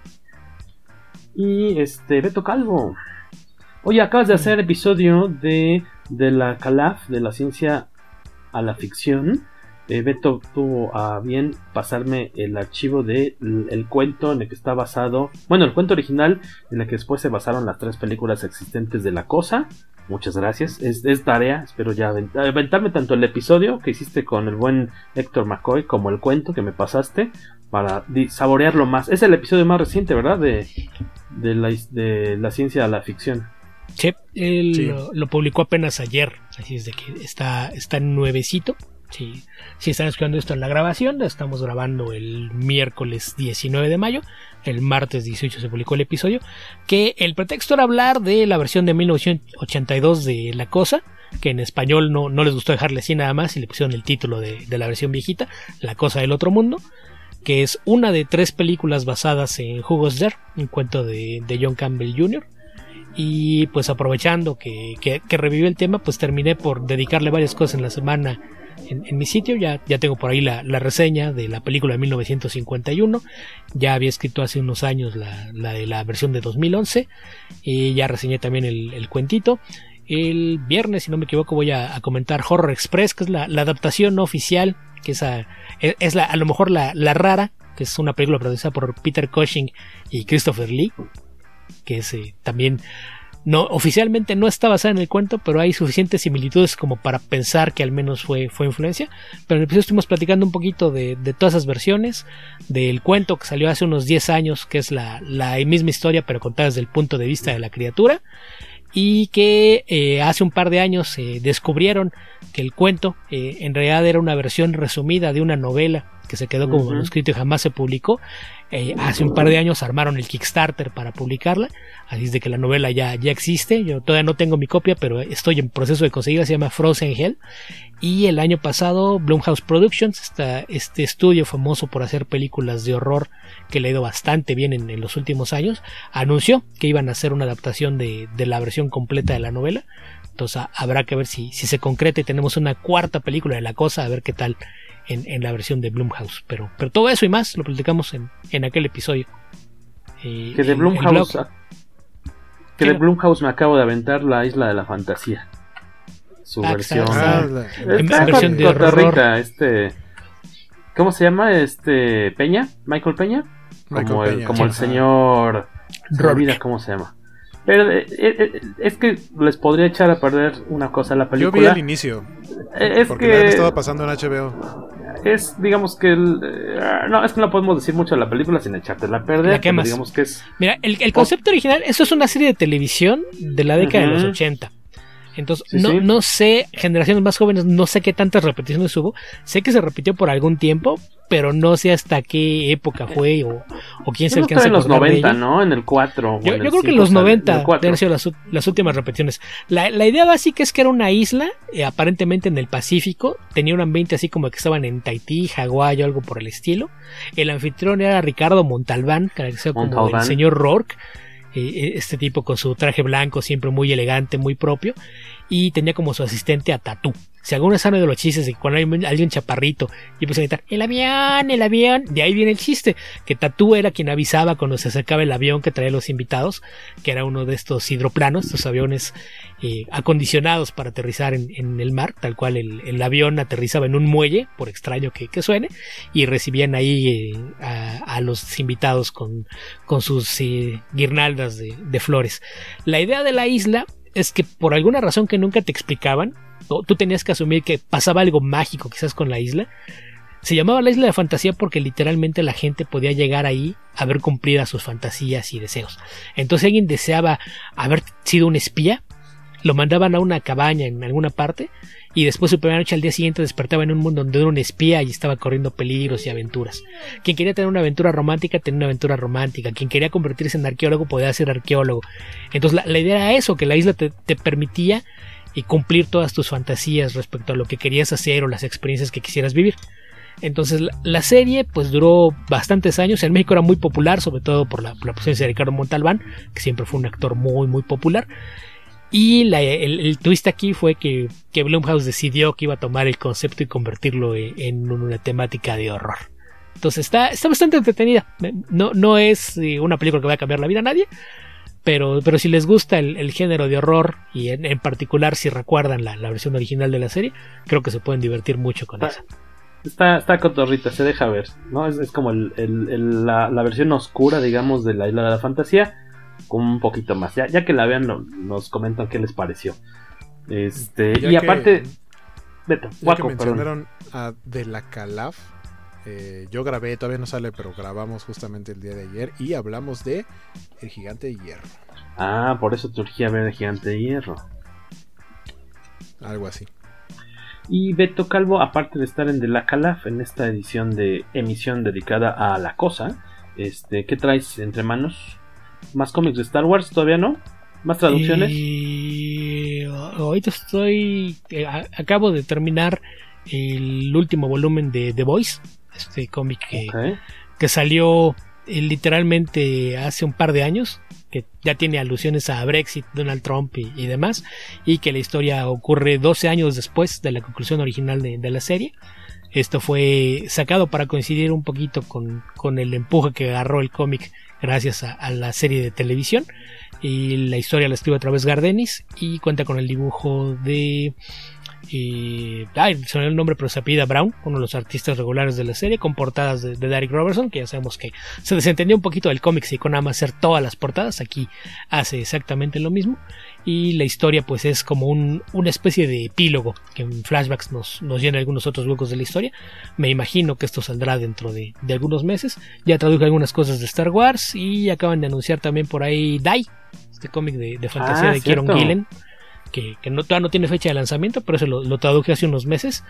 S14: Y Beto Calvo, oye, acabas de hacer episodio de la CALAF, de la ciencia a la ficción. Beto tuvo a bien pasarme el archivo del cuento en el que está basado, bueno, el cuento original en el que después se basaron las 3 películas existentes de La Cosa. Muchas gracias, es tarea, espero ya aventarme tanto el episodio que hiciste con el buen Héctor McCoy como el cuento que me pasaste para saborearlo más. Es el episodio más reciente, ¿verdad? De la ciencia a la ficción.
S16: Sí, él lo publicó apenas ayer, así es de que está nuevecito. Si están escuchando esto en la grabación, estamos grabando el miércoles 19 de mayo. El martes 18 se publicó el episodio, que el pretexto era hablar de la versión de 1982 de La Cosa, que en español no les gustó dejarle así nada más y le pusieron el título de la versión viejita, La cosa del otro mundo, que es una de 3 películas basadas en Who Goes There, un cuento de John Campbell Jr. Y pues aprovechando que revivió el tema, pues terminé por dedicarle varias cosas en la semana en mi sitio. Ya tengo por ahí la reseña de la película de 1951. Ya había escrito hace unos años la de la versión de 2011. Y ya reseñé también el cuentito. El viernes, si no me equivoco, voy a comentar Horror Express, que es la adaptación no oficial, que es a lo mejor la rara, que es una película producida por Peter Cushing y Christopher Lee, que es también oficialmente no está basada en el cuento, pero hay suficientes similitudes como para pensar que al menos fue influencia. Pero en el episodio estuvimos platicando un poquito de todas esas versiones, del cuento que salió hace unos 10 años, que es la misma historia pero contada desde el punto de vista de la criatura, y que hace un par de años descubrieron que el cuento en realidad era una versión resumida de una novela que se quedó como manuscrito y jamás se publicó. Hace un par de años armaron el Kickstarter para publicarla, así es de que la novela ya existe. Yo todavía no tengo mi copia, pero estoy en proceso de conseguirla. Se llama Frozen Hell. Y el año pasado Blumhouse Productions, este estudio famoso por hacer películas de horror que le ha ido bastante bien en los últimos años, anunció que iban a hacer una adaptación de la versión completa de la novela. Entonces habrá que ver si se concreta y tenemos una cuarta película de la cosa, a ver qué tal en la versión de Blumhouse. Pero todo eso y más lo platicamos en aquel episodio.
S14: Que de Blumhouse de Blumhouse me acabo de aventar La Isla de la Fantasía. Su versión.
S16: Versión de horror.
S14: ¿Cómo se llama? Peña, Michael Peña. Como el señor. Olvida cómo se llama. Pero es que les podría echar a perder una cosa la película.
S15: Yo vi el inicio. Porque la han estado pasando en HBO.
S14: Digamos que no, es que no podemos decir mucho de la película sin echártela a perder.
S16: Pero
S14: digamos que es.
S16: Mira, el concepto original, esto es una serie de televisión de la década de los 80. Entonces, no sé, generaciones más jóvenes, no sé qué tantas repeticiones hubo. Sé que se repitió por algún tiempo, pero no sé hasta qué época fue o quién se alcanza a acordar.
S14: En los 90, ¿no? En el 4.
S16: Yo creo que en los 90 deben ser las últimas repeticiones. La idea básica es que era una isla, aparentemente en el Pacífico. Tenía un ambiente así como que estaban en Tahití, Hawái o algo por el estilo. El anfitrión era Ricardo Montalbán, caracterizado como el señor Rourke. Este tipo con su traje blanco, siempre muy elegante, muy propio, y tenía como su asistente a Tatú. Si alguno sabe de los chistes de que cuando hay alguien chaparrito y empieza a gritar el avión, de ahí viene el chiste, que Tatú era quien avisaba cuando se acercaba el avión que traía los invitados, que era uno de estos hidroplanos, estos aviones acondicionados para aterrizar en el mar, tal cual el avión aterrizaba en un muelle, por extraño que suene, y recibían ahí a los invitados con sus guirnaldas de flores. La idea de la isla es que por alguna razón que nunca te explicaban, tú tenías que asumir que pasaba algo mágico quizás con la isla. Se llamaba la Isla de Fantasía porque literalmente la gente podía llegar ahí a ver cumplidas sus fantasías y deseos. Entonces, si alguien deseaba haber sido un espía, lo mandaban a una cabaña en alguna parte y después su primera noche al día siguiente despertaba en un mundo donde era un espía y estaba corriendo peligros y aventuras. Quien quería tener una aventura romántica tenía una aventura romántica. Quien quería convertirse en arqueólogo podía ser arqueólogo. Entonces la idea era eso, que la isla te permitía cumplir todas tus fantasías respecto a lo que querías hacer o las experiencias que quisieras vivir. Entonces la serie pues duró bastantes años. En México era muy popular, sobre todo por la presencia de Ricardo Montalbán, que siempre fue un actor muy muy popular. Y el twist aquí fue que Blumhouse decidió que iba a tomar el concepto y convertirlo en una temática de horror. Entonces está bastante entretenida. No es una película que vaya a cambiar la vida a nadie, pero si les gusta el género de horror y en particular si recuerdan la versión original de la serie, creo que se pueden divertir mucho con esa.
S14: Está cotorrita, se deja ver, ¿no? Es como la versión oscura, digamos, de la Isla de la Fantasía, con un poquito más. Ya que la vean, nos comentan qué les pareció. Y aparte, Beto,
S15: que mencionaron a De la Calaf, yo grabé, todavía no sale, pero grabamos justamente el día de ayer y hablamos de El Gigante de Hierro.
S14: Ah, por eso te urgía ver El Gigante de Hierro.
S15: Algo así.
S14: Y Beto Calvo, aparte de estar en De la Calaf, en esta edición de emisión dedicada a La Cosa, ¿qué traes entre manos? ¿Más cómics de Star Wars? ¿Todavía no? ¿Más traducciones?
S16: ahorita acabo de terminar el último volumen de The Voice, este cómic que salió literalmente hace un par de años, que ya tiene alusiones a Brexit, Donald Trump y demás, y que la historia ocurre 12 años después de la conclusión original de la serie. Esto fue sacado para coincidir un poquito con el empuje que agarró el cómic gracias a la serie de televisión, y la historia la escribe otra vez Gardenis y cuenta con el dibujo de se me dio el nombre, pero se apellida Brown, uno de los artistas regulares de la serie, con portadas de Derek Robertson, que ya sabemos que se desentendió un poquito del cómic, y con nada más hacer todas las portadas. Aquí hace exactamente lo mismo, y la historia pues es como una especie de epílogo que en flashbacks nos llena algunos otros huecos de la historia. Me imagino que esto saldrá dentro de algunos meses. Ya traduje algunas cosas de Star Wars y acaban de anunciar también por ahí Die, este cómic de fantasía de Kieron Gillen, que todavía no tiene fecha de lanzamiento, pero eso lo traduje hace unos meses,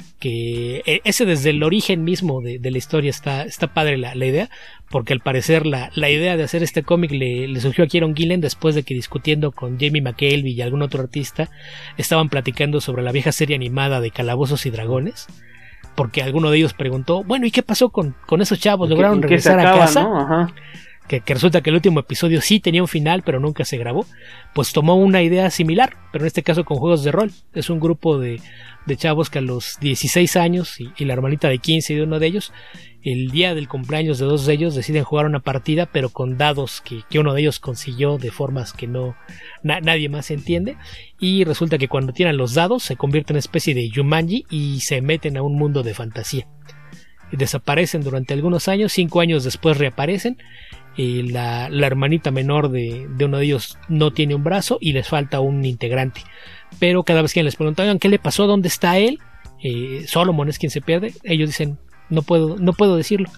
S16: que ese desde el origen mismo de la historia está padre la idea, porque al parecer la idea de hacer este cómic le surgió a Kieron Gillen después de que, discutiendo con Jamie McKelvey y algún otro artista, estaban platicando sobre la vieja serie animada de Calabozos y Dragones, porque alguno de ellos preguntó, bueno, ¿y qué pasó con esos chavos? ¿Lograron regresar a casa? ¿No? Ajá. Que resulta que el último episodio sí tenía un final, pero nunca se grabó. Pues tomó una idea similar, pero en este caso con juegos de rol. Es un grupo de chavos que a los 16 años y la hermanita de 15 de uno de ellos, el día del cumpleaños de dos de ellos, deciden jugar una partida, pero con dados que uno de ellos consiguió de formas que nadie más entiende. Y resulta que cuando tiran los dados se convierten en una especie de Jumanji y se meten a un mundo de fantasía. Y desaparecen durante algunos años, 5 años después reaparecen. La hermanita menor de uno de ellos no tiene un brazo y les falta un integrante, pero cada vez que les preguntan ¿qué le pasó? ¿Dónde está él? Solomon es quien se pierde. Ellos dicen no puedo decirlo,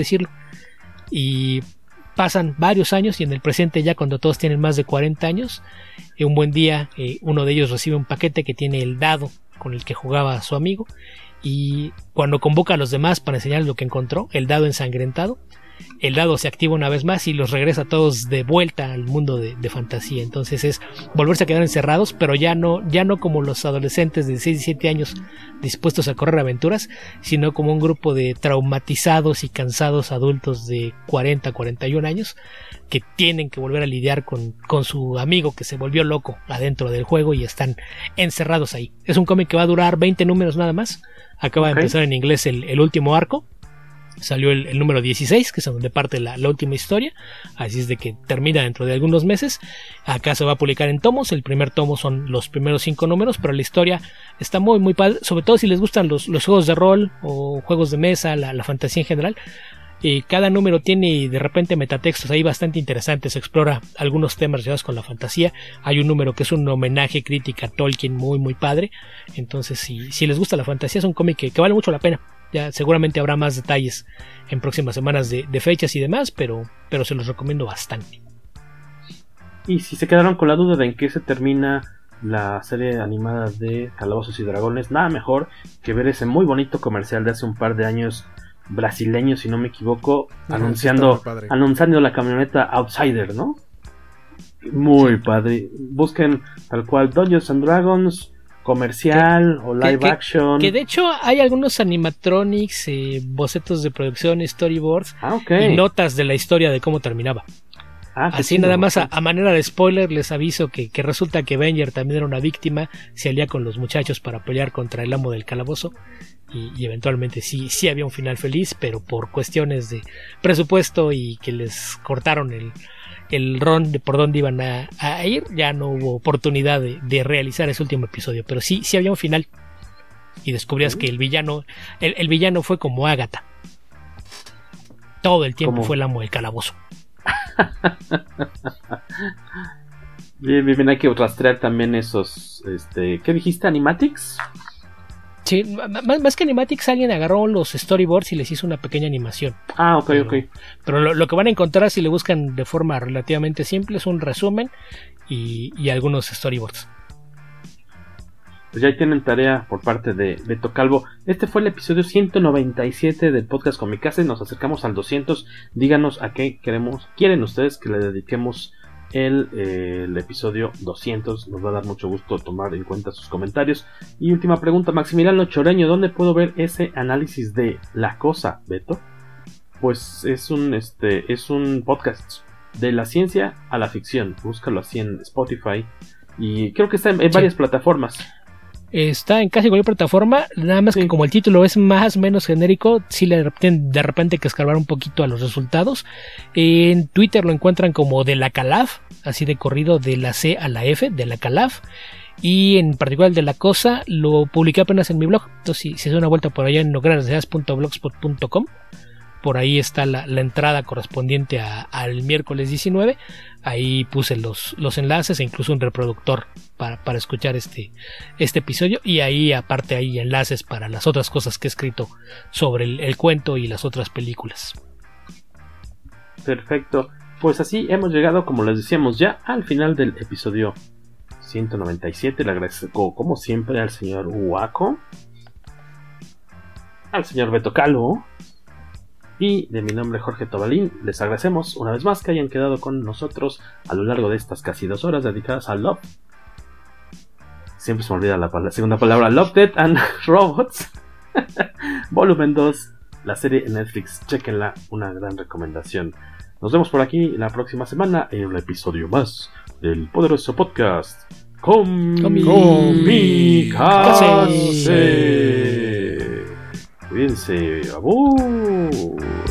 S16: y pasan varios años, y en el presente, ya cuando todos tienen más de 40 años, un buen día uno de ellos recibe un paquete que tiene el dado con el que jugaba a su amigo, y cuando convoca a los demás para enseñarles lo que encontró, el dado ensangrentado, el dado se activa una vez más y los regresa a todos de vuelta al mundo de fantasía. Entonces es volverse a quedar encerrados, pero ya no como los adolescentes de 16 y 17 años dispuestos a correr aventuras, sino como un grupo de traumatizados y cansados adultos de 40, 41 años que tienen que volver a lidiar con su amigo que se volvió loco adentro del juego y están encerrados ahí. Es un cómic que va a durar 20 números nada más. Acaba de empezar en inglés el último arco. Salió el número 16, que es donde parte la última historia, así es de que termina dentro de algunos meses. Acá se va a publicar en tomos. El primer tomo son los primeros 5 números, pero la historia está muy muy padre, sobre todo si les gustan los juegos de rol o juegos de mesa, la fantasía en general. Cada número tiene de repente metatextos ahí bastante interesantes, explora algunos temas relacionados con la fantasía. Hay un número que es un homenaje crítica a Tolkien muy muy padre. Entonces si les gusta la fantasía, es un cómic que vale mucho la pena. Ya seguramente habrá más detalles en próximas semanas de fechas y demás, pero se los recomiendo bastante.
S14: Y si se quedaron con la duda de en qué se termina la serie animada de Calabozos y Dragones, nada mejor que ver ese muy bonito comercial de hace un par de años, brasileño si no me equivoco, anunciando la camioneta Outsider, ¿no? Muy padre. Busquen tal cual Dungeons and Dragons comercial o live action. Que
S16: de hecho hay algunos animatronics, bocetos de producción, storyboards y notas de la historia de cómo terminaba. Así nada más a manera de spoiler les aviso que resulta que Avenger también era una víctima, se alía con los muchachos para pelear contra el amo del calabozo y eventualmente sí había un final feliz, pero por cuestiones de presupuesto y que les cortaron el ron de por dónde iban a ir, ya no hubo oportunidad de realizar ese último episodio, pero sí había un final y descubrías que el villano fue como Agatha, todo el tiempo fue el amo del calabozo.
S14: Bien, hay que rastrear también esos, ¿qué dijiste? ¿Animatics?
S16: Sí, más que Animatics, alguien agarró los storyboards y les hizo una pequeña animación.
S14: Ok.
S16: Pero lo que van a encontrar si le buscan de forma relativamente simple es un resumen y algunos storyboards.
S14: Pues ya tienen tarea por parte de Beto Calvo. Este fue el episodio 197 del podcast Comicase. Nos acercamos al 200. Díganos a qué quieren ustedes que le dediquemos el episodio 200. Nos va a dar mucho gusto tomar en cuenta sus comentarios. Y última pregunta, Maximiliano Choreño, ¿dónde puedo ver ese análisis de La Cosa, Beto? Pues es un podcast de la ciencia a la ficción. Búscalo así en Spotify y creo que está en varias plataformas.
S16: Está en casi cualquier plataforma, nada más que como el título es más o menos genérico, sí de repente hay que escarbar un poquito a los resultados. En Twitter lo encuentran como de la Calaf, así de corrido de la C a la F, de la Calaf. Y en particular de La Cosa lo publiqué apenas en mi blog, entonces si se da una vuelta por allá en nograsdeas.blogspot.com, por ahí está la entrada correspondiente al miércoles 19. Ahí puse los enlaces e incluso un reproductor para escuchar este episodio. Y ahí aparte hay enlaces para las otras cosas que he escrito sobre el cuento y las otras películas.
S14: Perfecto. Pues así hemos llegado, como les decíamos, ya al final del episodio 197. Le agradezco como siempre al señor Huaco, al señor Beto Calvo y de mi nombre Jorge Tobalín. Les agradecemos una vez más que hayan quedado con nosotros a lo largo de estas casi 2 horas dedicadas a Love. Siempre se me olvida la segunda palabra. Love, Death and Robots Volumen 2, la serie en Netflix. Chequenla, una gran recomendación. Nos vemos por aquí la próxima semana en un episodio más del poderoso podcast Comicase. Cuídense. ¡Abur!